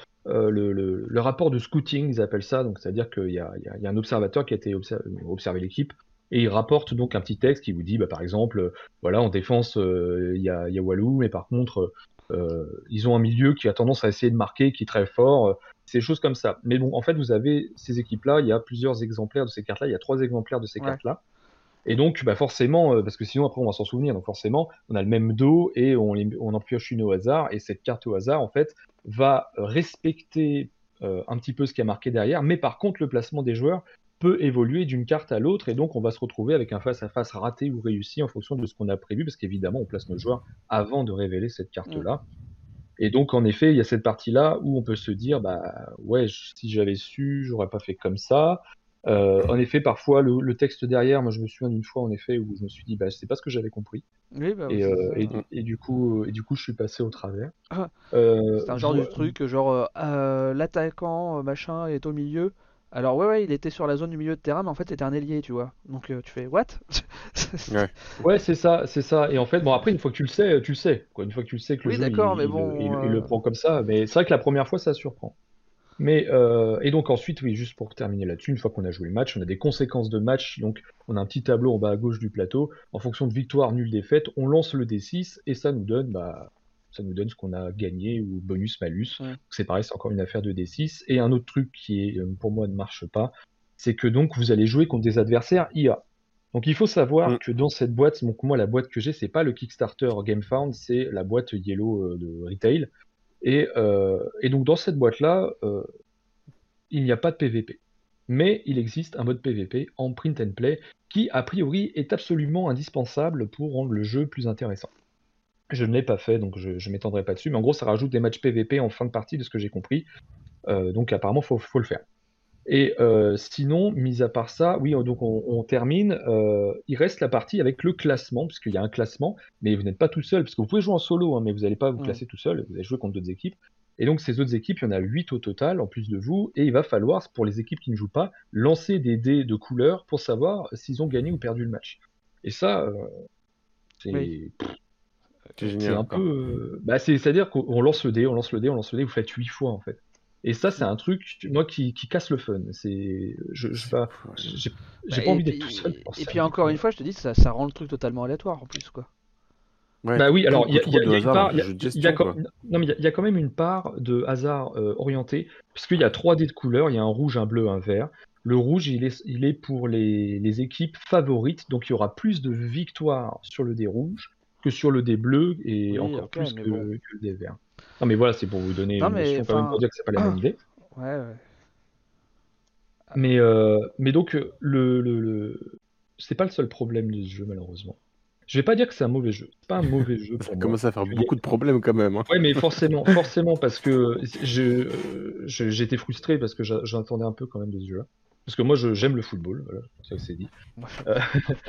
le rapport de scouting, ils appellent ça, donc c'est-à-dire qu'il y a un observateur qui a été observer l'équipe, et il rapporte donc un petit texte qui vous dit, bah, par exemple, voilà, en défense, il y a Walou, mais par contre, ils ont un milieu qui a tendance à essayer de marquer, qui est très fort, ces choses comme ça. Mais bon, en fait, vous avez ces équipes-là, il y a plusieurs exemplaires de ces cartes-là, il y a 3 exemplaires de ces Ouais. cartes-là. Et donc, bah forcément, parce que sinon après on va s'en souvenir, donc forcément, on a le même dos et on en pioche une au hasard, et cette carte au hasard, en fait, va respecter un petit peu ce qui a marqué derrière, mais par contre, le placement des joueurs peut évoluer d'une carte à l'autre, et donc on va se retrouver avec un face-à-face raté ou réussi en fonction de ce qu'on a prévu, parce qu'évidemment, on place nos joueurs avant de révéler cette carte-là. Et donc, en effet, il y a cette partie-là où on peut se dire, bah ouais, si j'avais su, j'aurais pas fait comme ça. En effet, parfois, le texte derrière, moi je me souviens d'une fois, en effet, où je me suis dit, bah, c'est pas ce que j'avais compris. Oui, bah Et, c'est euh, ça. et, et du coup, je suis passé au travers. Ah, Euh, c'est un genre vo- du truc, genre l'attaquant machin est au milieu. Alors ouais, il était sur la zone du milieu de terrain, mais en fait c'était un ailier, tu vois. Donc tu fais what? Ouais. ouais, c'est ça, c'est ça. Et en fait, bon, après, une fois que tu le sais, quoi. Une fois que tu le sais que le Oui, jeu, d'accord, mais il le prend comme ça. Mais c'est vrai que la première fois, ça surprend. Mais et donc ensuite, oui, juste pour terminer là-dessus, une fois qu'on a joué le match, on a des conséquences de match. Donc on a un petit tableau en bas à gauche du plateau. En fonction de victoire, nulle, défaite, on lance le D6 et ça nous donne ce qu'on a gagné ou bonus, malus. Ouais. Donc, c'est pareil, c'est encore une affaire de D6. Et un autre truc qui est pour moi ne marche pas, c'est que donc vous allez jouer contre des adversaires IA. Donc il faut savoir que dans cette boîte, donc moi la boîte que j'ai, c'est pas le Kickstarter GameFound, c'est la boîte Yellow de retail. Et donc dans cette boîte-là, il n'y a pas de PVP. Mais il existe un mode PVP en print and play qui, a priori, est absolument indispensable pour rendre le jeu plus intéressant. Je ne l'ai pas fait, donc je ne m'étendrai pas dessus, mais en gros, ça rajoute des matchs PVP en fin de partie, de ce que j'ai compris. Donc apparemment, faut le faire. Et sinon, mis à part ça, oui, donc on termine. Il reste la partie avec le classement, puisqu'il y a un classement, mais vous n'êtes pas tout seul, parce que vous pouvez jouer en solo, hein, mais vous n'allez pas vous classer tout seul, vous allez jouer contre d'autres équipes. Et donc ces autres équipes, il y en a 8 au total, en plus de vous, et il va falloir, pour les équipes qui ne jouent pas, lancer des dés de couleur pour savoir s'ils ont gagné ou perdu le match. Et ça, Oui. C'est c'est génial. un peu... c'est-à-dire qu'on lance le dé, on lance le dé, on lance le dé, vous faites 8 fois en fait. Et ça, c'est un truc, moi, qui casse le fun. J'ai pas Et envie d'être tout seul puis, pour et ça. puis encore une fois, je te dis, ça rend le truc totalement aléatoire en plus, quoi. Ouais, Bah oui, alors beaucoup trop de il y a une hasard dans part, le jeu de gestion, quoi. non, mais il y a quand même une part de hasard orienté, puisqu'il y a 3 dés de couleurs, il y a un rouge, un bleu, un vert. Le rouge, il est pour les équipes favorites, donc il y aura plus de victoires sur le dé rouge que sur le dé bleu et Oui, encore ok, plus mais que, bon. que le dé vert. Non, mais voilà, c'est pour vous donner Non, une mais notion quand même pour enfin. dire que c'est pas la même idée. Ouais, ouais. Mais donc, c'est pas le seul problème de ce jeu, malheureusement. Je vais pas dire que c'est un mauvais jeu. C'est pas un mauvais jeu Ça pour moi. commence à faire Il y a- beaucoup de problèmes quand même, hein. Ouais, mais forcément, parce que j'étais frustré parce que j'attendais un peu quand même de ce jeu-là. Parce que moi, j'aime le football, voilà, ça c'est dit. Moi, Euh,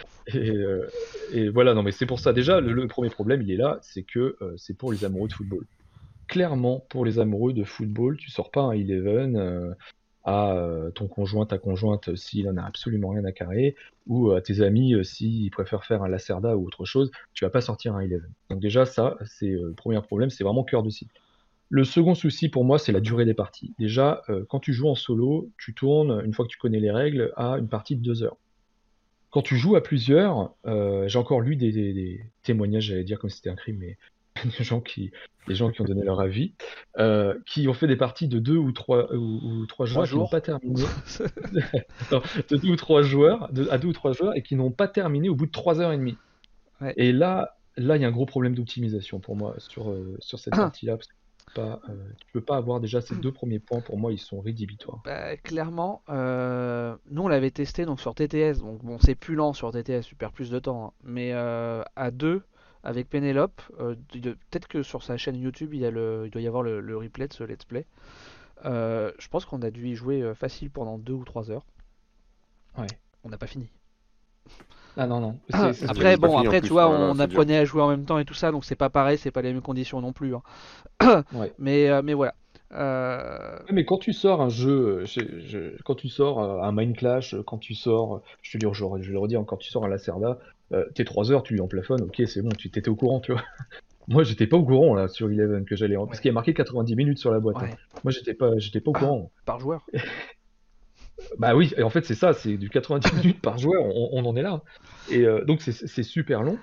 et voilà, non, mais c'est pour ça. Déjà, le premier problème, il est là, c'est que c'est pour les amoureux de football. Clairement, pour les amoureux de football, tu sors pas un Eleven à ton conjoint, ta conjointe, s'il en a absolument rien à carrer, ou à tes amis, s'ils préfèrent faire un Lacerda ou autre chose, tu vas pas sortir un Eleven. Donc déjà, ça, c'est le premier problème, c'est vraiment cœur de cible. Le second souci pour moi, c'est la durée des parties. Déjà, quand tu joues en solo, tu tournes, une fois que tu connais les règles, à une partie de 2 heures. Quand tu joues à plusieurs, j'ai encore lu des témoignages, j'allais dire comme si c'était un crime, mais des gens qui ont donné leur avis, qui ont fait des parties de 2 ou 3 3 joueurs et qui n'ont jours. pas terminé. Non, de 2 ou 3 joueurs, à 2 ou 3 joueurs, et qui n'ont pas terminé au bout de 3 heures et demie. Ouais. Et là, il y a un gros problème d'optimisation pour moi sur cette partie-là, parce que tu peux pas avoir déjà ces 2 premiers points, pour moi, ils sont rédhibitoires. Bah, clairement, nous on l'avait testé donc sur TTS, donc bon c'est plus lent sur TTS, tu perds plus de temps, hein. Mais à deux avec Pénélope, peut-être que sur sa chaîne YouTube il doit y avoir le replay de ce let's play. Je pense qu'on a dû y jouer facile pendant 2 ou 3 heures. Ouais. On n'a pas fini. Ah non, non. Vous C'est- l'avez Après pas bon, fini en après plus, tu vois, voilà, on c'est dur. apprenait à jouer en même temps et tout ça, donc c'est pas pareil, c'est pas les mêmes conditions non plus, hein. Ouais. Mais voilà. Euh, Ouais, mais quand tu sors un jeu, quand tu sors un Mind Clash, quand tu sors, je te dis, je vais le redire, quand tu sors un Lacerda, tes 3 heures, tu lui en plafonnes, ok, c'est bon, tu t'étais au courant, tu vois. Moi, j'étais pas au courant là sur Eleven que j'allais, parce ouais, qu'il y a marqué 90 minutes sur la boîte, hein. ouais. Moi, j'étais pas au courant. Par joueur. Bah oui, et en fait, c'est ça, c'est du 90 minutes par joueur, on en est là. Et donc, c'est super long.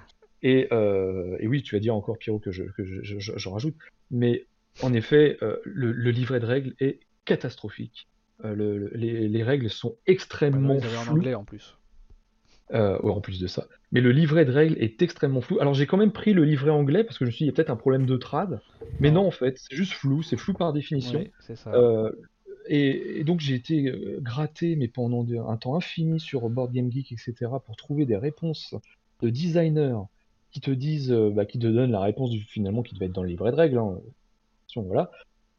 Et oui, tu vas dire encore, Pierrot, que j'en rajoute. Mais en effet, le livret de règles est catastrophique. Les règles sont Bah non, extrêmement ils avaient en floues, anglais en plus. ouais, en plus de ça. Mais le livret de règles est extrêmement flou. Alors, j'ai quand même pris le livret anglais parce que je me suis dit, il y a peut-être un problème de trad. Mais Non. non, en fait, c'est juste flou, c'est flou par définition. Oui, c'est ça. Euh, et donc j'ai été gratté, mais pendant un temps infini sur Board Game Geek, etc., pour trouver des réponses de designers qui te disent, qui te donnent la réponse finalement qui devait être dans le livret de règles, hein. Attention, voilà.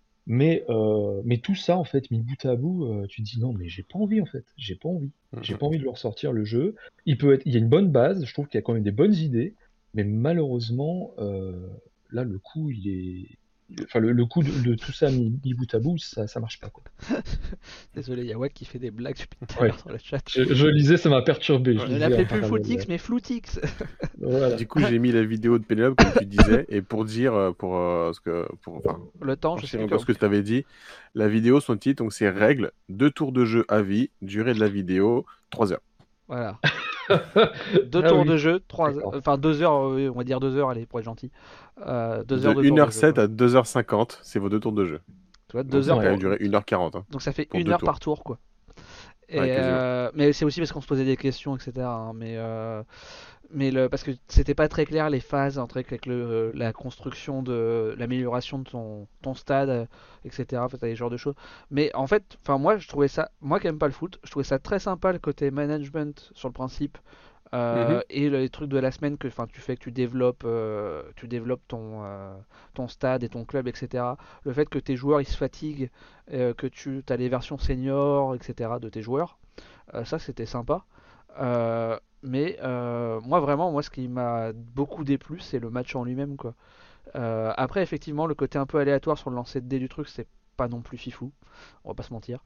Mais tout ça, en fait, mis bout à bout, tu te dis non, mais j'ai pas envie, en fait. J'ai pas envie. J'ai pas envie de le ressortir le jeu. Il y a une bonne base, je trouve qu'il y a quand même des bonnes idées, mais malheureusement, là, le coup, il est. Enfin, le coup de tout ça mis bout à bout, ça marche pas, quoi. Désolé, il y a Wack qui fait des blagues depuis tout à Ouais. l'heure dans le chat. Je lisais, ça m'a perturbé. Je Ne lisais l'appelez en plus parallèle. Footix, mais Floutix. Voilà. Du coup, j'ai mis la vidéo de Pénélope, comme tu disais, et pour dire, Le temps, je sais enchaîner plus encore ce que tu avais dit, la vidéo, son titre, donc c'est règles, 2 tours de jeu à vie, durée de la vidéo, 3 heures. Voilà. Ah 2 tours oui, de jeu, d'accord. enfin 2 heures, on va dire 2 heures, allez, pour être gentil. 2 heures De de tour de jeu, 1h07 quoi. à 2h50, c'est vos 2 tours de jeu. Tu vois, Donc 2 ça heures va quand même pour... durer 1h40. Hein. Donc ça fait pour 1 2 heure tours. par tour, quoi. Et, Ouais, quasiment. mais c'est aussi parce qu'on se posait des questions, etc. hein, parce que c'était pas très clair les phases entre avec la construction de l'amélioration de ton stade, etc. Enfin, t'as des genres de choses. Mais en fait, enfin moi je trouvais ça, moi qui aime pas le foot, je trouvais ça très sympa le côté management sur le principe. Et les trucs de la semaine que tu fais que tu développes ton stade et ton club, etc. Le fait que tes joueurs ils se fatiguent, que tu as les versions seniors, etc. de tes joueurs, ça c'était sympa. Mais moi vraiment, moi ce qui m'a beaucoup déplu, c'est le match en lui-même, quoi. Après effectivement le côté un peu aléatoire sur le lancer de dés du truc, c'est pas non plus fifou, on va pas se mentir.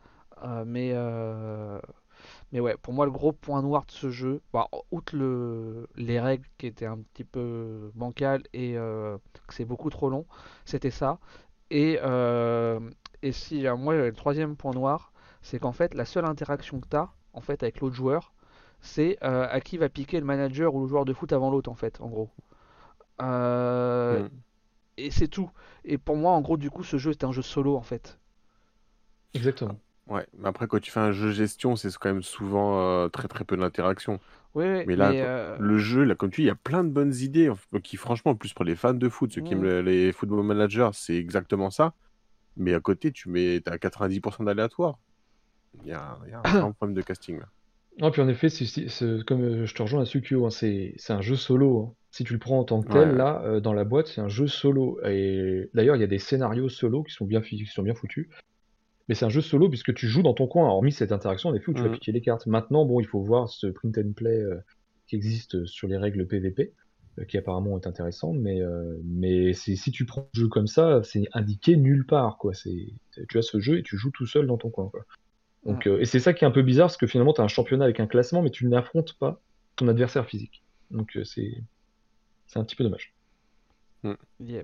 Mais ouais, pour moi, le gros point noir de ce jeu, bah, outre les règles qui étaient un petit peu bancales et que c'est beaucoup trop long, c'était ça. Et, si moi, le troisième point noir, c'est qu'en fait, la seule interaction que tu as en fait, avec l'autre joueur, c'est à qui va piquer le manager ou le joueur de foot avant l'autre, en fait, en gros. Euh, Mm. et c'est tout. Et pour moi, en gros, du coup, ce jeu est un jeu solo en fait. Exactement. Ouais, mais après, quand tu fais un jeu gestion, c'est quand même souvent très très peu d'interaction. Oui, oui, Mais là, mais le jeu, là, comme tu dis, il y a plein de bonnes idées qui, franchement, en plus pour les fans de foot, ceux qui aiment hmm, les football managers, c'est exactement ça. Mais à côté, t'as 90% d'aléatoire. Il y a un grand problème de casting là. Ah, puis en effet, comme je te rejoins à Sukio, hein, c'est un jeu solo, hein. Si tu le prends en tant que Ouais, tel, ouais. là, dans la boîte, c'est un jeu solo. Et d'ailleurs, il y a des scénarios solo qui sont bien foutus. Mais c'est un jeu solo puisque tu joues dans ton coin, hormis cette interaction, en effet, où tu vas Mm. piquer les cartes. Maintenant, bon, il faut voir ce print and play qui existe sur les règles PVP, qui apparemment est intéressant, mais si tu prends un jeu comme ça, c'est indiqué nulle part, quoi. Tu as ce jeu et tu joues tout seul dans ton coin, quoi. hmm, Donc, et c'est ça qui est un peu bizarre, parce que finalement, tu as un championnat avec un classement, mais tu n'affrontes pas ton adversaire physique. Donc, c'est un petit peu dommage. Mm. yep.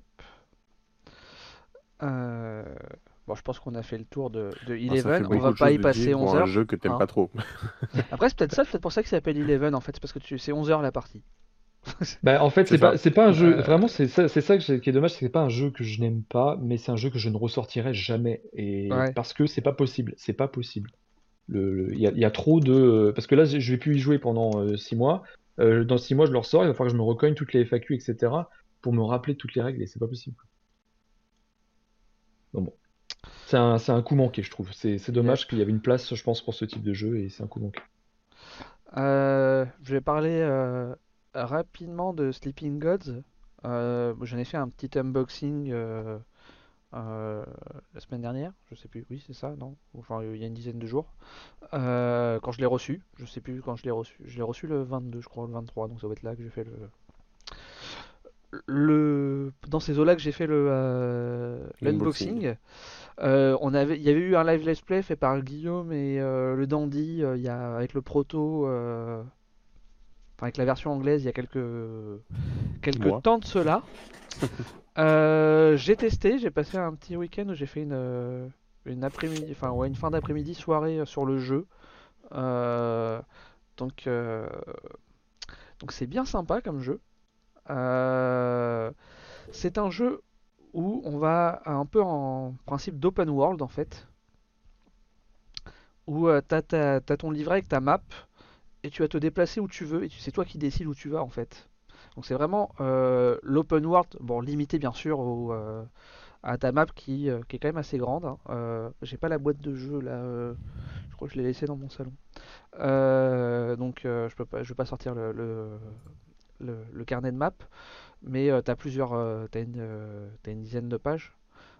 Euh, Bon, je pense qu'on a fait le tour de Ah, ça fait Eleven. On va beaucoup de pas choses y de dire passer pour 11 un heures. jeu que t'aimes Hein. pas trop. Après, c'est peut-être pour ça qu'il s'appelle Eleven en fait, c'est parce que c'est 11 heures la partie. Bah, en fait, C'est ça. c'est pas un jeu. Euh, Vraiment, c'est ça qui est dommage, c'est pas un jeu que je n'aime pas, mais c'est un jeu que je ne ressortirai jamais. Et ouais. parce que c'est pas possible. C'est pas possible. Il y a trop de. Parce que là, je vais plus y jouer pendant 6 mois. Dans 6 mois, je le ressors. Il va falloir que je me recogne toutes les FAQ, etc. pour me rappeler toutes les règles. Et c'est pas possible. Donc bon. C'est un coup manqué, je trouve. C'est Yep. dommage qu'il y avait une place, je pense, pour ce type de jeu. Et c'est un coup manqué. Je vais parler rapidement de Sleeping Gods. J'en ai fait un petit unboxing euh, la semaine dernière, je sais plus, oui c'est ça, non? Enfin il y a une dizaine de jours. Quand je l'ai reçu, je sais plus quand je l'ai reçu. Je l'ai reçu le 22, je crois, le 23, donc ça va être là que j'ai fait dans ces eaux-là que j'ai fait L'unboxing. l'unboxing. Il y avait eu un live let's play fait par Guillaume et le Dandy avec le proto, enfin avec la version anglaise il y a quelques Moi. temps de cela. J'ai testé, j'ai passé un petit week-end où j'ai fait une après-midi, enfin ouais, une fin d'après-midi soirée sur le jeu. Euh, donc euh, donc c'est bien sympa comme jeu. Euh, c'est un jeu où on va un peu en principe d'open world en fait, où t'as ton livret avec ta map et tu vas te déplacer où tu veux et c'est toi qui décides où tu vas en fait. Donc c'est vraiment l'open world, bon limité bien sûr à ta map qui est quand même assez grande. Hein. J'ai pas la boîte de jeu là, je crois que je l'ai laissée dans mon salon. Je peux pas sortir le carnet de map, mais t'as une dizaine de pages.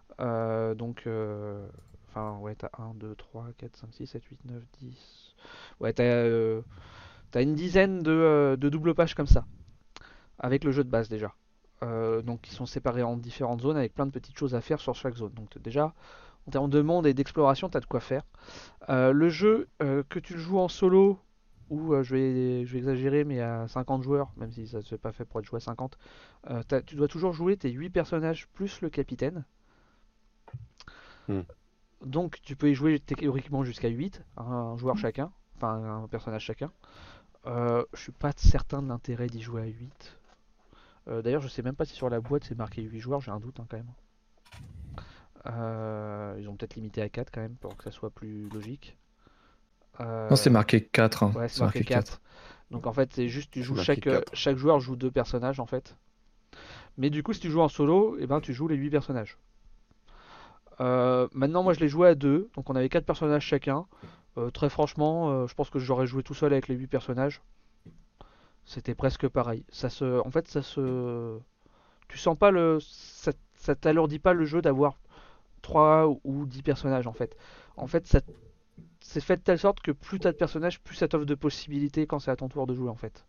Enfin ouais, t'as 1, 2, 3, 4, 5, 6, 7, 8, 9, 10. Ouais, t'as une dizaine de doubles pages comme ça, avec le jeu de base déjà. Donc ils sont séparés en différentes zones avec plein de petites choses à faire sur chaque zone. Donc déjà, en termes de monde et d'exploration, t'as de quoi faire. Le jeu, que tu le joues en solo, ou je vais exagérer, mais à 50 joueurs, même si ça ne s'est pas fait pour être joué à 50, tu dois toujours jouer tes 8 personnages plus le capitaine. Hmm. Donc tu peux y jouer théoriquement jusqu'à 8, un joueur chacun, enfin un personnage chacun. Je suis pas certain de l'intérêt d'y jouer à 8. D'ailleurs, je sais même pas si sur la boîte c'est marqué 8 joueurs, j'ai un doute hein, quand même. Ils ont peut-être limité à 4 quand même pour que ça soit plus logique. Non, c'est Euh, marqué 4, hein. ouais, c'est C'est marqué marqué 4. 4. Donc en fait, c'est juste tu C'est joues marqué 4. chaque joueur joue 2 personnages en fait. Mais du coup, si tu joues en solo, et ben tu joues les 8 personnages. Maintenant, moi je l'ai joué à 2, donc on avait 4 personnages chacun. Très franchement, je pense que j'aurais joué tout seul avec les 8 personnages. C'était presque pareil. En fait, tu sens pas ça t'alourdit pas le jeu d'avoir 3 ou 10 personnages en fait. En fait, c'est fait de telle sorte que plus t'as de personnages, plus ça t'offre de possibilités quand c'est à ton tour de jouer en fait.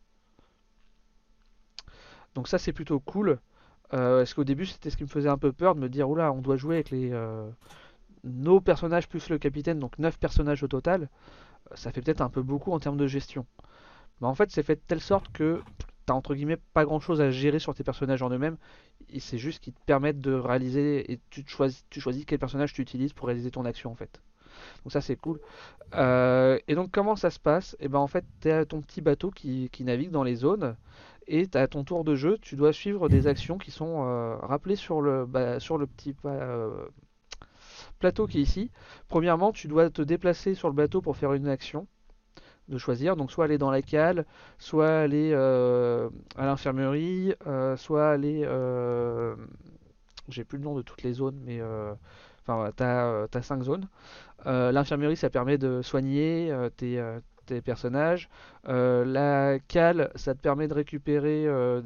Donc ça c'est plutôt cool. Parce qu'au début c'était ce qui me faisait un peu peur de me dire oula on doit jouer avec nos personnages plus le capitaine, donc 9 personnages au total. Ça fait peut-être un peu beaucoup en termes de gestion. Mais en fait c'est fait de telle sorte que t'as entre guillemets pas grand chose à gérer sur tes personnages en eux-mêmes. Et c'est juste qu'ils te permettent de réaliser et tu choisis quel personnage tu utilises pour réaliser ton action en fait. Donc ça c'est cool. Et donc comment ça se passe? Et ben en fait t'as ton petit bateau qui navigue dans les zones et à ton tour de jeu, tu dois suivre des actions qui sont rappelées sur le petit plateau qui est ici. Premièrement, tu dois te déplacer sur le bateau pour faire une action de choisir, donc soit aller dans la cale, soit aller à l'infirmerie, soit aller... j'ai plus le nom de toutes les zones, mais enfin, voilà, t'as 5 zones. L'infirmerie, ça permet de soigner tes personnages. La cale, ça te permet de récupérer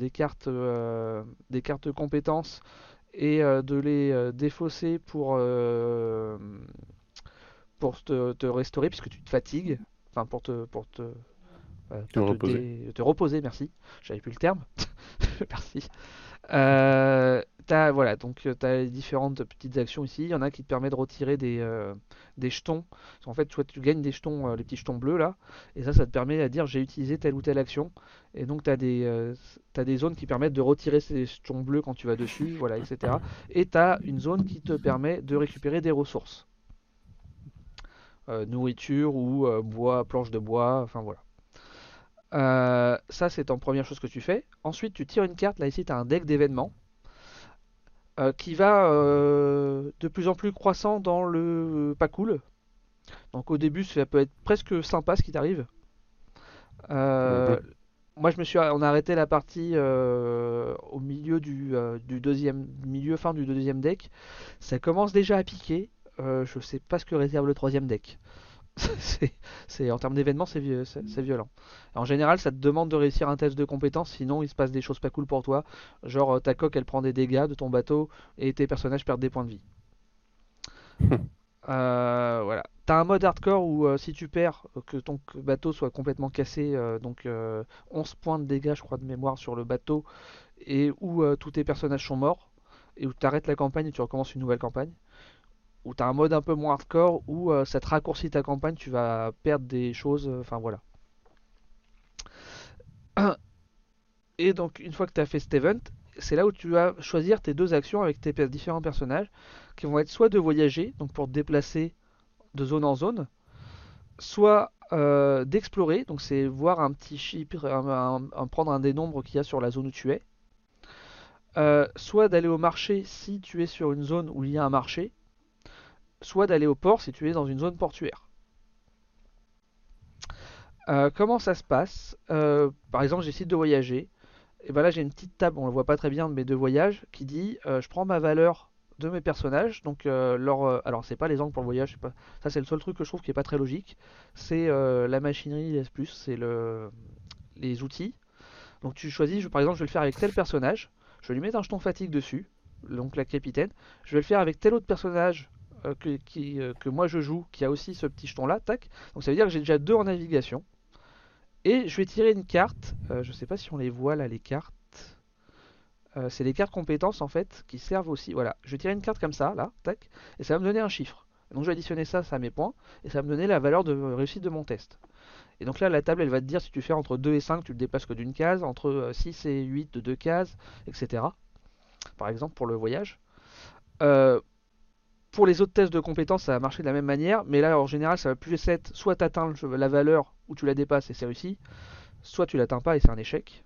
des cartes compétences et de les défausser pour te restaurer, puisque tu te fatigues. Enfin, Tu me reposer. te reposer, merci. J'avais plus le terme. Merci. Voilà, donc tu as différentes petites actions ici. Il y en a qui te permettent de retirer des jetons. En fait, soit tu gagnes des jetons, les petits jetons bleus là, et ça te permet à dire j'ai utilisé telle ou telle action. Et donc t'as des zones qui permettent de retirer ces jetons bleus quand tu vas dessus, voilà, etc. Et tu as une zone qui te permet de récupérer des ressources. Nourriture ou bois, planches de bois, enfin voilà. Ça, c'est en première chose que tu fais. Ensuite, tu tires une carte. Là, ici, tu as un deck d'événements qui va de plus en plus croissant dans le pas cool. Donc, au début, ça peut être presque sympa ce qui t'arrive. Mhm. Moi, on a arrêté la partie au milieu du deuxième, fin du deuxième deck. Ça commence déjà à piquer. Je sais pas ce que réserve le troisième deck. En termes d'événements, c'est violent. En général, ça te demande de réussir un test de compétence, sinon il se passe des choses pas cool pour toi. Genre ta coque elle prend des dégâts de ton bateau et tes personnages perdent des points de vie. Voilà. T'as un mode hardcore où si tu perds, que ton bateau soit complètement cassé, donc 11 points de dégâts, je crois, de mémoire sur le bateau, et où tous tes personnages sont morts, et où tu arrêtes la campagne et tu recommences une nouvelle campagne. Ou t'as un mode un peu moins hardcore où ça te raccourcit ta campagne, tu vas perdre des choses, enfin voilà. Et donc une fois que tu as fait cet event, c'est là où tu vas choisir tes deux actions avec tes différents personnages qui vont être soit de voyager, donc pour te déplacer de zone en zone, soit d'explorer, donc c'est voir un petit chiffre, prendre un des nombres qu'il y a sur la zone où tu es, soit d'aller au marché si tu es sur une zone où il y a un marché, soit d'aller au port si tu es dans une zone portuaire. Comment ça se passe? Par exemple, j'essaie de voyager. Et ben là, j'ai une petite table, on ne le voit pas très bien de mes deux voyages, qui dit je prends ma valeur de mes personnages. Donc, alors, c'est pas les angles pour le voyage, pas, ça, c'est le seul truc que je trouve qui est pas très logique. C'est la machinerie S, c'est les outils. Donc, tu choisis, par exemple, je vais le faire avec tel personnage. Je vais lui mettre un jeton fatigue dessus, donc la capitaine. Je vais le faire avec tel autre personnage que moi je joue, qui a aussi ce petit jeton là, tac. Donc, ça veut dire que j'ai déjà deux en navigation. Et je vais tirer une carte. Je sais pas si on les voit là, les cartes. C'est les cartes compétences en fait qui servent aussi. Voilà, je vais tirer une carte comme ça, là, tac, et ça va me donner un chiffre. Donc je vais additionner ça à mes points, et ça va me donner la valeur de réussite de mon test. Et donc là, la table, elle va te dire si tu fais entre 2 et 5, tu le dépasses que d'une case, entre 6 et 8 de 2 cases, etc. Par exemple, pour le voyage. Euh, pour les autres tests de compétences, ça va marcher de la même manière, mais là, en général, ça va plus être soit tu atteins la valeur ou tu la dépasses et c'est réussi, soit tu l'atteins pas et c'est un échec.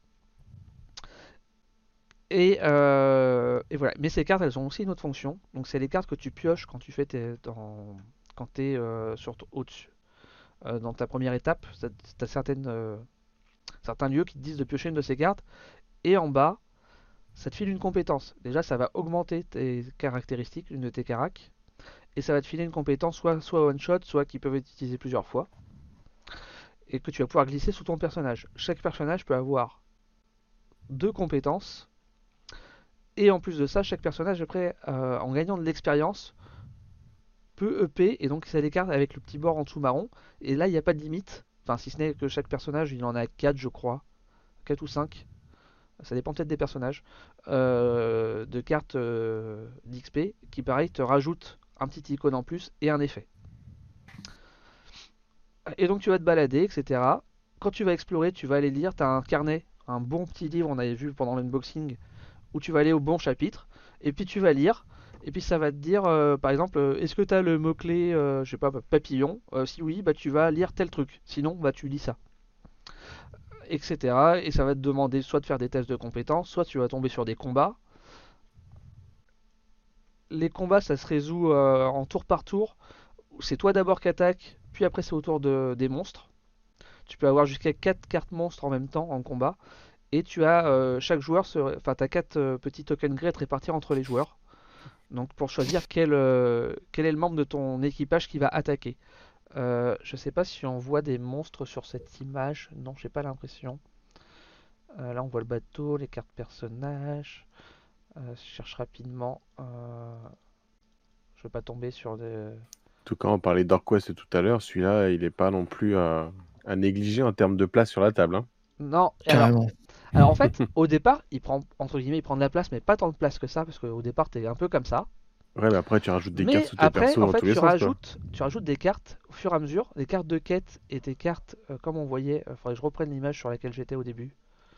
Et voilà. Mais ces cartes, elles ont aussi une autre fonction. Donc, c'est les cartes que tu pioches quand tu fais quand tu es au-dessus. Dans ta première étape, tu as certains lieux qui te disent de piocher une de ces cartes. Et en bas, ça te file une compétence. Déjà, ça va augmenter tes caractéristiques, une de tes caracs. Et ça va te filer une compétence soit one shot, soit qui peuvent être utilisées plusieurs fois. Et que tu vas pouvoir glisser sous ton personnage. Chaque personnage peut avoir deux compétences. Et en plus de ça, chaque personnage, après, en gagnant de l'expérience, peut EP, et donc ça l'écarte avec le petit bord en dessous marron. Et là, il n'y a pas de limite. Enfin, si ce n'est que chaque personnage, il en a 4, je crois. 4 ou 5. Ça dépend peut-être des personnages. De cartes d'XP, qui pareil, te rajoutent un petit icône en plus et un effet. Et donc tu vas te balader, etc. Quand tu vas explorer, tu vas aller lire. Tu as un carnet, un bon petit livre, on avait vu pendant l'unboxing, où tu vas aller au bon chapitre, et puis tu vas lire, et puis ça va te dire, par exemple, est-ce que tu as le mot-clé, je sais pas, papillon. Si oui, bah tu vas lire tel truc, sinon bah tu lis ça. etc. Et ça va te demander soit de faire des tests de compétences, soit tu vas tomber sur des combats. Les combats, ça se résout en tour par tour. C'est toi d'abord qui attaque, puis après c'est au tour des monstres. Tu peux avoir jusqu'à 4 cartes monstres en même temps en combat. Et tu as chaque joueur, enfin tu as 4 petits tokens grey à te répartir entre les joueurs. Donc pour choisir quel est le membre de ton équipage qui va attaquer. Je sais pas si on voit des monstres sur cette image. Non, j'ai pas l'impression. Là on voit le bateau, les cartes personnages. Je cherche rapidement. Je veux pas tomber sur des... En tout cas, on parlait d'Orquest tout à l'heure. Celui-là, il n'est pas non plus à négliger en termes de place sur la table, hein. Non, Carrément. alors en fait, au départ, il prend entre guillemets, il prend de la place, mais pas tant de place que ça, parce qu'au départ, t'es un peu comme ça. Ouais, mais après, tu rajoutes des cartes Mais sous tes après, persos en dans fait, tous les sens, quoi. tu rajoutes des cartes au fur et à mesure, des cartes de quête et des cartes, comme on voyait. Faudrait que je reprenne l'image sur laquelle j'étais au début.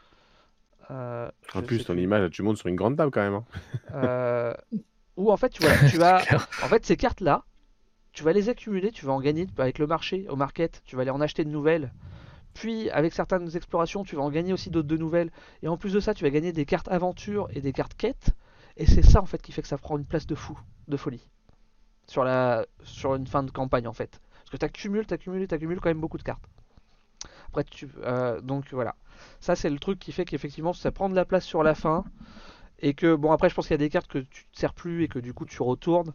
En Je plus, sais ton plus. image, tu montes sur une grande table quand même, hein. Euh, Où en fait, tu as, clair. en fait, ces cartes-là, tu vas les accumuler, tu vas en gagner avec le marché, au market, tu vas aller en acheter de nouvelles. Puis, avec certaines explorations, tu vas en gagner aussi d'autres de nouvelles. Et en plus de ça, tu vas gagner des cartes aventure et des cartes quête. Et c'est ça, en fait, qui fait que ça prend une place de fou, de folie. Sur une fin de campagne, en fait. Parce que t'accumules quand même beaucoup de cartes. Après, donc voilà. Ça, c'est le truc qui fait qu'effectivement, ça prend de la place sur la fin. Et que, bon, après, je pense qu'il y a des cartes que tu ne sers plus et que du coup, tu retournes.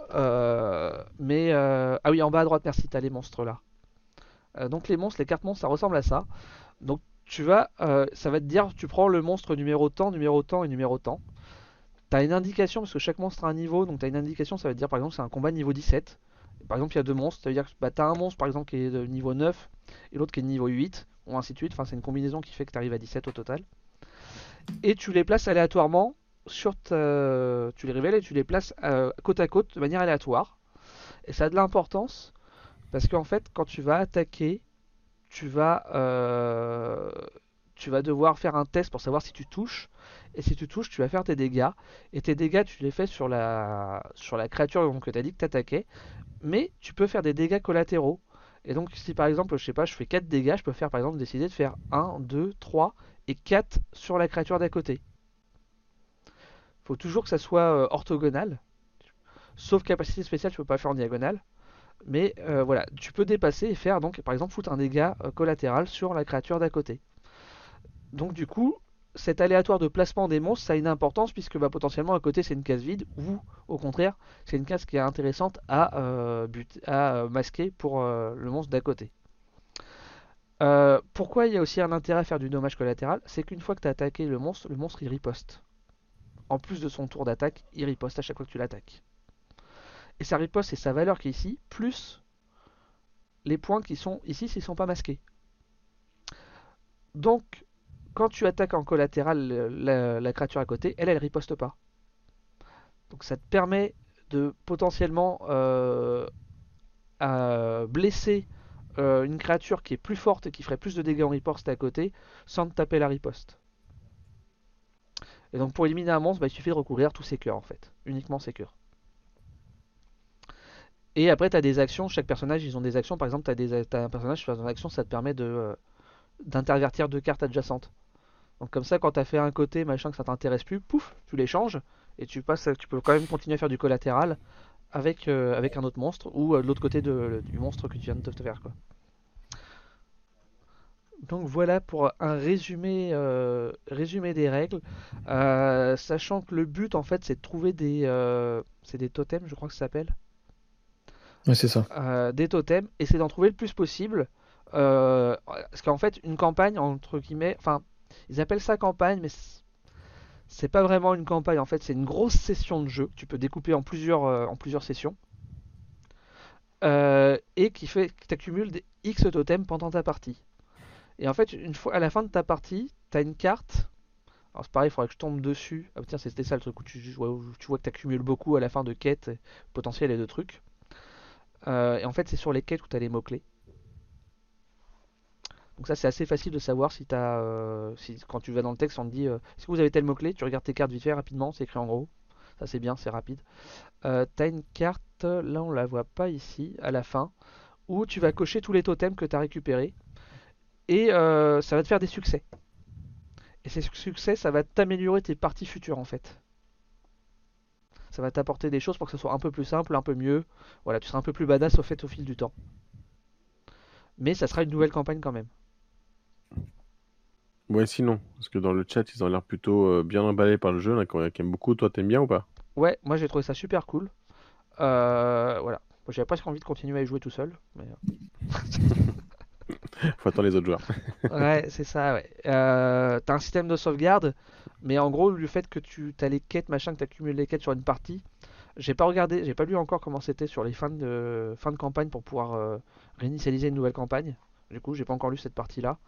Ah oui, en bas à droite, merci, t'as les monstres là. Donc les monstres, les cartes monstres, ça ressemble à ça. Donc ça va te dire, tu prends le monstre numéro tant et numéro tant. T'as une indication parce que chaque monstre a un niveau, donc t'as une indication, ça va te dire par exemple c'est un combat niveau 17. Par exemple, il y a deux monstres, ça veut dire que bah, t'as un monstre par exemple qui est de niveau 9 et l'autre qui est de niveau 8, ou ainsi de suite. Enfin, c'est une combinaison qui fait que tu arrives à 17 au total. Et tu les places aléatoirement tu les révèles et tu les places côte à côte de manière aléatoire. Et ça a de l'importance parce qu'en fait, quand tu vas attaquer, tu vas, euh, tu vas devoir faire un test pour savoir si tu touches. Et si tu touches, tu vas faire tes dégâts. Et tes dégâts, tu les fais sur la créature que tu as dit que tu attaquais. Mais tu peux faire des dégâts collatéraux. Et donc, si par exemple, je sais pas, je fais 4 dégâts, je peux faire par exemple décider de faire 1, 2, 3 et 4 sur la créature d'à côté. Faut toujours que ça soit orthogonal. Sauf capacité spéciale, tu peux pas le faire en diagonale. Mais voilà, tu peux dépasser et faire donc par exemple foutre un dégât collatéral sur la créature d'à côté. Donc du coup, cet aléatoire de placement des monstres, ça a une importance puisque bah, potentiellement à côté c'est une case vide ou au contraire c'est une case qui est intéressante à masquer pour le monstre d'à côté. Pourquoi il y a aussi un intérêt à faire du dommage collatéral? C'est qu'une fois que tu as attaqué le monstre il riposte. En plus de son tour d'attaque, il riposte à chaque fois que tu l'attaques. Et sa riposte, c'est sa valeur qui est ici, plus les points qui sont ici s'ils ne sont pas masqués. Donc, quand tu attaques en collatéral la créature à côté, elle riposte pas. Donc ça te permet de potentiellement blesser une créature qui est plus forte et qui ferait plus de dégâts en riposte à côté sans te taper la riposte. Et donc pour éliminer un monstre, bah, il suffit de recourir à tous ses cœurs en fait. Uniquement ses cœurs. Et après, tu as des actions, chaque personnage, ils ont des actions. Par exemple, tu as un personnage qui fait une action, ça te permet d'intervertir deux cartes adjacentes. Donc comme ça, quand tu as fait un côté, machin, que ça t'intéresse plus, pouf, tu les changes. Et tu peux quand même continuer à faire du collatéral avec un autre monstre ou de l'autre côté du monstre que tu viens de te faire, quoi. Donc voilà pour un résumé des règles. Sachant que le but, en fait, c'est de trouver c'est des totems, je crois que ça s'appelle. Ouais, c'est ça. Des totems, et c'est d'en trouver le plus possible. Parce qu'en fait, une campagne, entre guillemets, enfin, ils appellent ça campagne, mais c'est pas vraiment une campagne. En fait, c'est une grosse session de jeu que tu peux découper en plusieurs sessions. Et qui fait que tu accumules des X totems pendant ta partie. Et en fait, une fois à la fin de ta partie, tu as une carte. Alors c'est pareil, il faudrait que je tombe dessus. Ah tiens, c'était ça le truc où tu vois que tu accumules beaucoup à la fin de quêtes potentielles et de trucs. Et en fait, c'est sur les quêtes où tu as les mots-clés. Donc ça, c'est assez facile de savoir si quand tu vas dans le texte, on te dit est-ce que vous avez tel mot-clé? Tu regardes tes cartes vite fait rapidement, c'est écrit en gros. Ça c'est bien, c'est rapide. T'as une carte, là on la voit pas ici, à la fin, où tu vas cocher tous les totems que tu as récupérés. et ça va te faire des succès. Et ces succès, ça va t'améliorer tes parties futures en fait. Ça va t'apporter des choses pour que ce soit un peu plus simple, un peu mieux. Voilà, tu seras un peu plus badass au fil du temps. Mais ça sera une nouvelle campagne quand même. Ouais, sinon, parce que dans le chat, ils ont l'air plutôt bien emballés par le jeu, là, qui aiment beaucoup. Toi, t'aimes bien ou pas? Ouais, moi j'ai trouvé ça super cool. Voilà. Moi, j'avais presque envie de continuer à y jouer tout seul. Mais... Faut attendre les autres joueurs. ouais, c'est ça, ouais. T'as un système de sauvegarde, mais en gros, le fait que tu as les quêtes, machin, que tu accumules les quêtes sur une partie, j'ai pas regardé, j'ai pas lu encore comment c'était sur les fin de campagne pour pouvoir réinitialiser une nouvelle campagne. Du coup, j'ai pas encore lu cette partie-là.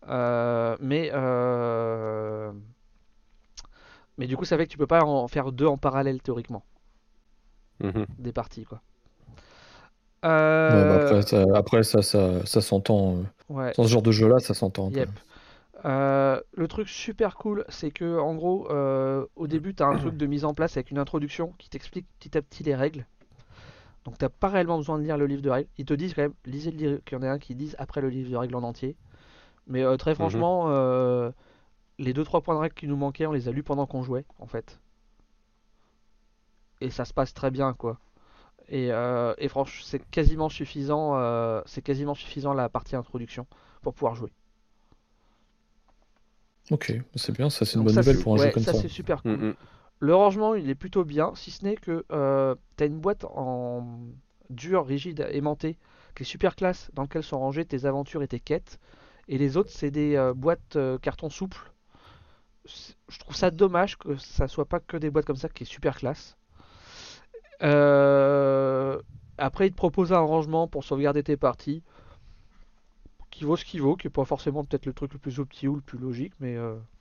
Mais du coup, ça fait que tu peux pas en faire deux en parallèle théoriquement, Mhm. des parties quoi. Ouais, bah Euh, après ça s'entend. ouais, Dans ce genre de jeu-là, ça s'entend un peu. yep. Le truc super cool, c'est que en gros, au début, tu as un truc de mise en place avec une introduction qui t'explique petit à petit les règles. Donc t'as pas réellement besoin de lire le livre de règles. Ils te disent quand même, lisez le livre, qu'il y en a un qui disent après le livre de règles en entier. Mais très Mhm. franchement, les 2-3 points de règles qui nous manquaient, on les a lus pendant qu'on jouait en fait. Et ça se passe très bien quoi. Et franchement, c'est quasiment suffisant la partie introduction pour pouvoir jouer. Ok, c'est bien, ça c'est une Donc bonne ça, nouvelle pour un jeu ouais, comme ça ça. c'est super cool. Mhm. Le rangement, il est plutôt bien, si ce n'est que t'as une boîte en dur, rigide, aimantée, qui est super classe, dans laquelle sont rangées tes aventures et tes quêtes. Et les autres, c'est des boîtes carton souple. Je trouve ça dommage que ça soit pas que des boîtes comme ça, qui est super classe. Euh, Après, il te propose un rangement pour sauvegarder tes parties, qui vaut ce qu'il vaut, qui est pas forcément peut-être le truc le plus opti ou le plus logique, mais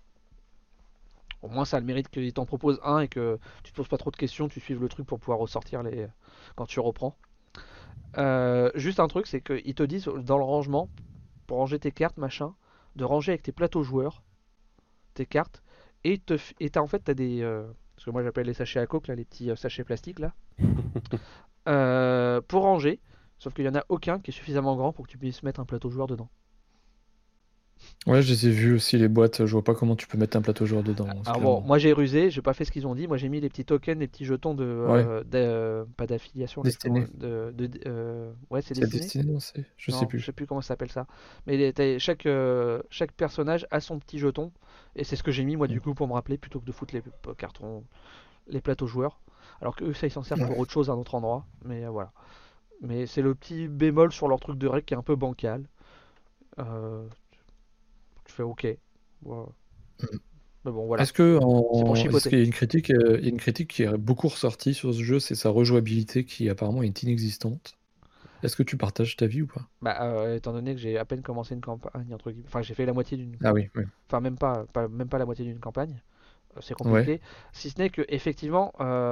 au moins ça a le mérite qu'il t'en propose un et que tu te poses pas trop de questions, tu suives le truc pour pouvoir ressortir quand tu reprends. Juste un truc, c'est qu'ils te disent dans le rangement, pour ranger tes cartes, machin, de ranger avec tes plateaux joueurs, tes cartes, et t'as en fait t'as des... ce que moi j'appelle les sachets à coke, là, les petits sachets plastiques là, pour ranger, sauf qu'il y en a aucun qui est suffisamment grand pour que tu puisses mettre un plateau joueur dedans. Ouais, je les ai vus aussi les boîtes, je vois pas comment tu peux mettre un plateau joueur dedans, c'est Alors bon, clairement. moi j'ai rusé, j'ai pas fait ce qu'ils ont dit, moi j'ai mis les petits tokens, les petits jetons Ouais, pas d'affiliation, Destiné. ouais c'est C'est destiné. Destiné, non, je sais Non, je plus. sais plus comment ça s'appelle ça. Mais chaque personnage a son petit jeton. Et c'est ce que j'ai mis moi du coup pour me rappeler plutôt que de foutre les cartons, les plateaux joueurs. Alors que eux ça ils s'en servent pour Ouais. autre chose à un autre endroit. Mais voilà. Mais c'est le petit bémol sur leur truc de règle qui est un peu bancal. Euh, Tu fais ok. Voilà. Mm. Mais bon voilà. Est-ce que C'est pour est-ce chipoter. qu'il y a il y a une critique qui est beaucoup ressortie sur ce jeu, c'est sa rejouabilité qui apparemment est inexistante. Est-ce que tu partages ta vie ou pas? Bah étant donné que j'ai à peine commencé une campagne entre guillemets. Enfin j'ai fait la moitié d'une. Ah oui, oui. Enfin même pas la moitié d'une campagne. C'est Ouais, compliqué. Si ce n'est que effectivement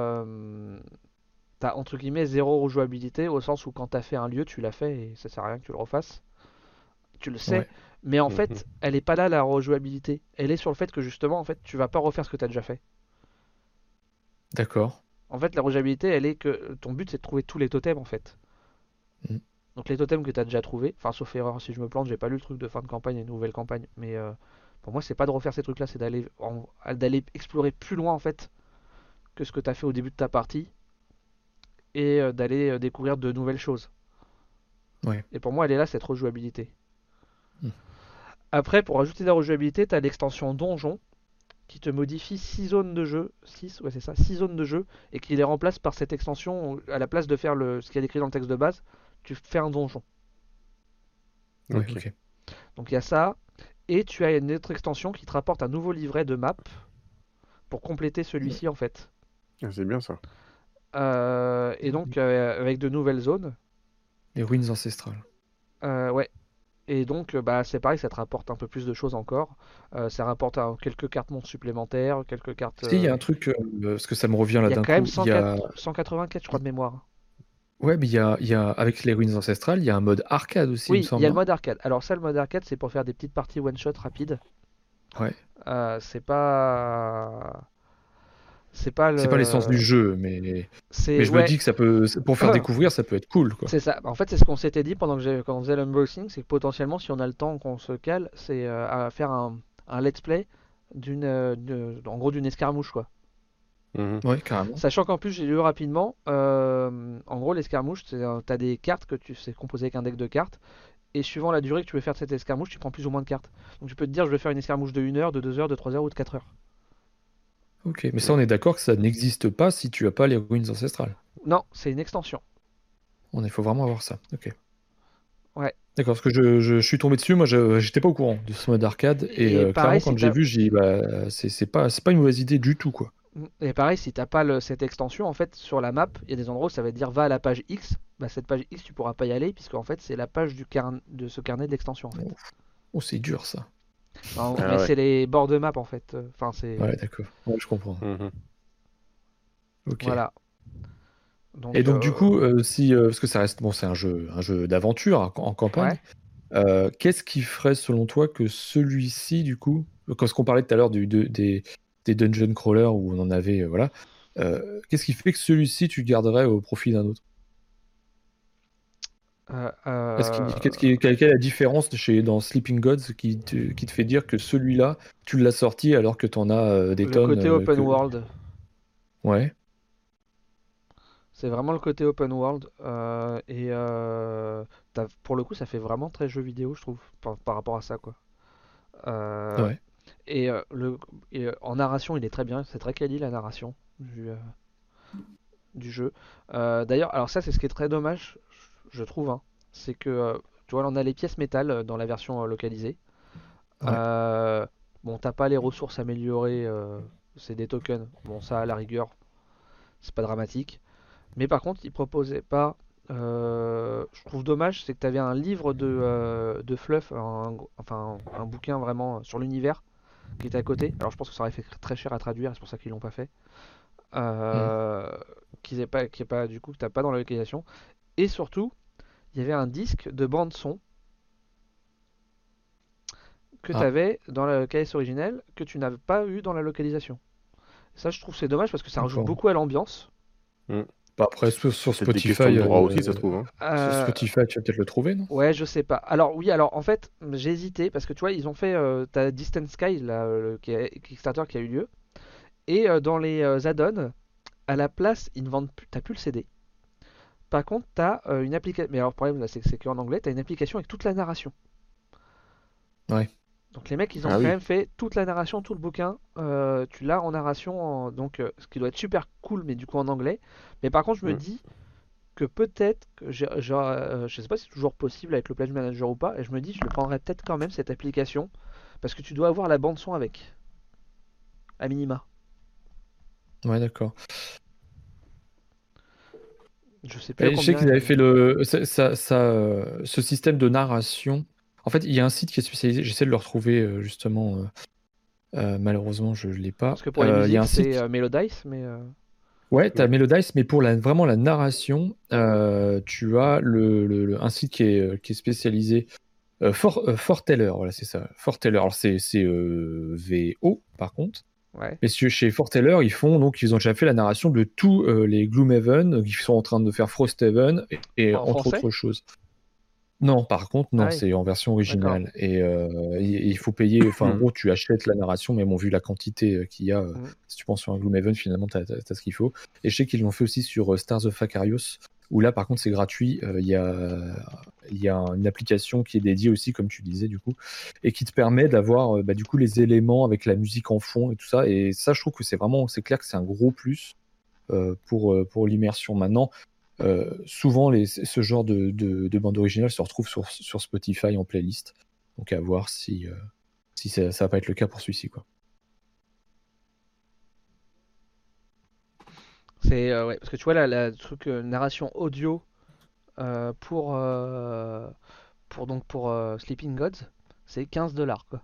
t'as entre guillemets zéro rejouabilité au sens où quand t'as fait un lieu, tu l'as fait et ça sert à rien que tu le refasses. Tu le sais, ouais, mais en Mhm. fait, elle est pas là la rejouabilité. Elle est sur le fait que justement, en fait, tu vas pas refaire ce que t'as déjà fait. d'accord. En fait, la rejouabilité, elle est que ton but c'est de trouver tous les totems en fait. Mm. Donc les totems que t'as déjà trouvé, enfin sauf erreur si je me plante, j'ai pas lu le truc de fin de campagne et nouvelle campagne, mais pour moi c'est pas de refaire ces trucs là, c'est d'aller explorer plus loin en fait que ce que t'as fait au début de ta partie et d'aller découvrir de nouvelles choses. Ouais. Et pour moi, elle est là, cette rejouabilité. Mm. Après, pour ajouter de la rejouabilité, tu as l'extension donjon qui te modifie 6 zones de jeu, 6, ouais c'est ça, 6 zones de jeu, et qui les remplace par cette extension, à la place de faire ce qu'il y a écrit dans le texte de base, tu fais un donjon. Ouais, Ok. ok. Donc il y a ça, et tu as une autre extension qui te rapporte un nouveau livret de map pour compléter celui-ci en fait. Ah, c'est bien ça. Et donc avec de nouvelles zones. Les ruines ancestrales. Ouais, et donc, bah, c'est pareil, ça te rapporte un peu plus de choses encore. Ça rapporte quelques cartes mondes supplémentaires, quelques cartes. Si, il y a un truc, parce que ça me revient Il là y a d'un quand même coup, il y a... 184, je crois, de mémoire. Ouais, mais il y a, avec les ruines ancestrales, il y a un mode arcade aussi, il me Oui, il y semble, a le non? mode arcade. Alors, ça, le mode arcade, c'est pour faire des petites parties one-shot rapides. Ouais. C'est pas. c'est pas C'est pas l'essence du le. jeu, mais C'est je me ouais, dis que ça peut, pour faire découvrir, ça peut être cool, quoi. c'est ça. En fait, c'est ce qu'on s'était dit quand on faisait l'unboxing, c'est que potentiellement, si on a le temps, qu'on se cale, c'est à faire un let's play en gros d'une escarmouche quoi. Mhm. Ouais, carrément. Sachant qu'en plus, j'ai lu rapidement, en gros, l'escarmouche, t'as des cartes c'est composé avec un deck de cartes, et suivant la durée que tu veux faire de cette escarmouche, tu prends plus ou moins de cartes. Donc tu peux te dire, je vais faire une escarmouche de 1 heure, de 2 heures, de 3 heures ou de 4 heures. Ok, mais ça, on est d'accord que ça n'existe pas si tu as pas les ruines ancestrales. Non, c'est une extension. Il faut vraiment avoir ça. Ok. Ouais. D'accord, parce que je suis tombé dessus, moi j'étais pas au courant de ce mode arcade, et Et pareil, clairement si quand j'ai t'as vu, j'ai dit bah c'est pas une mauvaise idée du tout, quoi. et pareil, si t'as pas cette extension, en fait, sur la map, il y a des endroits où ça va te dire va à la page X. Bah, cette page X, tu pourras pas y aller, puisque en fait, c'est la page de ce carnet d'extension, en fait. Oh, c'est dur ça. Non, Ah mais ouais. c'est les bords de map, en fait. Enfin, c'est. Ouais, d'accord. Ouais, je comprends. Mhm. Ok. Voilà. Et Donc, donc du coup, si parce que ça reste bon, c'est un jeu d'aventure en campagne. ouais. Qu'est-ce qui ferait selon toi que celui-ci, du coup, quand ce qu'on parlait tout à l'heure des dungeon crawlers où on en avait, voilà, qu'est-ce qui fait que celui-ci tu le garderais au profit d'un autre? Euh, Quelle est la différence dans Sleeping Gods qui te fait dire que celui-là, tu l'as sorti alors que t'en as des le tonnes côté open world. Ouais, C'est vraiment le côté open world. Pour le coup, ça fait vraiment très jeu vidéo, je trouve, par rapport à ça, quoi. Euh, ouais, en narration, il est très bien. C'est très quali la narration du jeu. D'ailleurs, alors ça, c'est ce qui est très dommage, je trouve, hein. C'est que, tu vois, on a les pièces métal dans la version localisée. ouais. Euh, bon, t'as pas les ressources améliorées, c'est des tokens. Bon, ça, à la rigueur, c'est pas dramatique. Mais par contre, ils proposaient pas. Je trouve dommage, c'est que tu avais un livre de fluff, enfin un bouquin vraiment sur l'univers qui était à côté. Alors je pense que ça aurait fait très cher à traduire, c'est pour ça qu'ils l'ont pas fait. Hmm. Euh, qui est pas du coup que t'as pas dans la localisation. Et surtout, il y avait un disque de bande son que tu Ah, avais dans la caisse originelle que tu n'avais pas eu dans la localisation. Ça, je trouve c'est dommage parce que ça rajoute d'accord. beaucoup à l'ambiance. Mhm. Bah, après, sur Peut-être des questions de Spotify, droit aussi, ça se trouve. Hein. Euh, tu vas peut-être le trouver, non? Ouais, je sais pas. Alors oui, alors en fait, j'ai hésité parce que tu vois, ils ont fait ta Distant Sky là, Kickstarter qui a eu lieu, et dans les add-ons, à la place, ils ne vendent plus, t'as plus le CD. Par contre, t'as une application. Mais alors le problème là, c'est que c'est qu'en anglais, t'as une application avec toute la narration. Ouais, Donc les mecs, ils ont Ah quand oui. même fait toute la narration, tout le bouquin. Tu l'as en narration, donc ce qui doit être super cool, mais du coup en anglais. Mais par contre, je me Mhm. dis que peut-être, je sais pas si c'est toujours possible avec le Pledge Manager ou pas, et je me dis je le prendrais peut-être quand même cette application, parce que tu dois avoir la bande son avec, à minima. ouais, d'accord. Je sais plus à Et je sais combien qu'ils avaient fait est. ce système de narration. En fait, il y a un site qui est spécialisé. J'essaie de le retrouver justement. Malheureusement, je ne l'ai pas. Parce que pour les Il y a musiques un c'est site. Melodice, mais Ouais, tu as Ouais. Melodice, mais pour vraiment la narration, tu as un site qui est spécialisé. Forteller, voilà, c'est ça. Forteller. Alors, c'est VO, par contre. ouais. Mais chez Forteller, ils ont déjà fait la narration de tous les Gloomhaven, ils sont en train de faire Frosthaven, et En entre français? autres choses. Non, par contre, Ah non, oui, c'est en version d'accord. originale. Et il faut payer, enfin, en Mhm. gros, tu achètes la narration, mais bon, vu la quantité qu'il y a, Mm. si tu penses sur un Gloomhaven, finalement, tu as ce qu'il faut. Et je sais qu'ils l'ont fait aussi sur Stars of Acarios, où là, par contre, c'est gratuit. Il y a une application qui est dédiée aussi, comme tu disais, du coup, et qui te permet d'avoir, du coup, les éléments avec la musique en fond et tout ça. Et ça, je trouve que c'est clair que c'est un gros plus pour l'immersion. Maintenant, souvent, ce genre de bande originale se retrouve sur Spotify en playlist. Donc à voir si ça va pas être le cas pour celui-ci, quoi. Ouais, parce que tu vois la truc narration audio pour Sleeping Gods, c'est 15 $ quoi.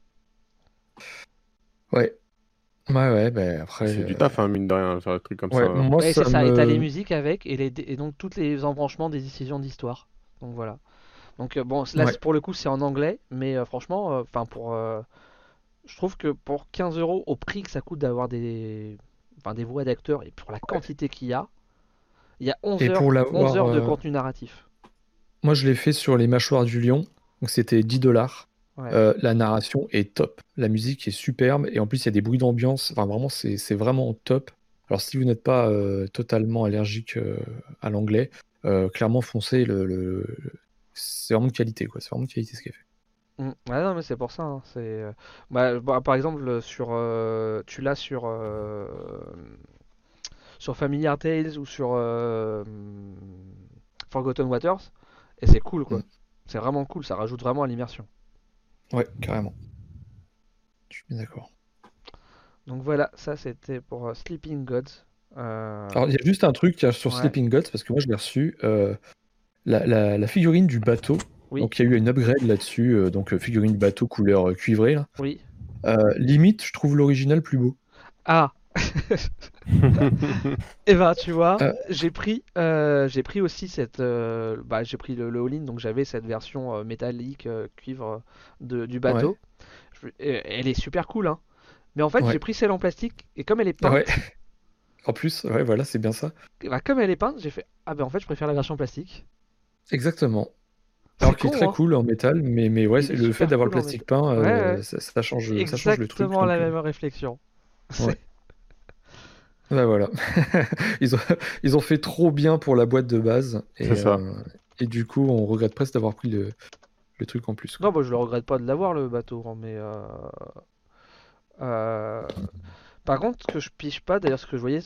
Ouais, ouais, ben après, C'est du taf, hein, mine de rien, faire un truc comme ouais, ça. moi Ouais, c'est ça ça. Et t'as les me, musiques avec et donc toutes les embranchements des décisions d'histoire. Donc voilà. Donc bon, là ouais, pour le coup c'est en anglais, mais franchement, je trouve que pour 15 € au prix que ça coûte d'avoir enfin des voix d'acteurs et pour la quantité qu'il y a 11 Et heures, pour 11 l'avoir, heures de contenu narratif. moi je l'ai fait sur les mâchoires du lion, donc c'était 10 $. Ouais. La narration est top, la musique est superbe, et en plus il y a des bruits d'ambiance, enfin vraiment c'est vraiment top. Alors si vous n'êtes pas totalement allergique à l'anglais, clairement foncez, c'est vraiment de qualité, quoi. C'est vraiment de qualité ce qu'elle fait. Ouais, non, mais c'est pour ça, hein, bah, par exemple, tu l'as sur Familiar Tales ou sur Forgotten Waters, et c'est cool, quoi. Mm. C'est vraiment cool, ça rajoute vraiment à l'immersion. Ouais, carrément. Je suis bien d'accord. Donc voilà, ça c'était pour Sleeping Gods. Alors il y a juste un truc sur Ouais. Sleeping Gods, parce que moi je l'ai reçu, la figurine du bateau. Oui, Donc il y a eu une upgrade là-dessus, donc figurine du bateau couleur cuivrée là. oui. Limite, je trouve l'original plus beau. Ah, et ben tu vois, Euh, j'ai pris aussi j'ai pris le all-in, donc j'avais cette version métallique cuivre du bateau. Elle est super cool, hein. Mais en fait, Ouais. j'ai pris celle en plastique et comme elle est Ouais. peinte, En plus, ouais, voilà, c'est bien ça. comme elle est peinte, j'ai fait ah ben en fait, je préfère la version plastique. Exactement. C'est Alors qu'il est con, très hein. cool en métal, mais ouais, Il est le fait super d'avoir cool le en plastique métal. peint, Ouais, ouais. ça change le truc. Exactement Donc, la même réflexion. ouais. Bah voilà. Ils ont, ils ont fait trop bien pour la boîte de base. C'est ça. Et du coup, on regrette presque d'avoir pris le truc en plus, quoi. Non, bah je le regrette pas de l'avoir le bateau, hein, mais euh, par contre, ce que je pige pas, d'ailleurs, ce que je voyais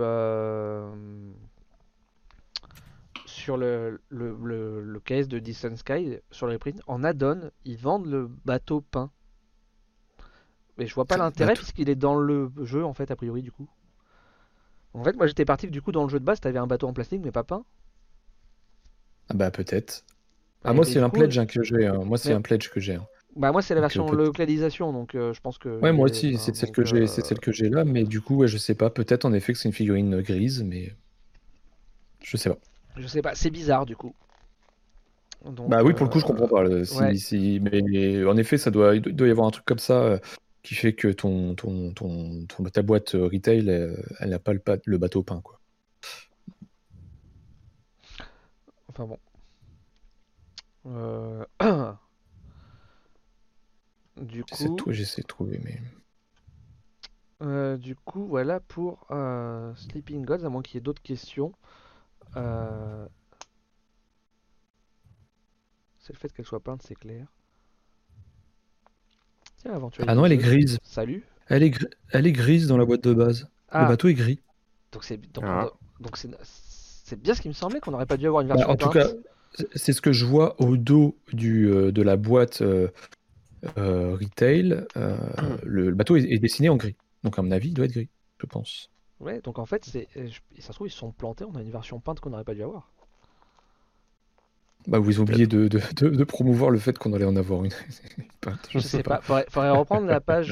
sur le case de Distant Sky, sur les prints, en add-on, ils vendent le bateau peint. Mais je vois pas l'intérêt Bateau. puisqu'il est dans le jeu, en fait, a priori, du coup. En fait, moi j'étais parti que du coup, dans le jeu de base, t'avais un bateau en plastique, mais pas peint. Ah bah peut-être. Bah, Ah, moi, et c'est du un coup, pledge que j'ai. Moi, c'est mais, un pledge que j'ai. bah, moi, c'est la Donc, version localisation, donc je pense que. ouais, moi il est, aussi, enfin, c'est celle donc, que j'ai, c'est celle que j'ai là, mais du coup, ouais, je sais pas. Peut-être en effet que c'est une figurine grise, mais je sais pas. je sais pas, c'est bizarre du coup. Donc, Bah oui, pour le coup, je comprends pas. ouais, Mais en effet, il doit y avoir un truc comme ça qui fait que ta boîte retail, elle n'a pas le bateau peint, quoi. enfin bon. Du coup, J'essaie de trouver, mais. voilà pour Sleeping Gods, à moins qu'il y ait d'autres questions. C'est le fait qu'elle soit peinte, c'est clair. Tiens, aventurier Ah des non, elle est feux. grise. Salut. Elle est grise dans la boîte de base. Le Ah, bateau est gris. donc Ah. c'est bien ce qui me semblait qu'on n'aurait pas dû avoir une Bah, version en tout peinte. cas, c'est ce que je vois au dos de la boîte retail. Le bateau est dessiné en gris. Donc, à mon avis, il doit être gris, je pense. Ouais, donc en fait, ça se trouve, ils se sont plantés, on a une version peinte qu'on n'aurait pas dû avoir. Bah, vous oubliez de promouvoir le fait qu'on allait en avoir une. peinte, Je sais pas, faudrait reprendre la page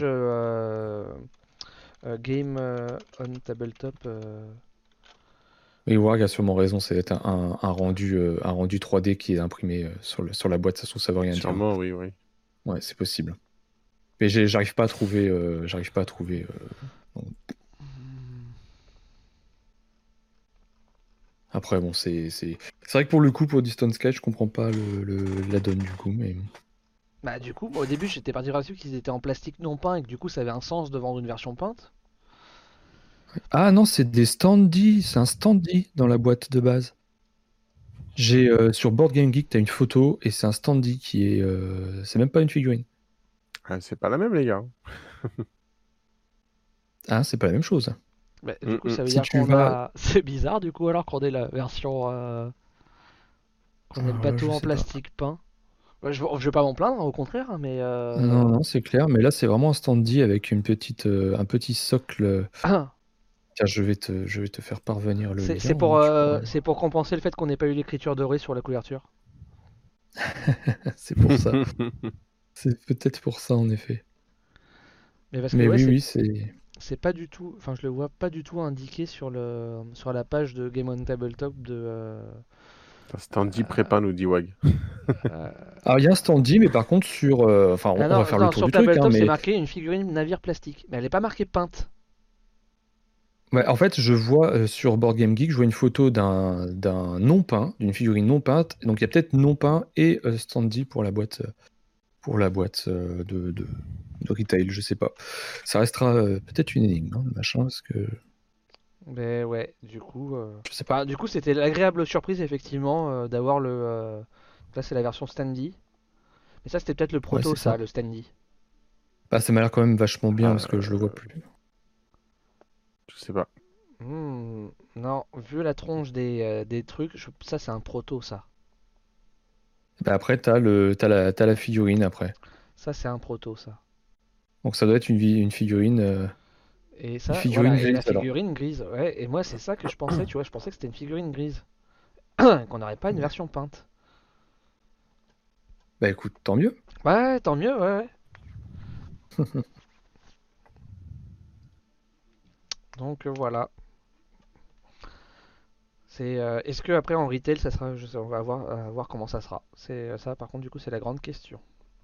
Game on Tabletop. Oui, Warg a sûrement raison, c'est un rendu 3D qui est imprimé sur la boîte, ça se trouve, ça veut rien dire. Sûrement, oui, oui. Ouais, c'est possible. Mais j'arrive pas à trouver. Après, bon, c'est vrai que pour le coup, pour Distant Sky, je comprends pas la donne du coup, mais. Bah du coup, moi, au début j'étais parti là-dessus qu'ils étaient en plastique non peint et que du coup ça avait un sens de vendre une version peinte. Ah non, c'est des standees, c'est un standee dans la boîte de base. J'ai sur Board Game Geek, t'as une photo et c'est un standee qui est. C'est même pas une figurine. Ah, c'est pas la même, les gars. Ah, c'est pas la même chose. Bah, du coup ça veut Si dire tu qu'on vas. a... C'est bizarre du coup alors qu'on ait la version... qu'on ait le bateau Je en sais pas. plastique peint. Ouais, je vais pas m'en plaindre, au contraire, hein, mais... Non, non, c'est clair, mais là c'est vraiment un standee avec un petit socle. Tiens, je vais te faire parvenir le lien. C'est pour compenser le fait qu'on n'ait pas eu l'écriture dorée sur la couverture. C'est pour ça. C'est peut-être pour ça en effet. Mais parce que Mais ouais, oui, c'est. c'est pas du tout... Enfin, je le vois pas du tout indiqué sur la page de Game on Tabletop de... C'est un dit prépa, nous dit Wag. Alors il y a un standee, mais par contre sur. Enfin, on Ah non, va faire le non, tour sur du truc, hein, Tabletop c'est mais. marqué une figurine navire plastique. Mais elle est pas marquée peinte. Ouais, en fait, je vois sur Board Game Geek, je vois une photo d'un non peint, d'une figurine non peinte. Donc il y a peut-être non peint et standee pour la boîte, de retail, je sais pas. Ça restera peut-être une énigme, hein, le machin, parce que Mais ouais, je sais pas. du coup, c'était l'agréable surprise effectivement d'avoir là, c'est la version standee. Mais ça, c'était peut-être le Ouais, proto, c'est ça, ça. le standee. Bah, ça m'a l'air quand même vachement bien Ah, parce que je le vois plus. je sais pas. Non, vu la tronche des trucs, ça, c'est un proto, ça. Bah, après, t'as la figurine après. Ça, c'est un proto, ça. Donc ça doit être une Et une ça, figurine voilà, et la grise alors. figurine grise. Ouais, et moi, c'est ça que je pensais, tu vois, je pensais que c'était une figurine grise. Qu'on n'aurait pas une version peinte. Bah écoute, tant mieux. Ouais, tant mieux, ouais, ouais. Donc voilà. Est-ce que après en retail ça sera, je sais, on va voir comment ça sera. C'est ça par contre du coup c'est la grande question.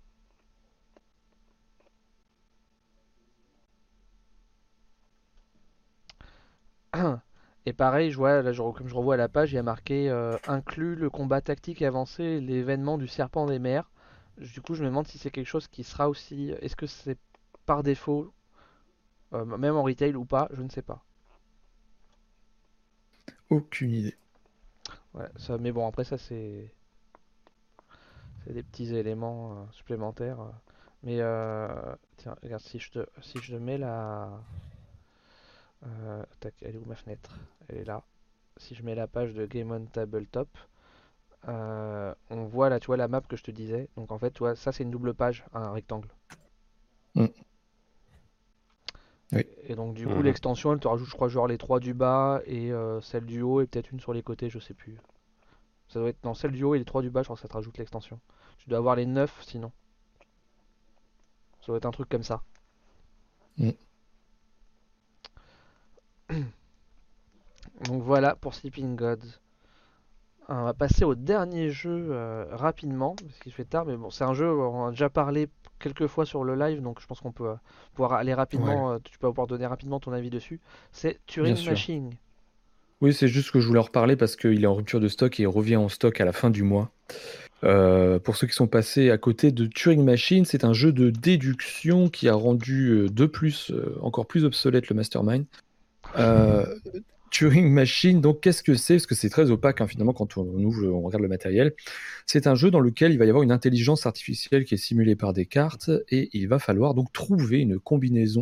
Et pareil, je vois là, comme je revois la page, il y a marqué inclut le combat tactique avancé et l'événement du serpent des mers. Du coup, je me demande si c'est quelque chose qui sera aussi. Est-ce que c'est par défaut, même en retail ou pas, je ne sais pas. Aucune idée. Ouais, ça, mais bon, après ça c'est des petits éléments supplémentaires. Mais tiens, regarde si je te mets la. Tac, elle est où ma fenêtre? Elle est là. Si je mets la page de Game on Tabletop, on voit là, tu vois la map que je te disais. Donc en fait, tu vois, ça c'est une double page, un rectangle. Mm. Oui. Et donc du coup, Mhm. l'extension, elle te rajoute, je crois, genre les trois du bas et celle du haut et peut-être une sur les côtés, je sais plus. Ça doit être dans celle du haut et les trois du bas, je crois que ça te rajoute l'extension. Tu dois avoir les 9 sinon. Ça doit être un truc comme ça. Mm. Donc voilà pour Sleeping Gods. On va passer au dernier jeu rapidement, parce qu'il fait tard, mais bon, c'est un jeu, on en a déjà parlé quelques fois sur le live, donc je pense qu'on peut pouvoir aller Ouais, rapidement, tu peux pouvoir donner rapidement ton avis dessus. C'est bien Turing sûr. Machine. Oui, c'est juste que je voulais en reparler parce qu'il est en rupture de stock et il revient en stock à la fin du mois. Pour ceux qui sont passés à côté de Turing Machine, c'est un jeu de déduction qui a rendu de plus, encore plus obsolète le Mastermind. Euh, Turing Machine, donc qu'est-ce que c'est? Parce que c'est très opaque hein, finalement quand on regarde le matériel. C'est un jeu dans lequel il va y avoir une intelligence artificielle qui est simulée par des cartes et il va falloir donc trouver une combinaison.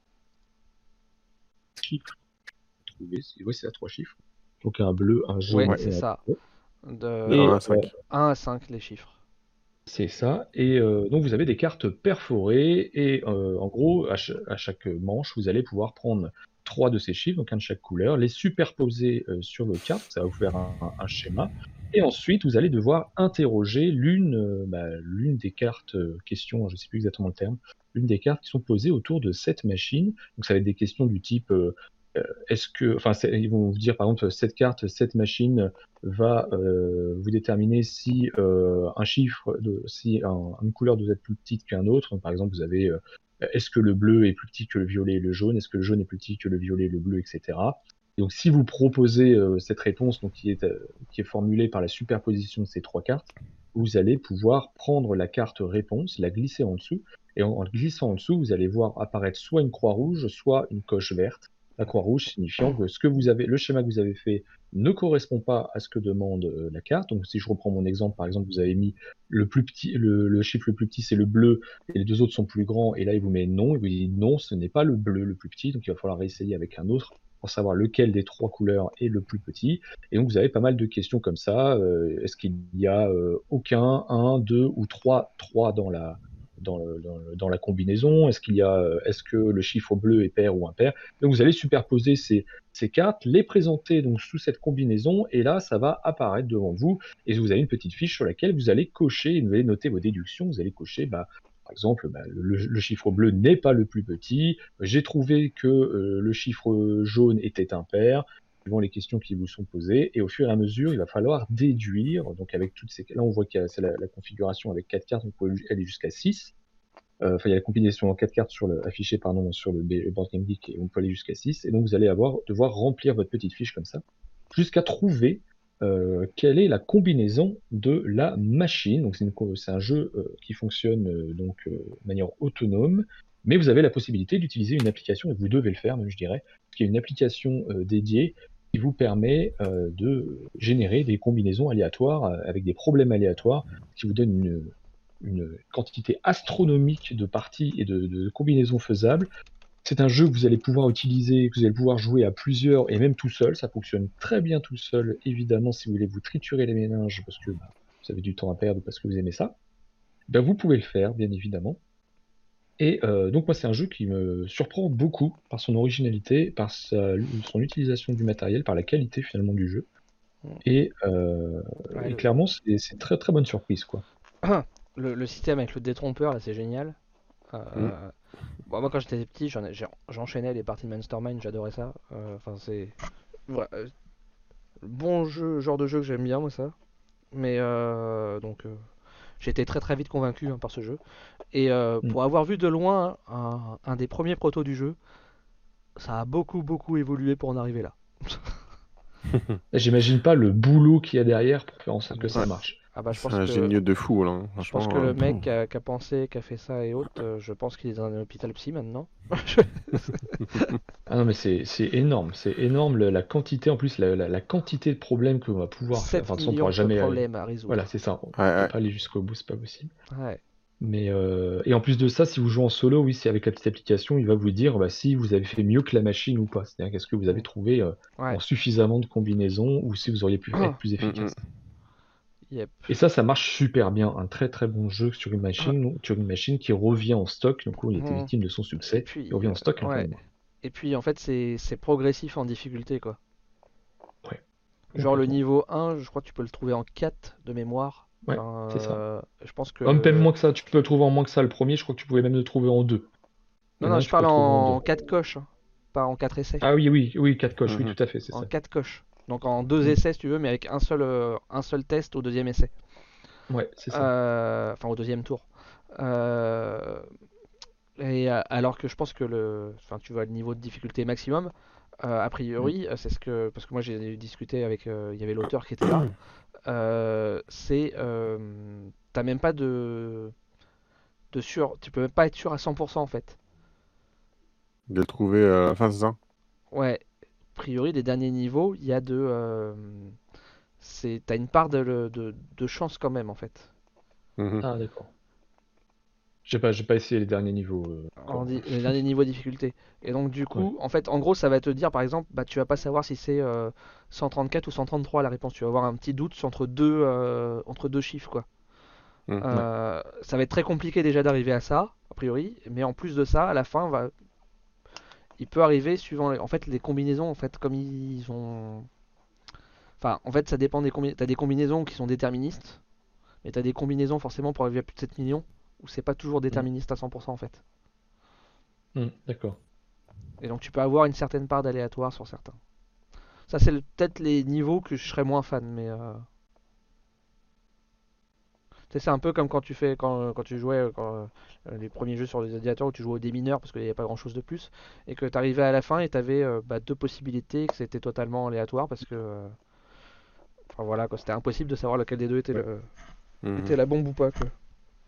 Chiffres trouvés, oui, c'est à 3 chiffres. Donc un bleu, un Ouais, jaune Ouais, et c'est un ça. bleu. de De Et 1 à 5. 1 à 5 les chiffres. c'est ça. Et donc vous avez des cartes perforées et en gros à chaque manche vous allez pouvoir prendre 3 de ces chiffres, donc un de chaque couleur, les superposer sur votre carte, ça va vous faire un schéma. Et ensuite vous allez devoir interroger l'une des cartes questions, je ne sais plus exactement le terme, l'une des cartes qui sont posées autour de cette machine. Donc ça va être des questions du type est-ce que, enfin, ils vont vous dire par exemple cette carte, cette machine va vous déterminer si une couleur doit être plus petite qu'un autre. Par exemple, vous avez est-ce que le bleu est plus petit que le violet et le jaune, est-ce que le jaune est plus petit que le violet et le bleu, etc. Et donc, si vous proposez cette réponse, donc qui est formulée par la superposition de ces 3 cartes, vous allez pouvoir prendre la carte réponse, la glisser en dessous, et en glissant en dessous, vous allez voir apparaître soit une croix rouge, soit une coche verte. La croix rouge signifiant que le schéma que vous avez fait ne correspond pas à ce que demande la carte. Donc si je reprends mon exemple, par exemple, vous avez mis le plus petit, le chiffre le plus petit, c'est le bleu, et les deux autres sont plus grands, et là il vous met non, il vous dit non, ce n'est pas le bleu le plus petit, donc il va falloir réessayer avec un autre pour savoir lequel des 3 couleurs est le plus petit. Et donc vous avez pas mal de questions comme ça. Est-ce qu'il y a aucun, un, deux ou trois dans la combinaison? Est-ce que le chiffre bleu est pair ou impair? Donc vous allez superposer ces cartes, les présenter donc sous cette combinaison, et là ça va apparaître devant vous, et vous avez une petite fiche sur laquelle vous allez cocher, vous allez noter vos déductions, vous allez cocher, par exemple, le chiffre bleu n'est pas le plus petit, j'ai trouvé que le chiffre jaune était impair, suivant les questions qui vous sont posées, et au fur et à mesure, il va falloir déduire, donc avec toutes ces... Là on voit que c'est la configuration avec 4 cartes, on peut aller jusqu'à 6, Enfin, il y a la combinaison en 4 cartes affichée sur le Board Game Geek et on peut aller jusqu'à 6. Et donc, vous allez devoir remplir votre petite fiche comme ça jusqu'à trouver quelle est la combinaison de la machine. Donc, c'est un jeu qui fonctionne de manière autonome, mais vous avez la possibilité d'utiliser une application, et vous devez le faire, même je dirais, parce qu'il y a une application dédiée qui vous permet de générer des combinaisons aléatoires avec des problèmes aléatoires qui vous donnent une quantité astronomique de parties et de combinaisons faisables. C'est un jeu que vous allez pouvoir utiliser, que vous allez pouvoir jouer à plusieurs et même tout seul. Ça fonctionne très bien tout seul, évidemment, si vous voulez vous triturer les méninges parce que vous avez du temps à perdre ou parce que vous aimez ça. Ben, vous pouvez le faire, bien évidemment. Et donc moi, c'est un jeu qui me surprend beaucoup par son originalité, par son utilisation du matériel, par la qualité finalement du jeu. Et clairement, c'est très très bonne surprise, quoi. Le système avec le détrompeur, là, c'est génial. Bon, moi, quand j'étais petit, j'enchaînais les parties de Mastermind, j'adorais ça. Enfin, c'est bon jeu, genre de jeu que j'aime bien, moi, ça. Mais j'ai été très très vite convaincu par ce jeu. Et pour avoir vu de loin un des premiers protos du jeu, ça a beaucoup beaucoup évolué pour en arriver là. J'imagine pas le boulot qu'il y a derrière pour faire en sorte que ça marche. Ah bah, C'est ingénieux de fou, là. Je pense que le mec qui a pensé, qui a fait ça et autres, je pense qu'il est dans un hôpital psy maintenant. Ah non, mais c'est énorme, la quantité, en plus, la quantité de problèmes qu'on va pouvoir faire. 7 Enfin, de toute façon, on millions pourra jamais de problèmes à résoudre. Voilà, c'est ça. On peut Ouais. pas aller jusqu'au bout, c'est pas possible. Ouais. Mais et en plus de ça, si vous jouez en solo, oui, c'est avec la petite application, il va vous dire si vous avez fait mieux que la machine ou pas. C'est-à-dire qu'est-ce que vous avez trouvé en suffisamment de combinaisons ou si vous auriez pu être plus efficace. Yep. Et ça marche super bien. Un très très bon jeu sur une machine qui revient en stock. Donc, il était victime de son succès. Il revient en stock. Et puis en fait, c'est progressif en difficulté, quoi. Ouais. Genre le niveau 1, je crois que tu peux le trouver en 4 de mémoire. Ouais, c'est ça. Je pense que même moins que ça, tu peux le trouver en moins que ça. Le premier, je crois que tu pouvais même le trouver en 2. Non, je parle en 4 coches, pas en 4 essais. Ah oui, 4 coches, oui, tout à fait, c'est ça. En 4 coches. Donc en 2 essais si tu veux, mais avec un seul test au deuxième essai. Ouais, c'est ça. Enfin au deuxième tour. Et alors que je pense que tu vois le niveau de difficulté maximum, a priori, c'est ce que parce que moi j'ai discuté avec, il y avait l'auteur qui était là. T'as même pas tu peux même pas être sûr à 100% en fait. De le trouver c'est ça? Ouais, a priori, les derniers niveaux, il y a t'as une part de chance quand même en fait. Ah, d'accord. J'ai pas essayé les derniers niveaux. Les derniers niveaux de difficulté. Et donc, du coup, en fait, en gros, ça va te dire par exemple, tu vas pas savoir si c'est 134 ou 133 la réponse. Tu vas avoir un petit doute entre deux chiffres, quoi. Ça va être très compliqué déjà d'arriver à ça, a priori. Mais en plus de ça, à la fin, il peut arriver suivant en fait les combinaisons, en fait, comme ils ont. Enfin, en fait, ça dépend des combinaisons. T'as des combinaisons qui sont déterministes, mais t'as des combinaisons forcément pour arriver à plus de 7 millions où c'est pas toujours déterministe à 100% en fait. D'accord. Et donc tu peux avoir une certaine part d'aléatoire sur certains. Ça c'est peut-être les niveaux que je serais moins fan, mais c'est un peu comme quand tu jouais les premiers jeux sur les ordinateurs où tu jouais au démineur parce qu'il n'y avait pas grand chose de plus et que tu arrivais à la fin et tu avais deux possibilités que c'était totalement aléatoire parce que enfin voilà quoi, c'était impossible de savoir lequel des deux était était la bombe ou pas quoi.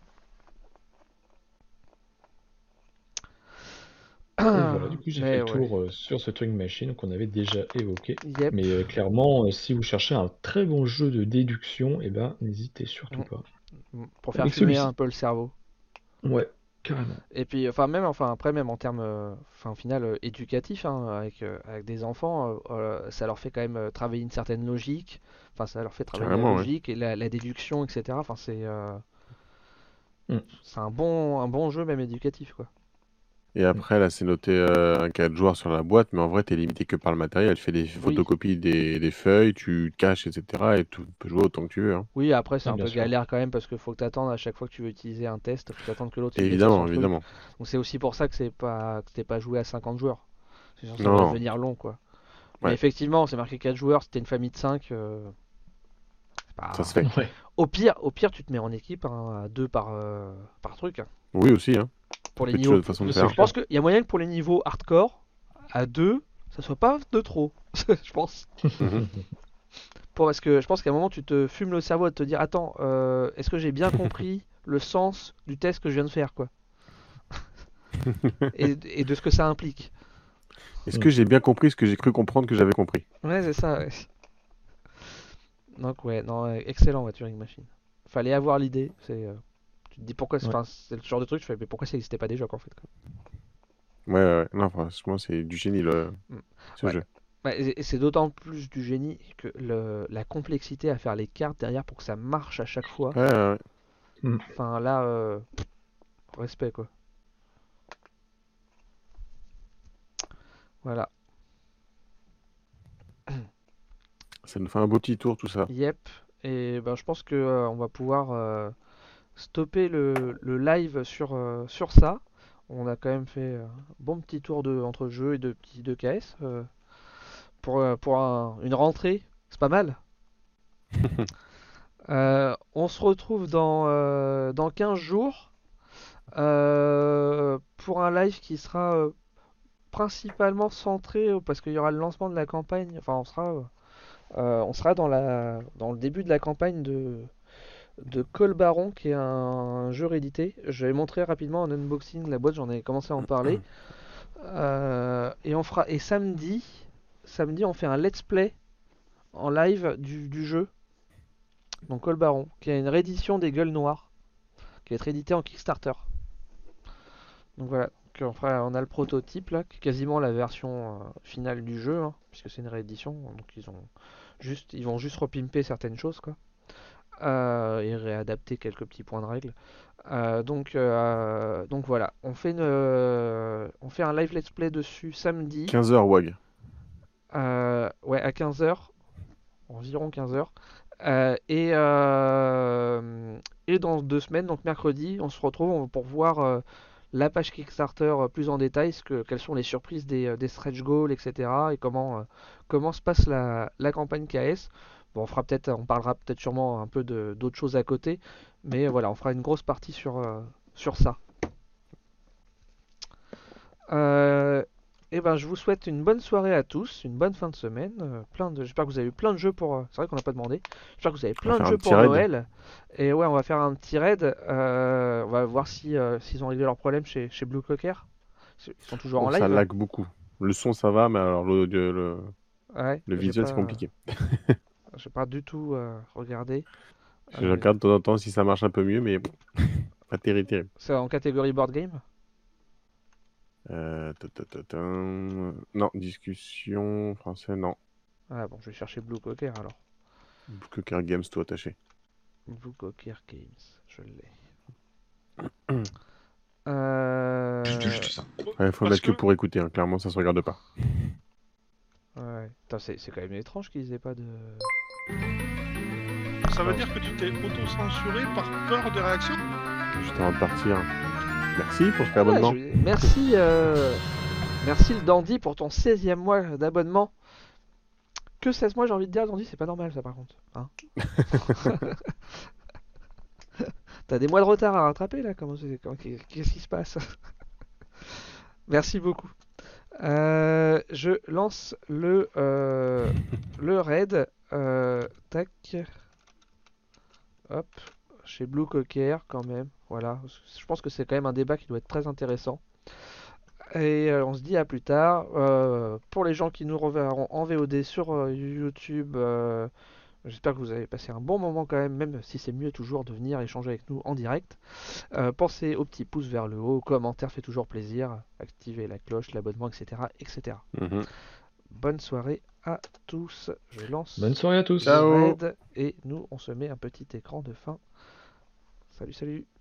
Et voilà, du coup j'ai fait le tour sur ce Turing Machine qu'on avait déjà évoqué. Yep. Mais clairement, si vous cherchez un très bon jeu de déduction, n'hésitez surtout pas. Pour faire fumer un peu le cerveau. Ouais, carrément. Et puis, après, même en termes, au final, éducatifs, avec des enfants, ça leur fait quand même travailler une certaine logique. Enfin, ça leur fait travailler la logique et la déduction, etc. Enfin, c'est un bon jeu, même éducatif, quoi. Et après, là, c'est noté un 4 joueurs sur la boîte, mais en vrai, t'es limité que par le matériel. Tu fais des photocopies des feuilles, tu te caches, etc. Et tu peux jouer autant que tu veux. Hein. Oui, après, c'est un peu galère quand même parce qu'il faut que tu attendes à chaque fois que tu veux utiliser un test, faut t'attendre que l'autre évidemment. Donc c'est aussi pour ça que t'es pas joué à 50 joueurs. Sinon, ça va devenir long, quoi. Ouais. Mais effectivement, c'est marqué 4 joueurs, si t'es une famille de 5. Ça se fait. Au pire, tu te mets en équipe à 2 par truc. Oui, aussi, hein. Pour les Peut-être niveaux. de façon de C'est faire. Je pense qu'il y a moyen que pour les niveaux hardcore, à 2, ça soit pas de trop. Je pense. Mhm. Parce que je pense qu'à un moment, tu te fumes le cerveau de te dire attends, est-ce que j'ai bien compris le sens du test que je viens de faire, quoi. Et de ce que ça implique. Est-ce que j'ai bien compris ce que j'ai cru comprendre que j'avais compris? Ouais, c'est ça. Ouais. Donc, ouais, non, excellent, ouais, Turing Machine. Fallait avoir l'idée. Tu te dis pourquoi. Ouais. Enfin, c'est le genre de truc, tu fais, mais pourquoi ça n'existait pas déjà, quoi, en fait, quoi. Ouais, ouais, ouais. Non, franchement, c'est du génie, Mm. ce Ouais. jeu. Ouais, et c'est d'autant plus du génie que la complexité à faire les cartes derrière pour que ça marche à chaque fois. Ouais, ouais, ouais. Enfin, là, respect, quoi. Voilà. Ça nous fait un beau petit tour, tout ça. Yep. Et ben, je pense que on va pouvoir stopper le live sur ça. On a quand même fait un bon petit tour entre jeux et de petits 2KS. Pour une rentrée, c'est pas mal. On se retrouve dans 15 jours pour un live qui sera principalement centré parce qu'il y aura le lancement de la campagne. Enfin, on sera dans le début de la campagne de Call Baron, qui est un jeu réédité. Je vais montrer rapidement un unboxing de la boîte, j'en ai commencé à en parler. Et samedi, on fait un let's play en live du jeu, donc Call Baron, qui est une réédition des Gueules Noires, qui va être édité en Kickstarter. Donc voilà, on a le prototype là, qui est quasiment la version finale du jeu, hein, puisque c'est une réédition, donc ils vont juste repimper certaines choses, quoi. Et réadapter quelques petits points de règle. Donc voilà, on fait un live let's play dessus samedi, 15h, WAG. ouais, à 15h, environ 15h. Et dans 2 semaines, donc mercredi, on se retrouve pour voir la page Kickstarter plus en détail, quelles sont les surprises des stretch goals, etc. Et comment se passe la campagne KS. Bon, on parlera peut-être sûrement un peu d'autres choses à côté, mais voilà, on fera une grosse partie sur ça. Et ben, je vous souhaite une bonne soirée à tous, une bonne fin de semaine. J'espère que vous avez eu plein de jeux pour. C'est vrai qu'on n'a pas demandé. J'espère que vous avez On va plein de faire un jeux petit pour raid. Noël. Et ouais, on va faire un petit raid. On va voir s'ils ont réglé leurs problèmes chez Blue Cocker. Ils sont toujours en Oh, ça live. lag beaucoup. Le son, ça va, mais alors Ouais, le visuel, c'est compliqué. j'ai pas du tout regardé. Je regarde de temps en temps si ça marche un peu mieux, mais bon, pas terrible. C'est en catégorie board game. Non, discussion, français, non. Ah bon, je vais chercher Blue Cocker alors. Cocker Games, tout attaché. Blue Cocker Games, je l'ai. Juste ça. Il faut mettre que pour écouter, hein. Clairement, ça se regarde pas. Ouais. Putain, c'est quand même étrange qu'ils aient pas de. Ça veut dire que tu t'es auto-censuré par peur des réactions? J'étais en train de partir. Merci pour cet abonnement. Merci le Dandy pour ton 16e mois d'abonnement. Que 16 mois, j'ai envie de dire, Dandy, c'est pas normal ça par contre. Hein. T'as des mois de retard à rattraper là. Qu'est-ce qui se passe? Merci beaucoup. Je lance le raid. Tac. Hop. Chez Blue Cocker quand même. Voilà. Je pense que c'est quand même un débat qui doit être très intéressant. Et on se dit à plus tard. Pour les gens qui nous reverront en VOD sur YouTube, j'espère que vous avez passé un bon moment quand même si c'est mieux toujours de venir échanger avec nous en direct. Pensez au petit pouce vers le haut, commentaire fait toujours plaisir, activez la cloche, l'abonnement, etc. etc. Bonne soirée à tous. Je lance Bonne soirée à tous. Ciao. le raid et nous on se met un petit écran de fin. Salut, salut.